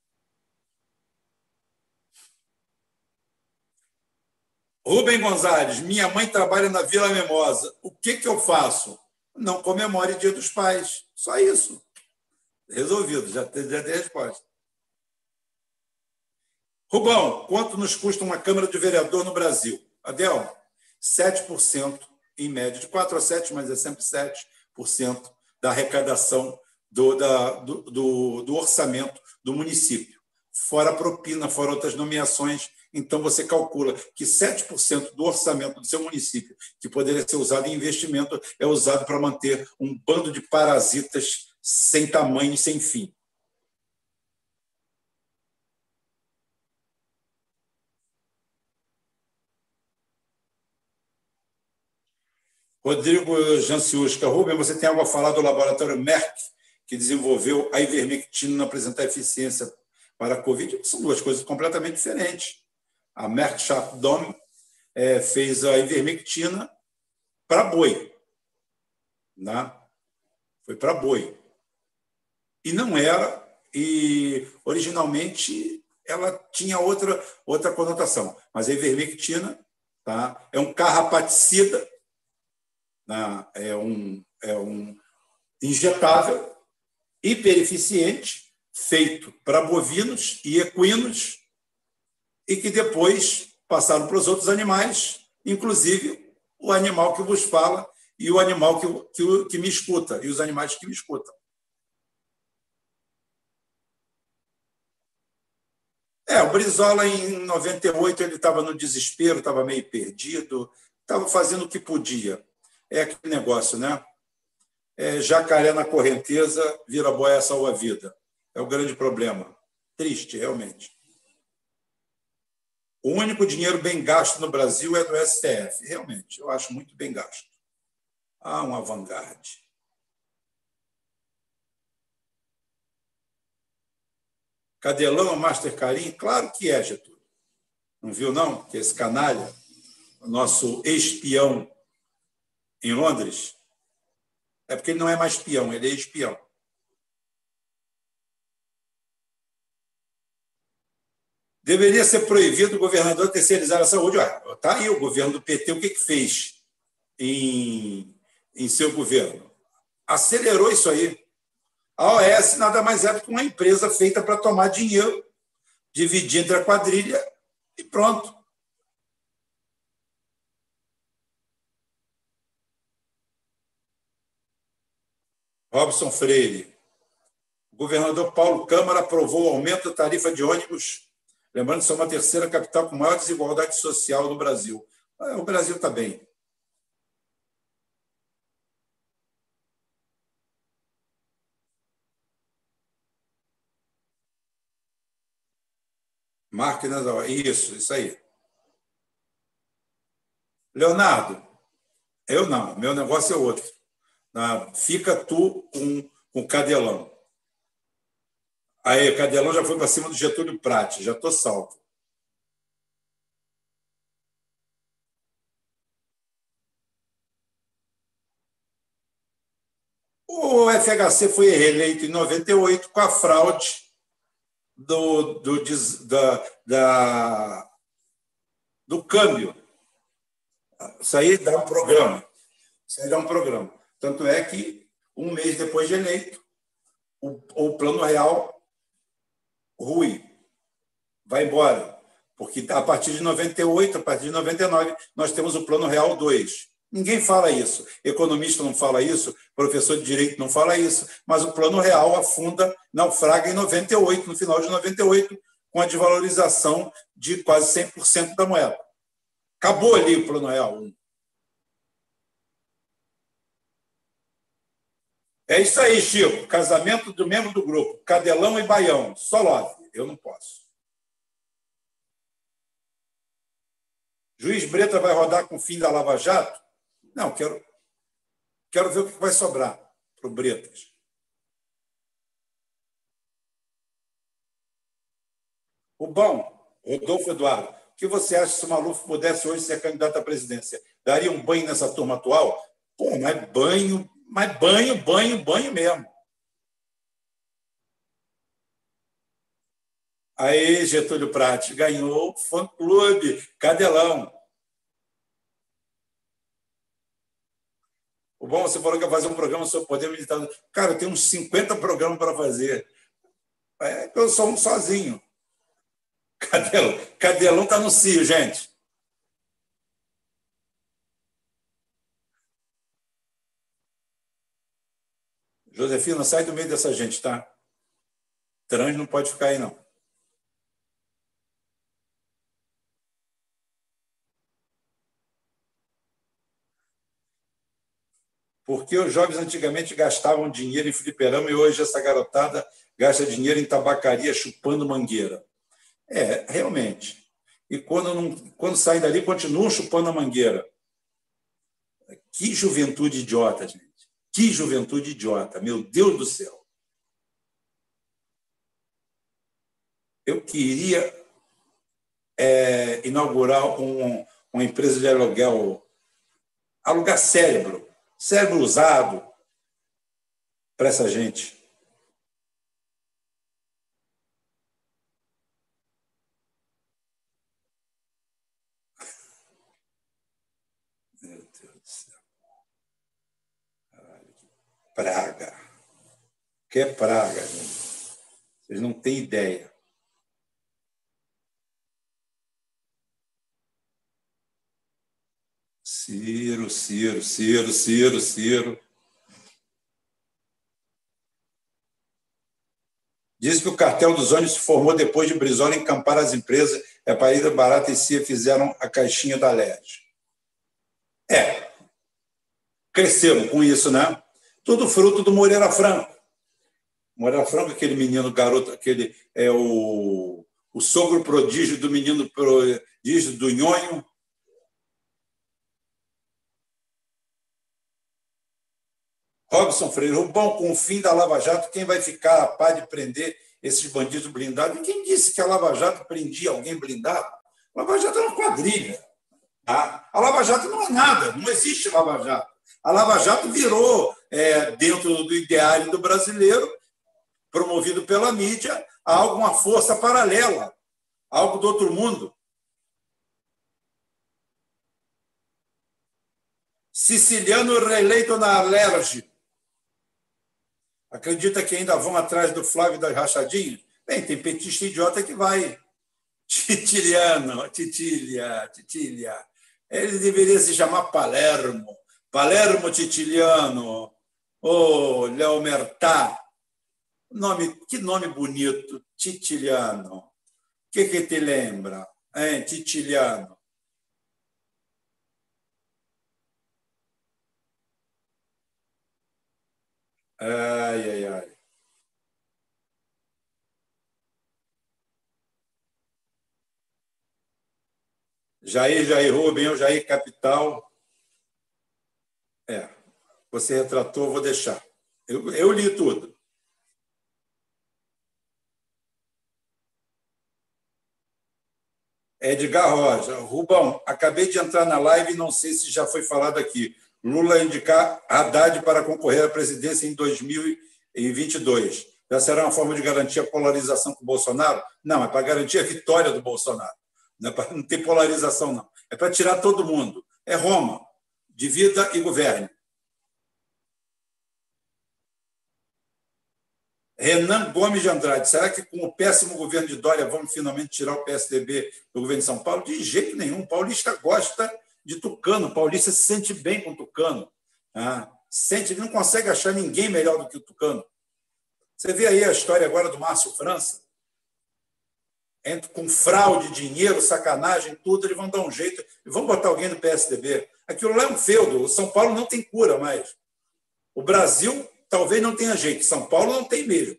Rubem Gonzalez, minha mãe trabalha na Vila Mimosa. O que eu faço? Não comemore Dia dos Pais. Só isso. Resolvido, já tem resposta. Rubão, quanto nos custa uma Câmara de Vereador no Brasil? Adel, 7%, em média, de 4 a 7, mas é sempre 7% da arrecadação do orçamento do município. Fora a propina, fora outras nomeações. Então, você calcula que 7% do orçamento do seu município, que poderia ser usado em investimento, é usado para manter um bando de parasitas sem tamanho e sem fim. Rodrigo Janciusca, Rubem, você tem algo a falar do laboratório Merck, que desenvolveu a ivermectina não apresentar eficiência para a Covid? São duas coisas completamente diferentes. A Merck Sharp Dome fez a ivermectina para boi. Né? Foi para boi. E não era, e originalmente ela tinha outra conotação. Mas a ivermectina, tá, é um carrapaticida, né? É um injetável hipereficiente feito para bovinos e equinos e que depois passaram para os outros animais, inclusive o animal que vos fala e o animal que me escuta, e os animais que me escutam. O Brizola, em 98, ele estava no desespero, estava meio perdido, estava fazendo o que podia. É aquele negócio, né? jacaré na correnteza vira boia salva-vida. É o grande problema. Triste, realmente. O único dinheiro bem gasto no Brasil é do STF. Realmente, eu acho muito bem gasto. Um avant-garde. Cadelão, Master Carim? Claro que é, Getúlio. Não viu, não? Que esse canalha, o nosso espião em Londres, é porque ele não é mais espião, ele é espião. Deveria ser proibido o governador terceirizar a saúde. Está aí o governo do PT, o que fez em seu governo? Acelerou isso aí. A OS nada mais é do que uma empresa feita para tomar dinheiro, dividir entre a quadrilha e pronto. Robson Freire. O governador Paulo Câmara aprovou o aumento da tarifa de ônibus. Lembrando que somos a terceira capital com maior desigualdade social no Brasil. O Brasil está bem. Máquinas, isso aí. Leonardo, eu não, meu negócio é outro. Fica tu com o Cadelão. Aí, o Cadelão já foi para cima do Getúlio Prati, já estou salvo. O FHC foi reeleito em 98 com a fraude do câmbio. Isso aí dá um programa. Tanto é que, um mês depois de eleito, o Plano Real Rui vai embora. Porque a partir de 98, a partir de 99, nós temos o Plano Real 2. Ninguém fala isso. Economista não fala isso, professor de direito não fala isso, mas o Plano Real afunda, naufraga em 98, no final de 98, com a desvalorização de quase 100% da moeda. Acabou ali o Plano Real 1. É isso aí, Chico. Casamento do membro do grupo. Cadelão e Baião. Só love. Eu não posso. Juiz Breta vai rodar com o fim da Lava Jato? Não, quero ver o que vai sobrar para o Bretas. O bom, Rodolfo Eduardo, o que você acha se o Maluf pudesse hoje ser candidato à presidência? Daria um banho nessa turma atual? Pô, mas banho mesmo. Aí, Getúlio Prati, ganhou o fã-clube, Cadelão. O bom, você falou que ia fazer um programa sobre o poder militar. Cara, eu tenho uns 50 programas para fazer. Eu sou um sozinho. Cadelão está no cio, gente. Josefina, sai do meio dessa gente, tá? Trans não pode ficar aí, não. Porque os jovens antigamente gastavam dinheiro em fliperama e hoje essa garotada gasta dinheiro em tabacaria chupando mangueira. Realmente. E quando saem dali, continuam chupando a mangueira. Que juventude idiota, gente. Que juventude idiota. Meu Deus do céu. Eu queria inaugurar uma empresa de aluguel, alugar cérebro usado para essa gente. Meu Deus do céu. Caralho, que praga. Que praga, gente. Vocês não têm ideia. Ciro. Diz que o cartel dos ônibus se formou depois de Brizola encampar as empresas, a Paída Barata e Cia fizeram a caixinha da LED. Cresceram com isso, né? Tudo fruto do Moreira Franco. Moreira Franco, aquele menino garoto, aquele é o sogro prodígio do menino prodígio do Nhonho. Robson Freire, o bom, com o fim da Lava Jato, quem vai ficar a par de prender esses bandidos blindados? E quem disse que a Lava Jato prendia alguém blindado? A Lava Jato é uma quadrilha. Tá? A Lava Jato não é nada, não existe Lava Jato. A Lava Jato virou, dentro do ideário do brasileiro, promovido pela mídia, algo, uma força paralela, algo do outro mundo. Siciliano reeleito na Alerj. Acredita que ainda vão atrás do Flávio das Rachadinhas? Bem, tem petista idiota que vai. Titiliano, Titília. Ele deveria se chamar Palermo. Palermo Titiliano. Ô, Leomertá. Que nome bonito. Titiliano. O que te lembra? Hein, Titiliano? Ai, ai, ai. Jair Rubem, Jair Capital. Você retratou, vou deixar. Eu li tudo. Edgar Rocha. Rubão, acabei de entrar na live e não sei se já foi falado aqui. Lula indicar Haddad para concorrer à presidência em 2022. Já será uma forma de garantir a polarização com o Bolsonaro? Não, é para garantir a vitória do Bolsonaro. Não é para não ter polarização, não. É para tirar todo mundo. É Roma. Divida e governe. Renan Gomes de Andrade, será que com o péssimo governo de Dória vamos finalmente tirar o PSDB do governo de São Paulo? De jeito nenhum. O paulista gosta de Tucano. O paulista se sente bem com o Tucano. Ele não consegue achar ninguém melhor do que o Tucano. Você vê aí a história agora do Márcio França. Com fraude, dinheiro, sacanagem, tudo, eles vão dar um jeito e vão botar alguém no PSDB. Aquilo lá é um feudo. O São Paulo não tem cura mais. O Brasil talvez não tenha jeito. São Paulo não tem mesmo.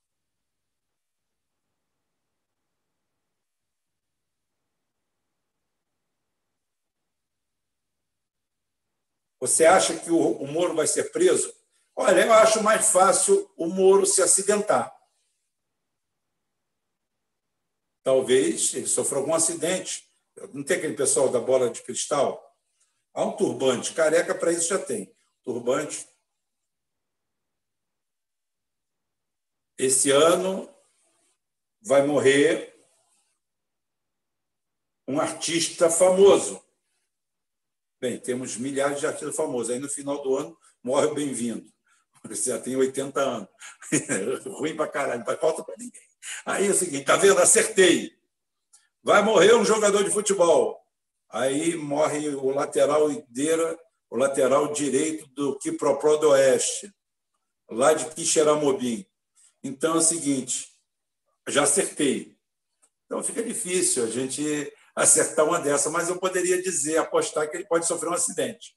Você acha que o Moro vai ser preso? Olha, eu acho mais fácil o Moro se acidentar. Talvez ele sofra algum acidente. Não tem aquele pessoal da bola de cristal? Há um turbante. Careca, para isso já tem. Turbante. Esse ano vai morrer um artista famoso. Bem, temos milhares de artistas famosos. Aí, no final do ano, morre o Bem-vindo. Você já tem 80 anos. Ruim para caralho, não falta para ninguém. Aí é o seguinte, tá vendo? Acertei. Vai morrer um jogador de futebol. Aí morre o lateral o lateral direito do Quipropró do Oeste, lá de Quixeramobim. Então é o seguinte, já acertei. Então fica difícil a gente acertar uma dessa, mas eu poderia dizer, apostar que ele pode sofrer um acidente.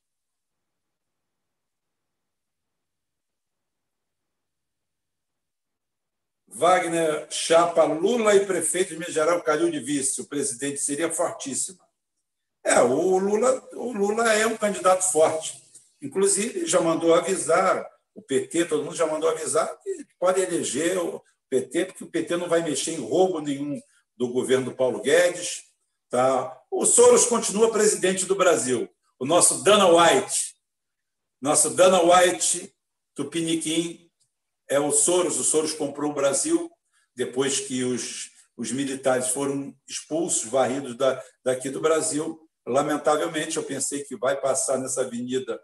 Wagner chapa Lula e prefeito de Minas Gerais, Calil de vice. O presidente seria fortíssimo. O Lula é um candidato forte. Inclusive, já mandou avisar, o PT, todo mundo já mandou avisar que pode eleger o PT, porque o PT não vai mexer em roubo nenhum do governo do Paulo Guedes. Tá? O Soros continua presidente do Brasil. O nosso Dana White, Tupiniquim, é o Soros. O Soros comprou o Brasil depois que os militares foram expulsos, varridos daqui do Brasil. Lamentavelmente, eu pensei que vai passar nessa avenida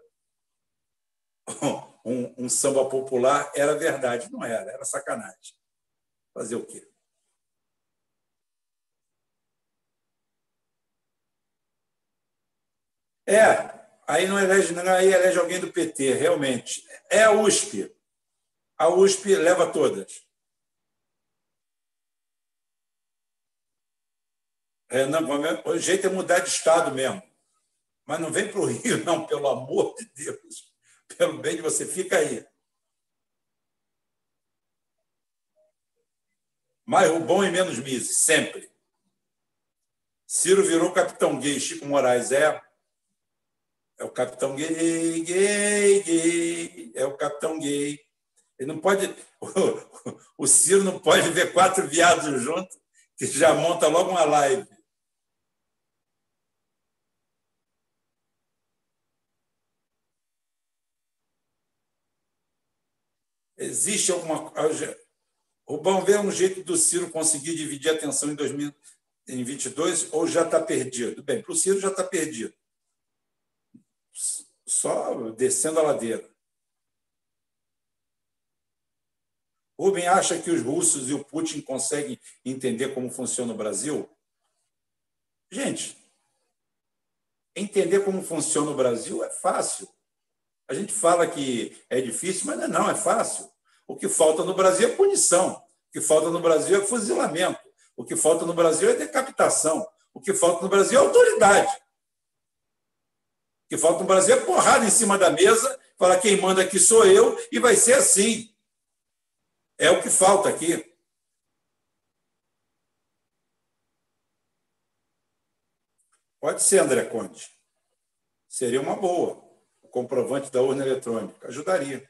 um samba popular. Era verdade, não era sacanagem. Fazer o quê? Aí não elege, aí elege alguém do PT, realmente. É a USP. A USP leva todas. O jeito é mudar de estado mesmo. Mas não vem para o Rio, não, pelo amor de Deus. Pelo bem de você, fica aí. Mais Rubão e menos Mises, sempre. Ciro virou capitão gay. Chico Moraes é o capitão gay, gay, gay. É o capitão gay. Ele não pode... O Ciro não pode ver 4 viados juntos, que já monta logo uma live. Existe alguma... Rubão, vê um jeito do Ciro conseguir dividir a atenção em 2022 ou já está perdido? Bem, para o Ciro já está perdido. Só descendo a ladeira. Rubem acha que os russos e o Putin conseguem entender como funciona o Brasil? Gente, entender como funciona o Brasil é fácil. A gente fala que é difícil, mas não é fácil. O que falta no Brasil é punição. O que falta no Brasil é fuzilamento. O que falta no Brasil é decapitação. O que falta no Brasil é autoridade. O que falta no Brasil é porrada em cima da mesa, falar quem manda aqui sou eu, e vai ser assim. É o que falta aqui. Pode ser, André Conde. Seria uma boa. O comprovante da urna eletrônica. Ajudaria.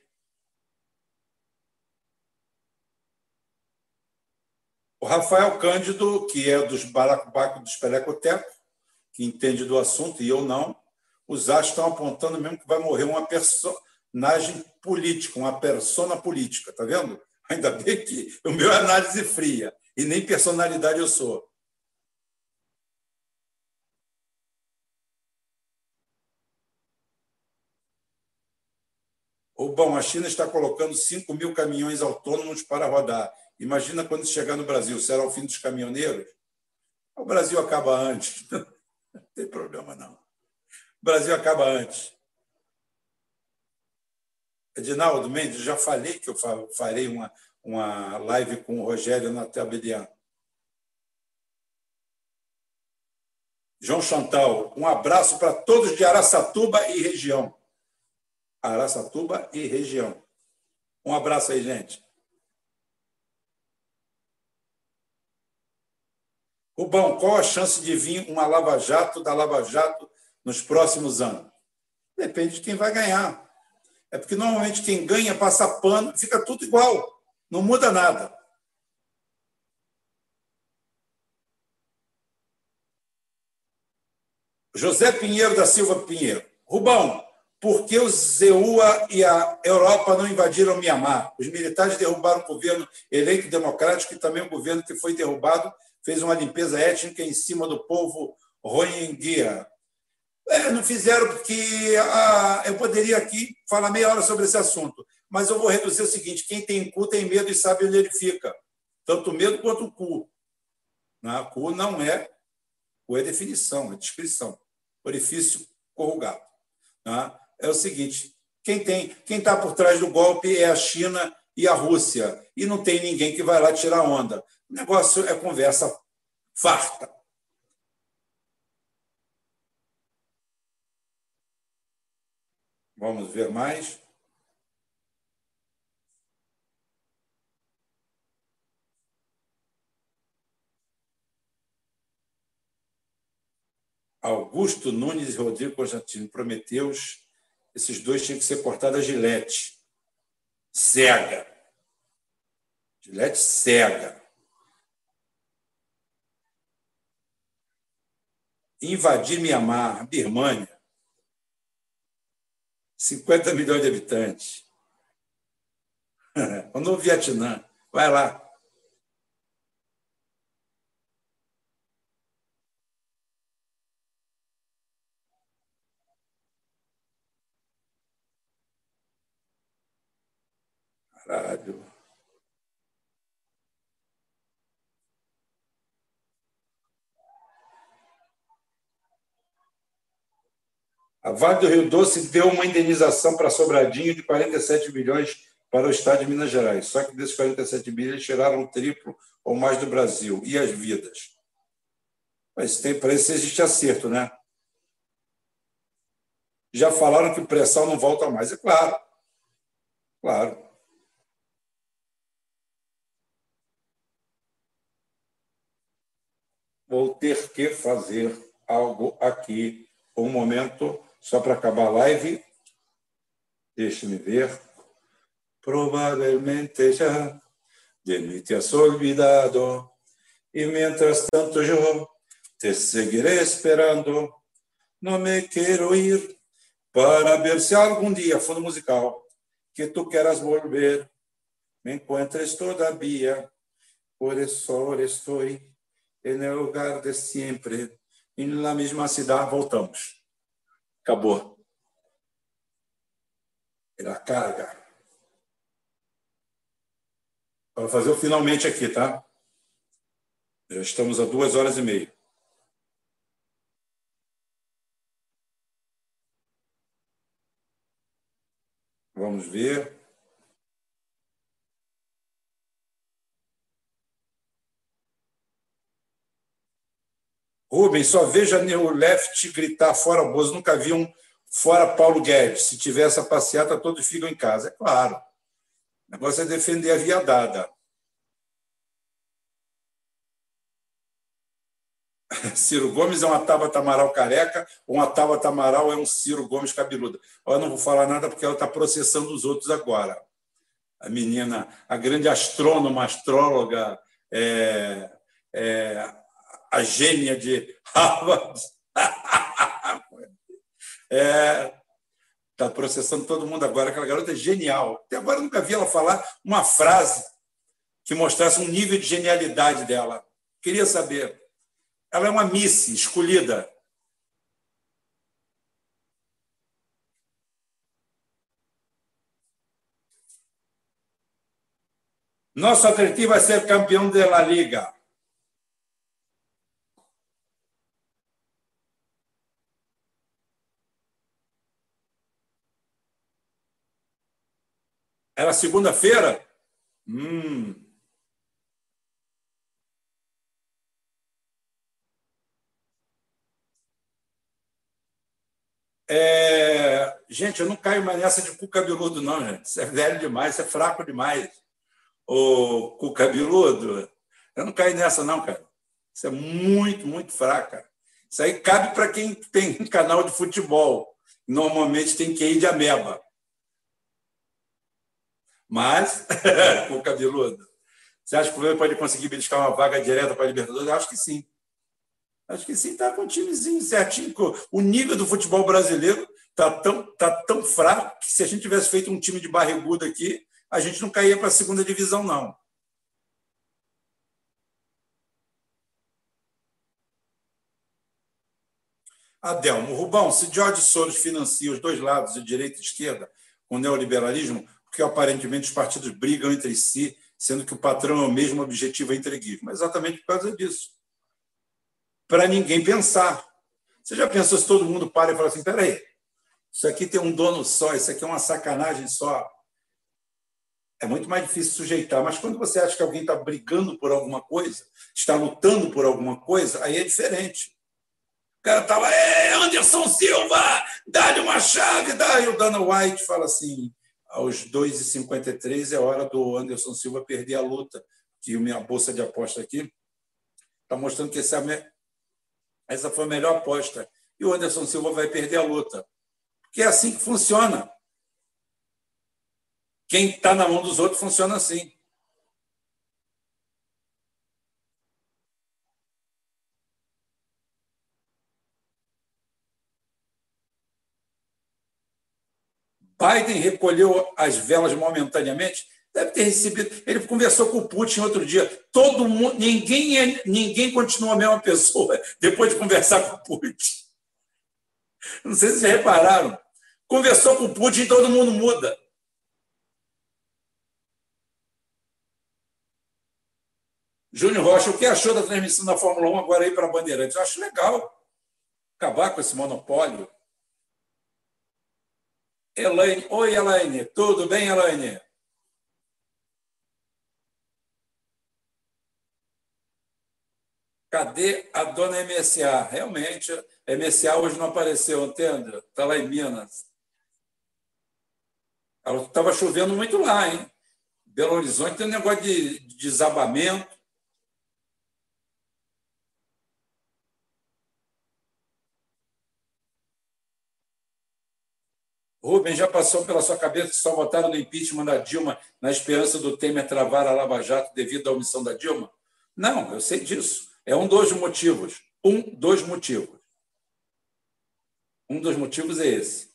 O Rafael Cândido, que é dos balacobaco dos Pelecoteco, que entende do assunto, e eu não, os astros estão apontando mesmo que vai morrer uma personagem política, uma persona política, tá vendo? Ainda bem que o meu é análise fria, e nem personalidade eu sou. Ou, bom, a China está colocando 5.000 caminhões autônomos para rodar. Imagina quando chegar no Brasil, será o fim dos caminhoneiros? O Brasil acaba antes. Não tem problema, não. O Brasil acaba antes. Edinaldo Mendes, já falei que eu farei uma live com o Rogério na Tabelian. João Chantal, um abraço para todos de Araçatuba e região. Araçatuba e região. Um abraço aí, gente. Rubão, qual a chance de vir uma lava-jato da Lava Jato nos próximos anos? Depende de quem vai ganhar. É porque normalmente quem ganha passa pano, fica tudo igual, não muda nada. José Pinheiro da Silva Pinheiro. Rubão, por que o ZEUA e a Europa não invadiram Mianmar? Os militares derrubaram o governo eleito democrático e também o governo que foi derrubado fez uma limpeza étnica em cima do povo Rohingya. Não fizeram porque eu poderia aqui falar meia hora sobre esse assunto, mas eu vou reduzir o seguinte: quem tem cu tem medo e sabe onde ele fica. Tanto o medo quanto o cu. Cu não é... Cu é definição, é descrição. Orifício corrugado. É o seguinte: quem está por trás do golpe é a China e a Rússia. E não tem ninguém que vai lá tirar onda. O negócio é conversa farta. Vamos ver mais. Augusto Nunes e Rodrigo Constantino, Prometeus, esses dois tinham que ser cortados a gilete. Cega. Gilete cega. Invadir Mianmar, Birmânia. 50 milhões de habitantes. O novo Vietnã. Vai lá. Caralho. A Vale do Rio Doce deu uma indenização para Sobradinho de 47 milhões para o estado de Minas Gerais. Só que desses 47 milhões tiraram o triplo ou mais do Brasil. E as vidas? Mas para isso existe acerto, né? Já falaram que o pré-sal não volta mais. É claro, claro. Vou ter que fazer algo aqui. Um momento, só para acabar a live. Deixe-me ver. Provavelmente já de mim te has olvidado. E mientras tanto yo te seguiré esperando. No me quiero ir para ver se algún día, fundo musical, que tú quieras volver, me encuentres todavía. Por eso ahora estoy en el lugar de siempre, en la misma ciudad. Voltamos. Acabou. Era carga. Para fazer o finalmente aqui, tá? Já estamos a 2h30. Vamos ver. Rubens, só veja New Left gritar fora Bozo. Nunca vi um fora Paulo Guedes. Se tiver essa passeata, todos ficam em casa. É claro. O negócio é defender a via dada. Ciro Gomes é uma Tabata Amaral careca ou uma Tabata Amaral é um Ciro Gomes cabeludo. Eu não vou falar nada porque ela está processando os outros agora. A menina, a grande astrônoma, astróloga, a gênia de Harvard, está processando todo mundo agora. Aquela garota é genial. Até agora eu nunca vi ela falar uma frase que mostrasse um nível de genialidade dela. Queria saber. Ela é uma Miss escolhida. Nosso Atlético vai ser campeão da Liga. Era segunda-feira? Gente, eu não caio mais nessa de cu cabeludo, não, gente. Isso é velho demais, isso é fraco demais. O cu cabeludo, eu não caio nessa, não, cara. Isso é muito, muito fraca. Isso aí cabe para quem tem um canal de futebol. Normalmente tem que ir de ameba. Mas, cu cabeludo, você acha que o Fluminense pode conseguir beliscar uma vaga direta para a Libertadores? Eu acho que sim. Acho que sim, está com um timezinho certinho. O nível do futebol brasileiro tá tão fraco que se a gente tivesse feito um time de barrigudo aqui, a gente não caía para a segunda divisão, não. Adelmo, Rubão, se Jorge Soros financia os dois lados, de direita e esquerda, com o neoliberalismo, porque aparentemente os partidos brigam entre si, sendo que o patrão é o mesmo objetivo, é entreguismo. Exatamente por causa disso. Para ninguém pensar. Você já pensou se todo mundo para e fala assim, peraí, isso aqui tem um dono só, isso aqui é uma sacanagem só. É muito mais difícil sujeitar. Mas quando você acha que alguém está brigando por alguma coisa, está lutando por alguma coisa, aí é diferente. O cara está lá, Anderson Silva, dá-lhe uma chave, dá. E o Dana White fala assim, aos 2h53 é hora do Anderson Silva perder a luta. Que a minha bolsa de aposta aqui está mostrando que essa foi a melhor aposta. E o Anderson Silva vai perder a luta. Porque é assim que funciona. Quem está na mão dos outros funciona assim. Biden recolheu as velas momentaneamente. Deve ter recebido. Ele conversou com o Putin outro dia. Todo mundo, ninguém continua a mesma pessoa depois de conversar com o Putin. Não sei se vocês repararam. Conversou com o Putin e todo mundo muda. Júnior Rocha, o que achou da transmissão da Fórmula 1 agora aí para a Bandeirantes? Eu acho legal acabar com esse monopólio. Elaine, oi, Elaine. Tudo bem, Elaine? Cadê a dona MSA? Realmente, a MSA hoje não apareceu, entende? Está lá em Minas. Estava chovendo muito lá, hein? Belo Horizonte tem um negócio de desabamento. Rubens, já passou pela sua cabeça que só votaram no impeachment da Dilma na esperança do Temer travar a Lava Jato devido à omissão da Dilma? Não, eu sei disso. É um dos motivos. Um dos motivos. Um dos motivos é esse.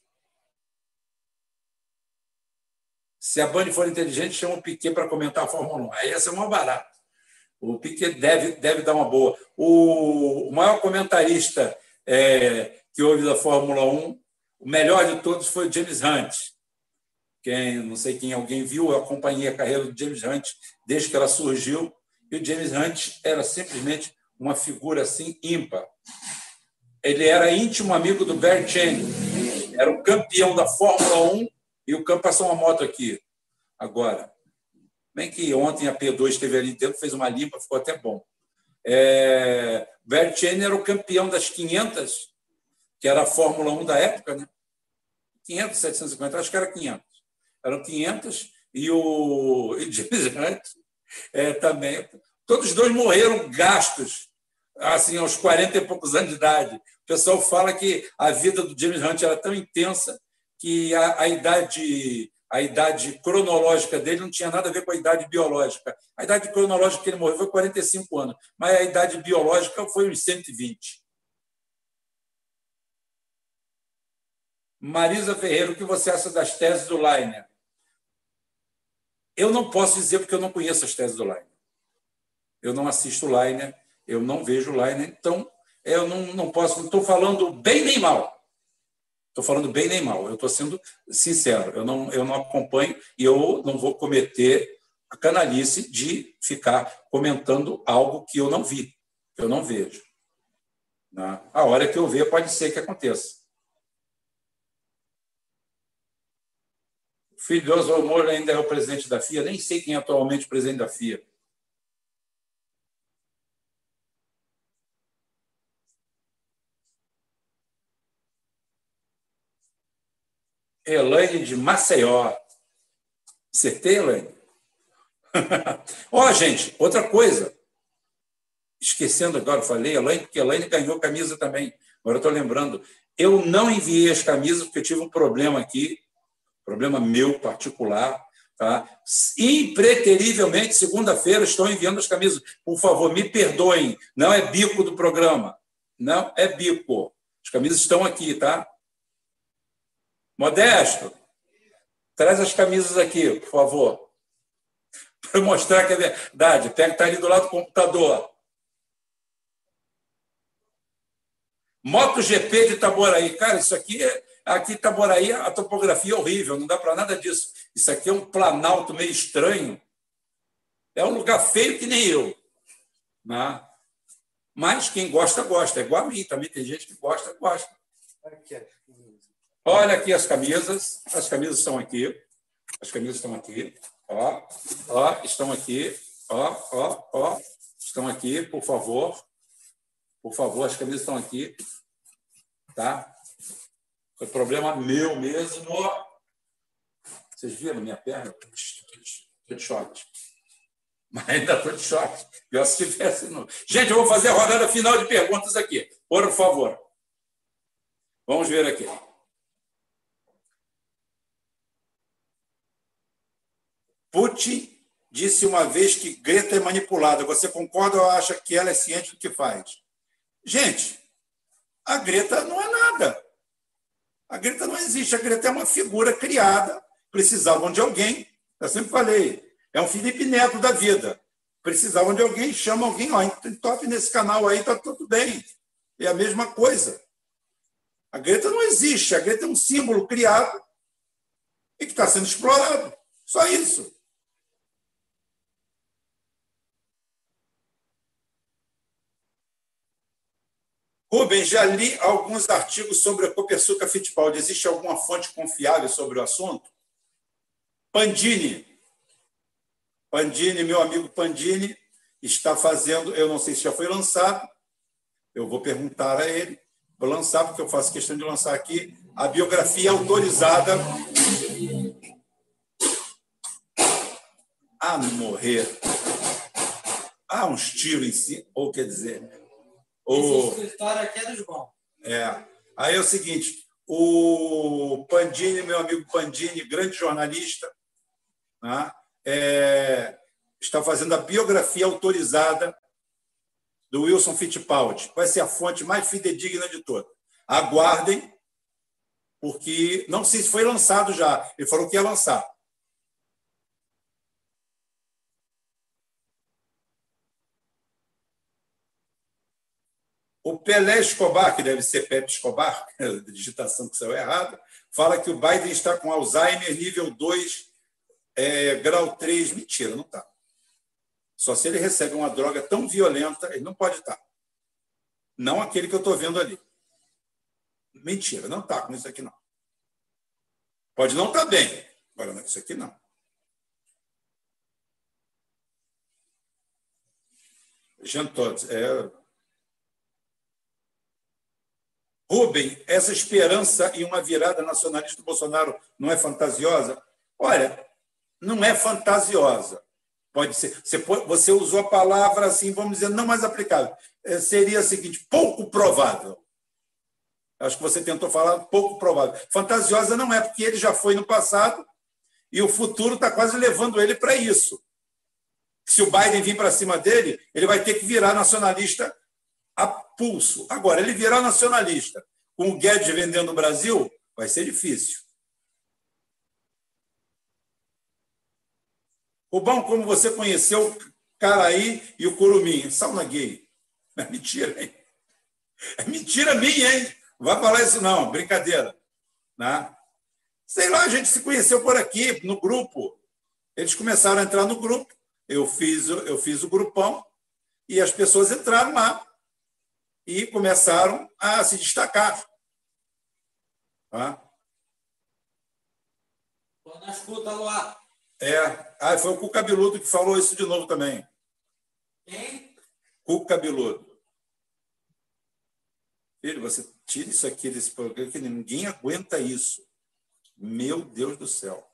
Se a Band for inteligente, chama o Piquet para comentar a Fórmula 1. Aí ia ser mais barato. O Piquet deve dar uma boa. O maior comentarista que houve da Fórmula 1, o melhor de todos foi o James Hunt. Não sei quem alguém viu, eu acompanhei a carreira do James Hunt desde que ela surgiu, e o James Hunt era simplesmente uma figura assim ímpar. Ele era íntimo amigo do Barry Chang, era o campeão da Fórmula 1, e o campo passou uma moto aqui. Agora, bem que ontem a P2 esteve ali dentro, fez uma limpa, ficou até bom. Barry Chang era o campeão das 500, que era a Fórmula 1 da época, né? 500, 750, acho que era 500. Eram 500 e o James Hunt também. Todos os dois morreram gastos, assim, aos 40 e poucos anos de idade. O pessoal fala que a vida do James Hunt era tão intensa que a idade cronológica dele não tinha nada a ver com a idade biológica. A idade cronológica que ele morreu foi 45 anos, mas a idade biológica foi uns 120. Marisa Ferreira, o que você acha das teses do Leiner? Eu não posso dizer porque eu não conheço as teses do Leiner. Eu não assisto o Leiner, eu não vejo o Leiner, então eu não posso, não estou falando bem nem mal. Estou falando bem nem mal, eu estou sendo sincero, eu não acompanho e eu não vou cometer a canalice de ficar comentando algo que eu não vi, que eu não vejo. A hora que eu ver, pode ser que aconteça. O filho de Oswald Moura ainda é o presidente da FIA, nem sei quem é atualmente o presidente da FIA. Elaine de Maceió. Acertei, Elaine? Gente, outra coisa. Esquecendo agora, eu falei Elaine, porque a Elaine ganhou camisa também. Agora eu estou lembrando. Eu não enviei as camisas porque eu tive um problema aqui, problema meu particular. Tá? Impreterivelmente, segunda-feira, estou enviando as camisas. Por favor, me perdoem. Não é bico do programa. Não é bico. As camisas estão aqui, tá? Modesto, traz as camisas aqui, por favor. Para mostrar que é verdade. Pega, está ali do lado do computador. MotoGP de Itaboraí. Cara, isso aqui aqui Itaboraí, a topografia é horrível, não dá para nada disso. Isso aqui é um planalto meio estranho. É um lugar feio que nem eu. Né? Mas quem gosta, gosta. É igual a mim, também tem gente que gosta, gosta. Olha aqui as camisas. As camisas estão aqui. As camisas estão aqui. Estão aqui. Estão aqui, por favor. Por favor, as camisas estão aqui. Tá? Foi problema meu mesmo. Vocês viram minha perna? Estou de short. Mas ainda estou de short. Pior se tivesse. Não. Gente, eu vou fazer a rodada final de perguntas aqui. Por favor. Vamos ver aqui. Putin disse uma vez que Greta é manipulada. Você concorda ou acha que ela é ciente do que faz? Gente, a Greta não é nada. A Greta não existe. A Greta é uma figura criada. Precisavam de alguém. Eu sempre falei. É um Felipe Neto da vida. Precisavam de alguém, chama alguém. Top nesse canal aí, está tudo bem. É a mesma coisa. A Greta não existe. A Greta é um símbolo criado e que está sendo explorado. Só isso. Rubens, já li alguns artigos sobre a Copersucar Fittipaldi. Existe alguma fonte confiável sobre o assunto? Pandini, meu amigo Pandini, está fazendo, eu não sei se já foi lançado, eu vou perguntar a ele, vou lançar, porque eu faço questão de lançar aqui, a biografia autorizada a morrer. Há uns tiros em si, ou quer dizer... Esse escritório aqui é dos bons. Aí é o seguinte, o Pandini, meu amigo Pandini, grande jornalista, né, está fazendo a biografia autorizada do Wilson Fittipaldi. Vai ser a fonte mais fidedigna de todas. Aguardem, porque não sei se foi lançado já. Ele falou que ia lançar. O Pelé Escobar, que deve ser Pepe Escobar, a digitação que saiu errada, fala que o Biden está com Alzheimer nível 2, grau 3. Mentira, não está. Só se ele recebe uma droga tão violenta, ele não pode estar. Não aquele que eu estou vendo ali. Mentira, não está com isso aqui, não. Pode não estar bem, agora isso aqui não. Jean Todt, Rubem, essa esperança em uma virada nacionalista do Bolsonaro não é fantasiosa? Olha, não é fantasiosa. Pode ser. Você usou a palavra assim, vamos dizer, não mais aplicável. Seria o seguinte, pouco provável. Acho que você tentou falar pouco provável. Fantasiosa não é, porque ele já foi no passado e o futuro está quase levando ele para isso. Se o Biden vir para cima dele, ele vai ter que virar nacionalista a pulso. Agora, ele virar nacionalista com o Guedes vendendo o Brasil, vai ser difícil. Rubão, como você conheceu o Caraí e o Curumim? Sauna gay. É mentira, hein? É mentira minha, hein? Não vai falar isso, não. Brincadeira. Né? Sei lá, a gente se conheceu por aqui, no grupo. Eles começaram a entrar no grupo. Eu fiz o grupão e as pessoas entraram lá e começaram a se destacar. Tá? Estou na escuta, Luar. Foi o Cu Cabeludo que falou isso de novo também. Quem? Cu Cabeludo. Filho, você tira isso aqui desse programa, que ninguém aguenta isso. Meu Deus do céu.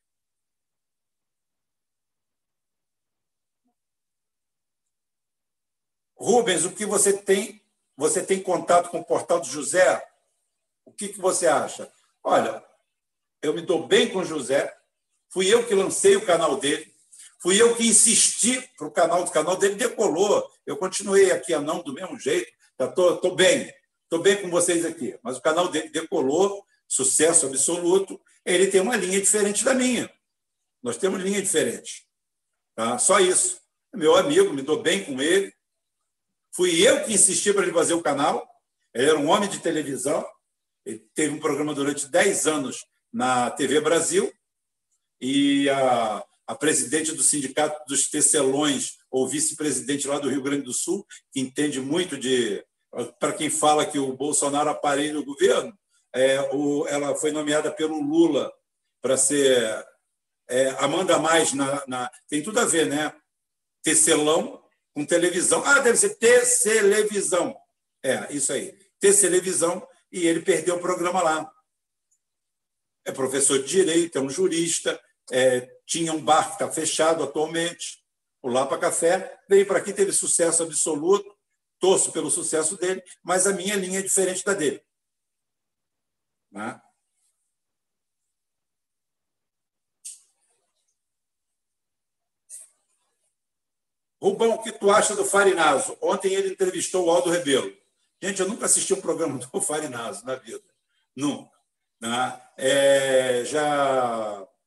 Rubens, o que você tem? Você tem contato com o Portal do José? O que você acha? Olha, eu me dou bem com o José. Fui eu que lancei o canal dele. Fui eu que insisti para o canal dele decolou. Eu continuei aqui a não do mesmo jeito. Estou bem. Estou bem com vocês aqui. Mas o canal dele decolou, sucesso absoluto. Ele tem uma linha diferente da minha. Nós temos linha diferente. Tá? Só isso. Meu amigo, me dou bem com ele. Fui eu que insisti para ele fazer o canal. Ele era um homem de televisão. Ele teve um programa durante 10 anos na TV Brasil. E a presidente do Sindicato dos Tecelões, ou vice-presidente lá do Rio Grande do Sul, que entende muito de... Para quem fala que o Bolsonaro aparelha o governo, ela foi nomeada pelo Lula para ser... Amanda Mais, tem tudo a ver, né? Tecelão com televisão. Deve ser Tecelevisão. Isso aí. Tecelevisão, e ele perdeu o programa lá. É professor de Direito, é um jurista, tinha um bar que está fechado atualmente, o Lapa Café, veio para aqui, teve sucesso absoluto, torço pelo sucesso dele, mas a minha linha é diferente da dele. Né? Rubão, o que tu acha do Farinazo? Ontem ele entrevistou o Aldo Rebelo. Gente, eu nunca assisti um programa do Farinazo na vida. Nunca. Né? Já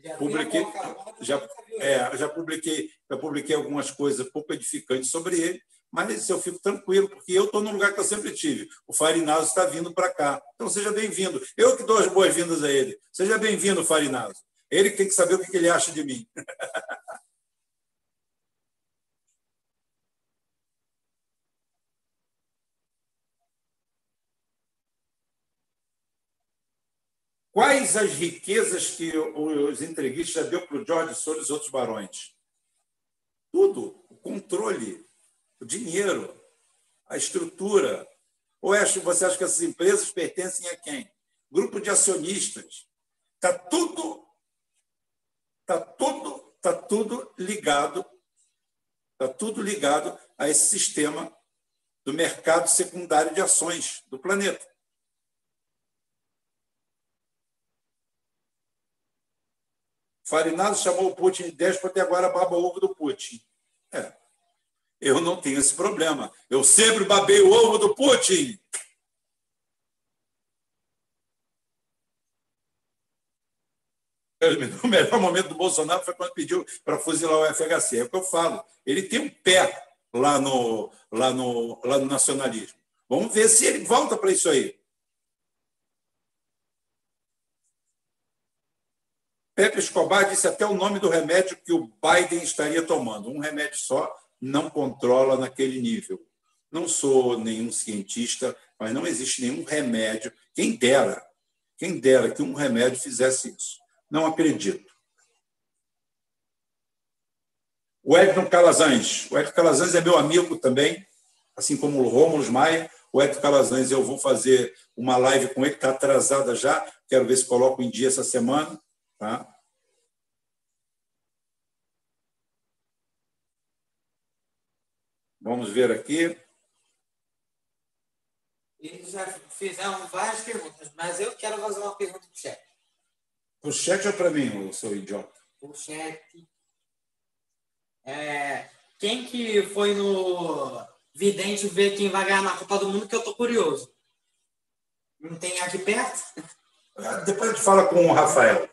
publiquei algumas coisas pouco edificantes sobre ele, mas eu fico tranquilo, porque eu estou no lugar que eu sempre tive. O Farinazo está vindo para cá. Então, seja bem-vindo. Eu que dou as boas-vindas a ele. Seja bem-vindo, Farinazo. Ele que tem que saber o que ele acha de mim. Quais as riquezas que os entreguistas já deu para o Jorge Soros e os outros barões? tudo, o controle, o dinheiro, a estrutura. Ou você acha que essas empresas pertencem a quem? Grupo de acionistas. Tá tudo ligado, a esse sistema do mercado secundário de ações do planeta. Farinazzo chamou o Putin de déspota e agora baba o ovo do Putin. Eu não tenho esse problema. Eu sempre babei o ovo do Putin. O melhor momento do Bolsonaro foi quando pediu para fuzilar o FHC. É o que eu falo. Ele tem um pé lá no nacionalismo. Vamos ver se ele volta para isso aí. Pepe Escobar disse até o nome do remédio que o Biden estaria tomando. Um remédio só não controla naquele nível. Não sou nenhum cientista, mas não existe nenhum remédio. Quem dera que um remédio fizesse isso. Não acredito. O Edson Calazans. O Edson Calazans é meu amigo também, assim como o Rômulo Maia. O Edson Calazans, eu vou fazer uma live com ele, está atrasada já. Quero ver se coloco em dia essa semana. Tá? Vamos ver aqui. Eles já fizeram várias perguntas, mas eu quero fazer uma pergunta para o chat. Para o chat ou para mim, seu idiota? O chat. Quem que foi no Vidente ver quem vai ganhar na Copa do Mundo, que eu tô curioso. Não tem aqui perto? Depois a gente fala com o Rafael.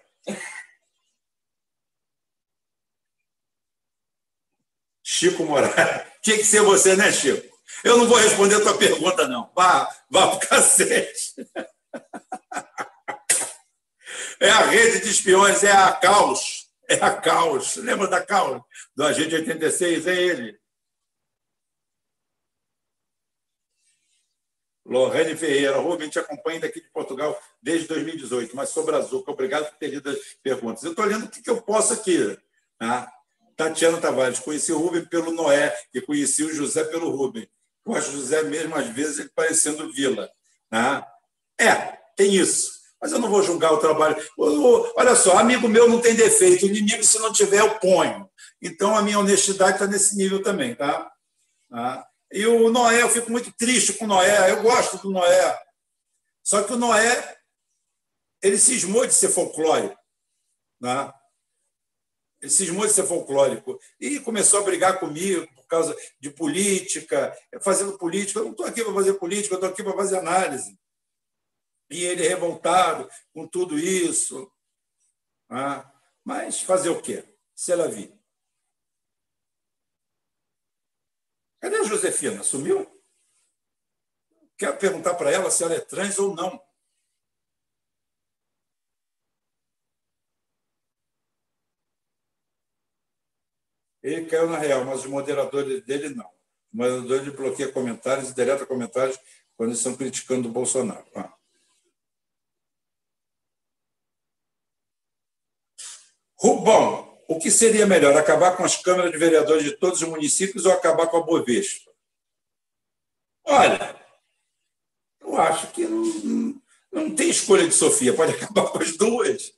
Chico Moraes. Tinha que ser você, né, Chico? Eu não vou responder a tua pergunta, não. Vá pro cacete. É a rede de espiões, é a Caos. É a Caos. Lembra da Caos? Do Agente 86, é ele. Lorene Ferreira, Rubem, te acompanho daqui de Portugal desde 2018, mas sobre Brazuca, obrigado por ter lido as perguntas. Eu estou olhando o que eu posso aqui. Né? Tatiana Tavares, conheci o Rubem pelo Noé e conheci o José pelo Rubem. Eu acho o José, mesmo às vezes, ele parecendo Vila. Né? Tem isso. Mas eu não vou julgar o trabalho. Olha só, amigo meu não tem defeito. O inimigo, se não tiver, eu ponho. Então, a minha honestidade está nesse nível também. Tá? E o Noé, eu fico muito triste com o Noé. Eu gosto do Noé. Só que o Noé, ele cismou de ser folclórico. Né? Ele cismou de ser folclórico. E começou a brigar comigo por causa de política, fazendo política. Eu não estou aqui para fazer política, eu estou aqui para fazer análise. E ele revoltado com tudo isso. Mas fazer o quê? Se ela vir. Cadê a Josefina? Sumiu? Quero perguntar para ela se ela é trans ou não. Ele caiu na real, mas os moderadores dele não. Os moderadores bloqueiam comentários e deletam comentários quando eles estão criticando o Bolsonaro. Rubão, o que seria melhor, acabar com as câmaras de vereadores de todos os municípios ou acabar com a Bovespa? Olha, eu acho que não tem escolha de Sofia, pode acabar com as duas.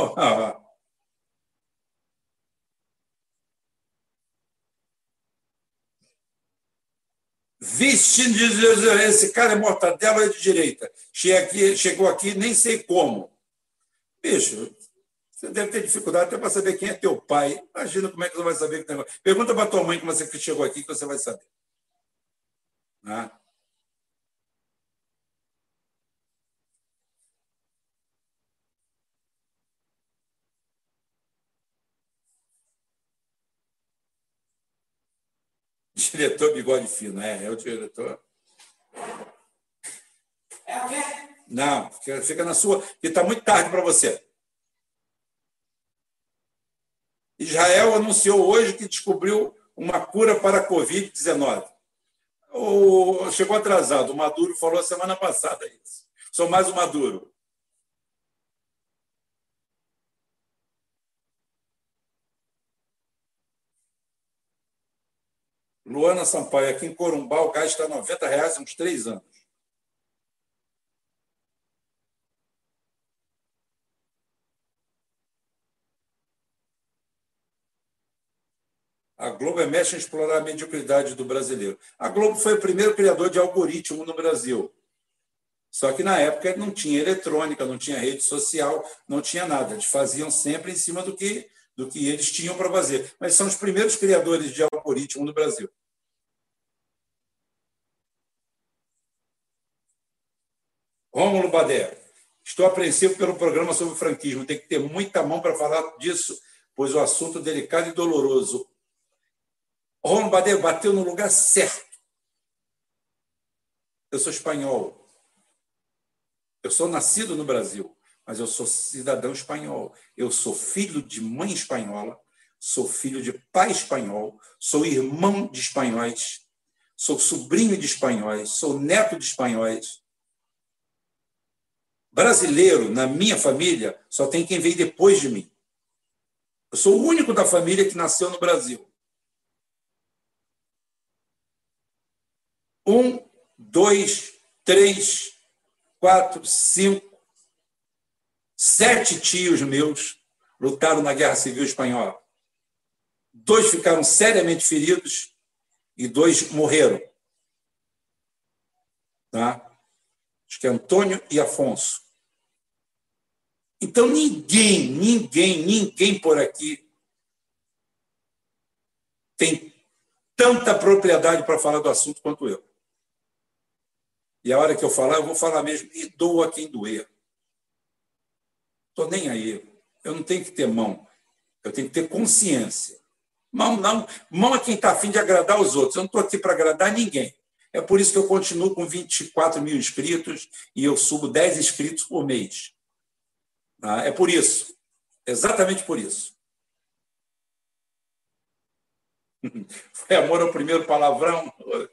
Vixe, esse cara é mortadela ou é de direita? Chegou aqui, nem sei como. Bicho, você deve ter dificuldade até para saber quem é teu pai. Imagina como é que você vai saber que negócio. Pergunta para tua mãe como você chegou aqui que você vai saber. Diretor bigode fino, é o diretor. É o quê? Não, fica na sua, porque está muito tarde para você. Israel anunciou hoje que descobriu uma cura para a Covid-19. Chegou atrasado. O Maduro falou semana passada isso. Sou mais o Maduro. Luana Sampaio, aqui em Corumbá, o gás está R$ 90 há uns 3 anos. A Globo é mestre em explorar a mediocridade do brasileiro. A Globo foi o primeiro criador de algoritmo no Brasil. Só que, na época, não tinha eletrônica, não tinha rede social, não tinha nada. Eles faziam sempre em cima do que eles tinham para fazer. Mas são os primeiros criadores de algoritmo no Brasil. Rômulo Badé. Estou apreensivo pelo programa sobre o franquismo. Tem que ter muita mão para falar disso, pois o assunto é delicado e doloroso. Rômulo Badé bateu no lugar certo. Eu sou espanhol. Eu sou nascido no Brasil, mas eu sou cidadão espanhol. Eu sou filho de mãe espanhola, sou filho de pai espanhol, sou irmão de espanhóis, sou sobrinho de espanhóis, sou neto de espanhóis. Brasileiro, na minha família, só tem quem veio depois de mim. Eu sou o único da família que nasceu no Brasil. 1, 2, 3, 4, 5, 7 tios meus lutaram na Guerra Civil Espanhola. 2 ficaram seriamente feridos e 2 morreram. Tá? Acho que é Antônio e Afonso. Então, ninguém por aqui tem tanta propriedade para falar do assunto quanto eu. E a hora que eu falar, eu vou falar mesmo, e doa quem doer. Estou nem aí. Eu não tenho que ter mão. Eu tenho que ter consciência. Mão não. Mão é quem está a fim de agradar os outros. Eu não estou aqui para agradar ninguém. É por isso que eu continuo com 24 mil inscritos e eu subo 10 inscritos por mês. É por isso. Exatamente por isso. Foi amor ao primeiro palavrão?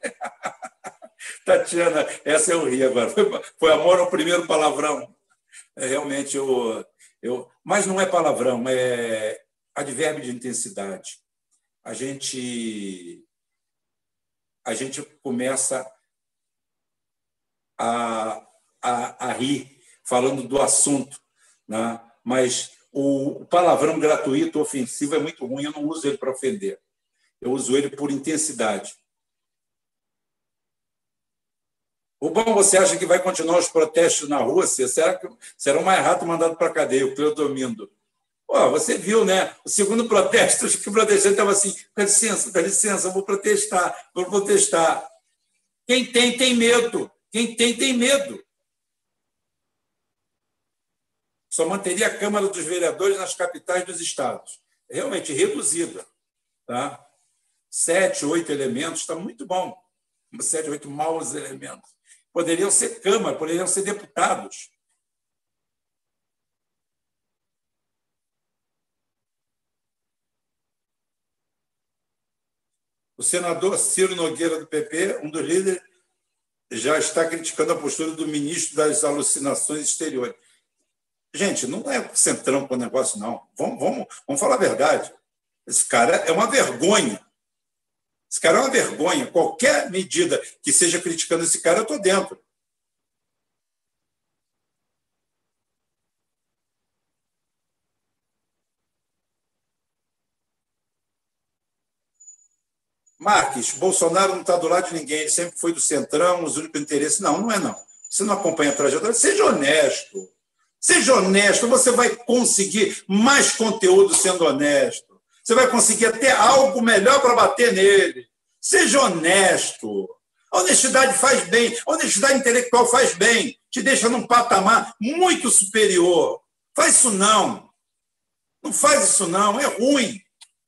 Tatiana, essa eu ri agora. Foi amor ao primeiro palavrão. Realmente, mas não é palavrão, é advérbio de intensidade. A gente começa a rir falando do assunto, né? Mas o palavrão gratuito, ofensivo, é muito ruim. Eu não uso ele para ofender. Eu uso ele por intensidade. O bom, você acha que vai continuar os protestos na Rússia? Será mais rato mandado para a cadeia, o Cleodomindo? Pô, você viu, né? O segundo protesto, que o protestante estava assim, dá licença, vou protestar. Quem tem medo. Quem tem medo. Só manteria a Câmara dos Vereadores nas capitais dos estados. Realmente reduzida. Tá? 7, 8 elementos, está muito bom. 7, 8 maus elementos. Poderiam ser Câmara, poderiam ser deputados. O senador Ciro Nogueira, do PP, um dos líderes, já está criticando a postura do ministro das alucinações exteriores. Gente, não é centrão com o negócio, não. Vamos falar a verdade. Esse cara é uma vergonha. Esse cara é uma vergonha. Qualquer medida que seja criticando esse cara, eu estou dentro. Marques, Bolsonaro não está do lado de ninguém, ele sempre foi do centrão, os únicos interesses. Não é não. Você não acompanha a trajetória. Seja honesto. Seja honesto, você vai conseguir mais conteúdo sendo honesto. Você vai conseguir até algo melhor para bater nele. Seja honesto. A honestidade faz bem. A honestidade intelectual faz bem. Te deixa num patamar muito superior. Faz isso não. Não faz isso não. É ruim.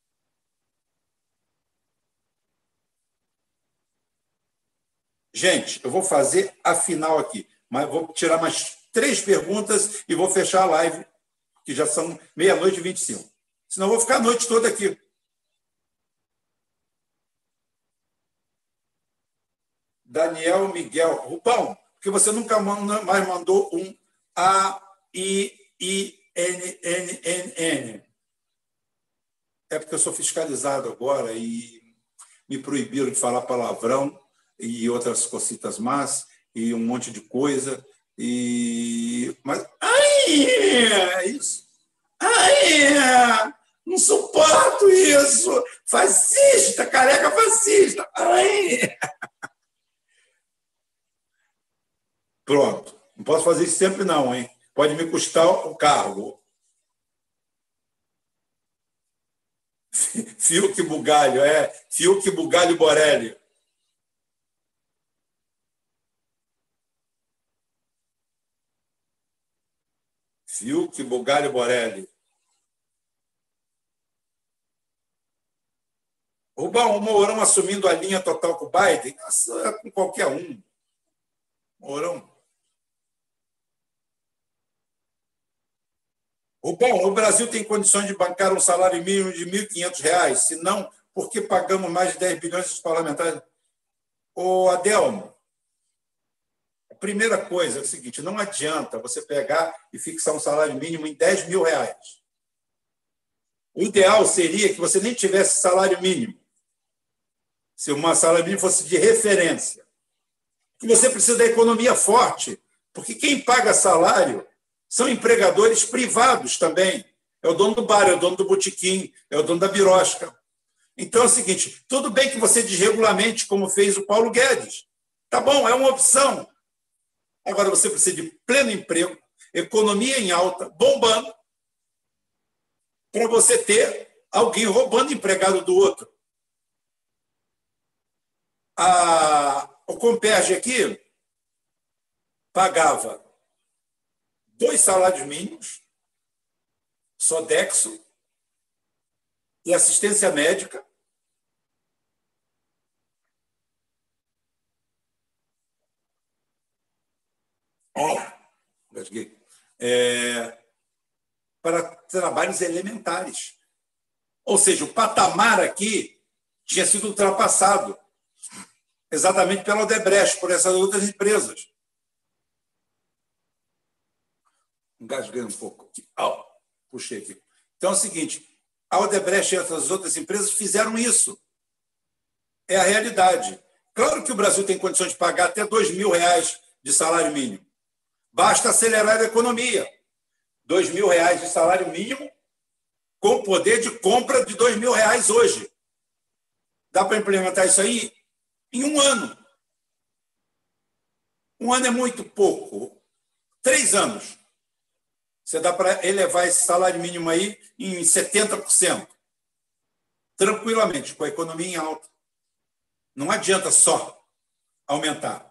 Gente, eu vou fazer a final aqui, mas vou tirar mais 3 perguntas e vou fechar a live, que já são 00:25. Senão eu vou ficar a noite toda aqui. Daniel Miguel. Rubão, porque você nunca mais mandou um AIINNN. É porque eu sou fiscalizado agora e me proibiram de falar palavrão e outras cositas más e um monte de coisa. Mas, ai, é isso. Ai, não suporto isso. Fascista, careca fascista. Ai. Pronto. Não posso fazer isso sempre, não, hein? Pode me custar o cargo. Fiuk Bugalho, Fiuk Bugalho Borelli. Fiuk Bugalho Borelli. O Mourão assumindo a linha total com o Biden, com qualquer um. Mourão. O Brasil tem condições de bancar um salário mínimo de R$ 1.500, se não, por que pagamos mais de 10 bilhões dos parlamentares? Ô, Adelmo, a primeira coisa é o seguinte, não adianta você pegar e fixar um salário mínimo em R$ 10.000. O ideal seria que você nem tivesse salário mínimo, se o salário mínimo fosse de referência. Que você precisa da economia forte, porque quem paga salário são empregadores privados também. É o dono do bar, é o dono do botequim, é o dono da birosca. Então é o seguinte, tudo bem que você desregulamente, como fez o Paulo Guedes. Tá bom, é uma opção. Agora você precisa de pleno emprego, economia em alta, bombando, para você ter alguém roubando empregado do outro. O Comperj aqui pagava 2 salários mínimos, Sodexo e assistência médica. Para trabalhos elementares. Ou seja, o patamar aqui tinha sido ultrapassado exatamente pela Odebrecht, por essas outras empresas. Engasguei um pouco aqui. Puxei aqui. Então é o seguinte, a Odebrecht e essas outras empresas fizeram isso. É a realidade. Claro que o Brasil tem condições de pagar até R$ 2.000 de salário mínimo. Basta acelerar a economia. R$ 2.000 de salário mínimo com poder de compra de R$ 2.000 hoje. Dá para implementar isso aí em um ano. Um ano é muito pouco. 3 anos. Você dá para elevar esse salário mínimo aí em 70%. Tranquilamente, com a economia em alta. Não adianta só aumentar.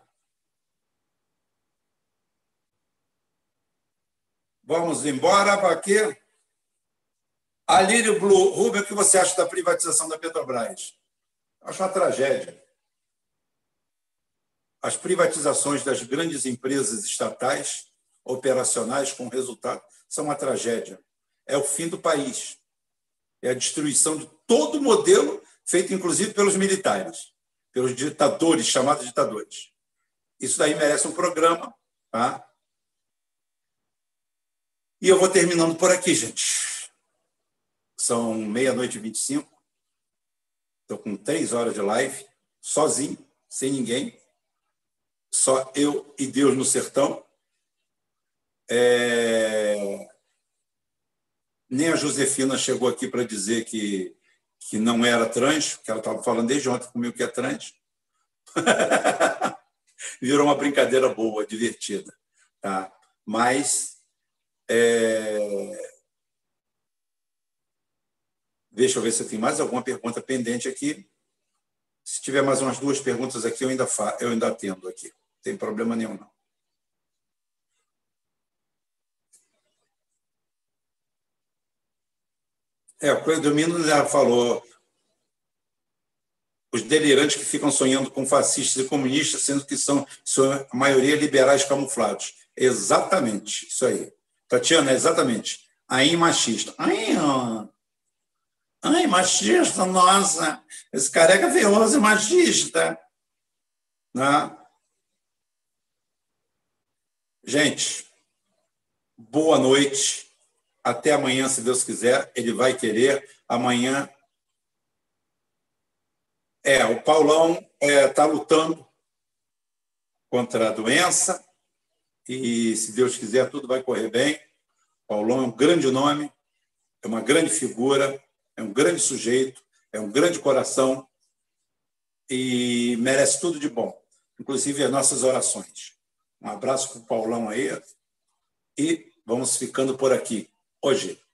Vamos embora para aqui. Alírio Blue, Rubem, o que você acha da privatização da Petrobras? Acho uma tragédia. As privatizações das grandes empresas estatais, operacionais, com resultado, são uma tragédia. É o fim do país. É a destruição de todo o modelo, feito inclusive pelos militares, pelos ditadores, chamados ditadores. Isso daí merece um programa, tá? E eu vou terminando por aqui, gente. São 00:25. Estou com 3 horas de live, sozinho, sem ninguém. Só eu e Deus no sertão. Nem a Josefina chegou aqui para dizer que não era trans, que ela estava falando desde ontem comigo que é trans. Virou uma brincadeira boa, divertida. Tá? Mas deixa eu ver se eu tenho mais alguma pergunta pendente aqui. Se tiver mais umas 2 perguntas aqui, eu ainda atendo aqui. Não tem problema nenhum, não. O Cleidomino já falou, os delirantes que ficam sonhando com fascistas e comunistas, sendo que são a maioria liberais camuflados. Exatamente, isso aí. Tatiana, exatamente. Aí, machista. Ai, machista, nossa. Esse careca feioso é machista. Né? Gente, boa noite. Até amanhã, se Deus quiser. Ele vai querer. Amanhã O Paulão está lutando contra a doença e, se Deus quiser, tudo vai correr bem. O Paulão é um grande nome, é uma grande figura, é um grande sujeito, é um grande coração e merece tudo de bom, inclusive as nossas orações. Um abraço para o Paulão aí e vamos ficando por aqui hoje.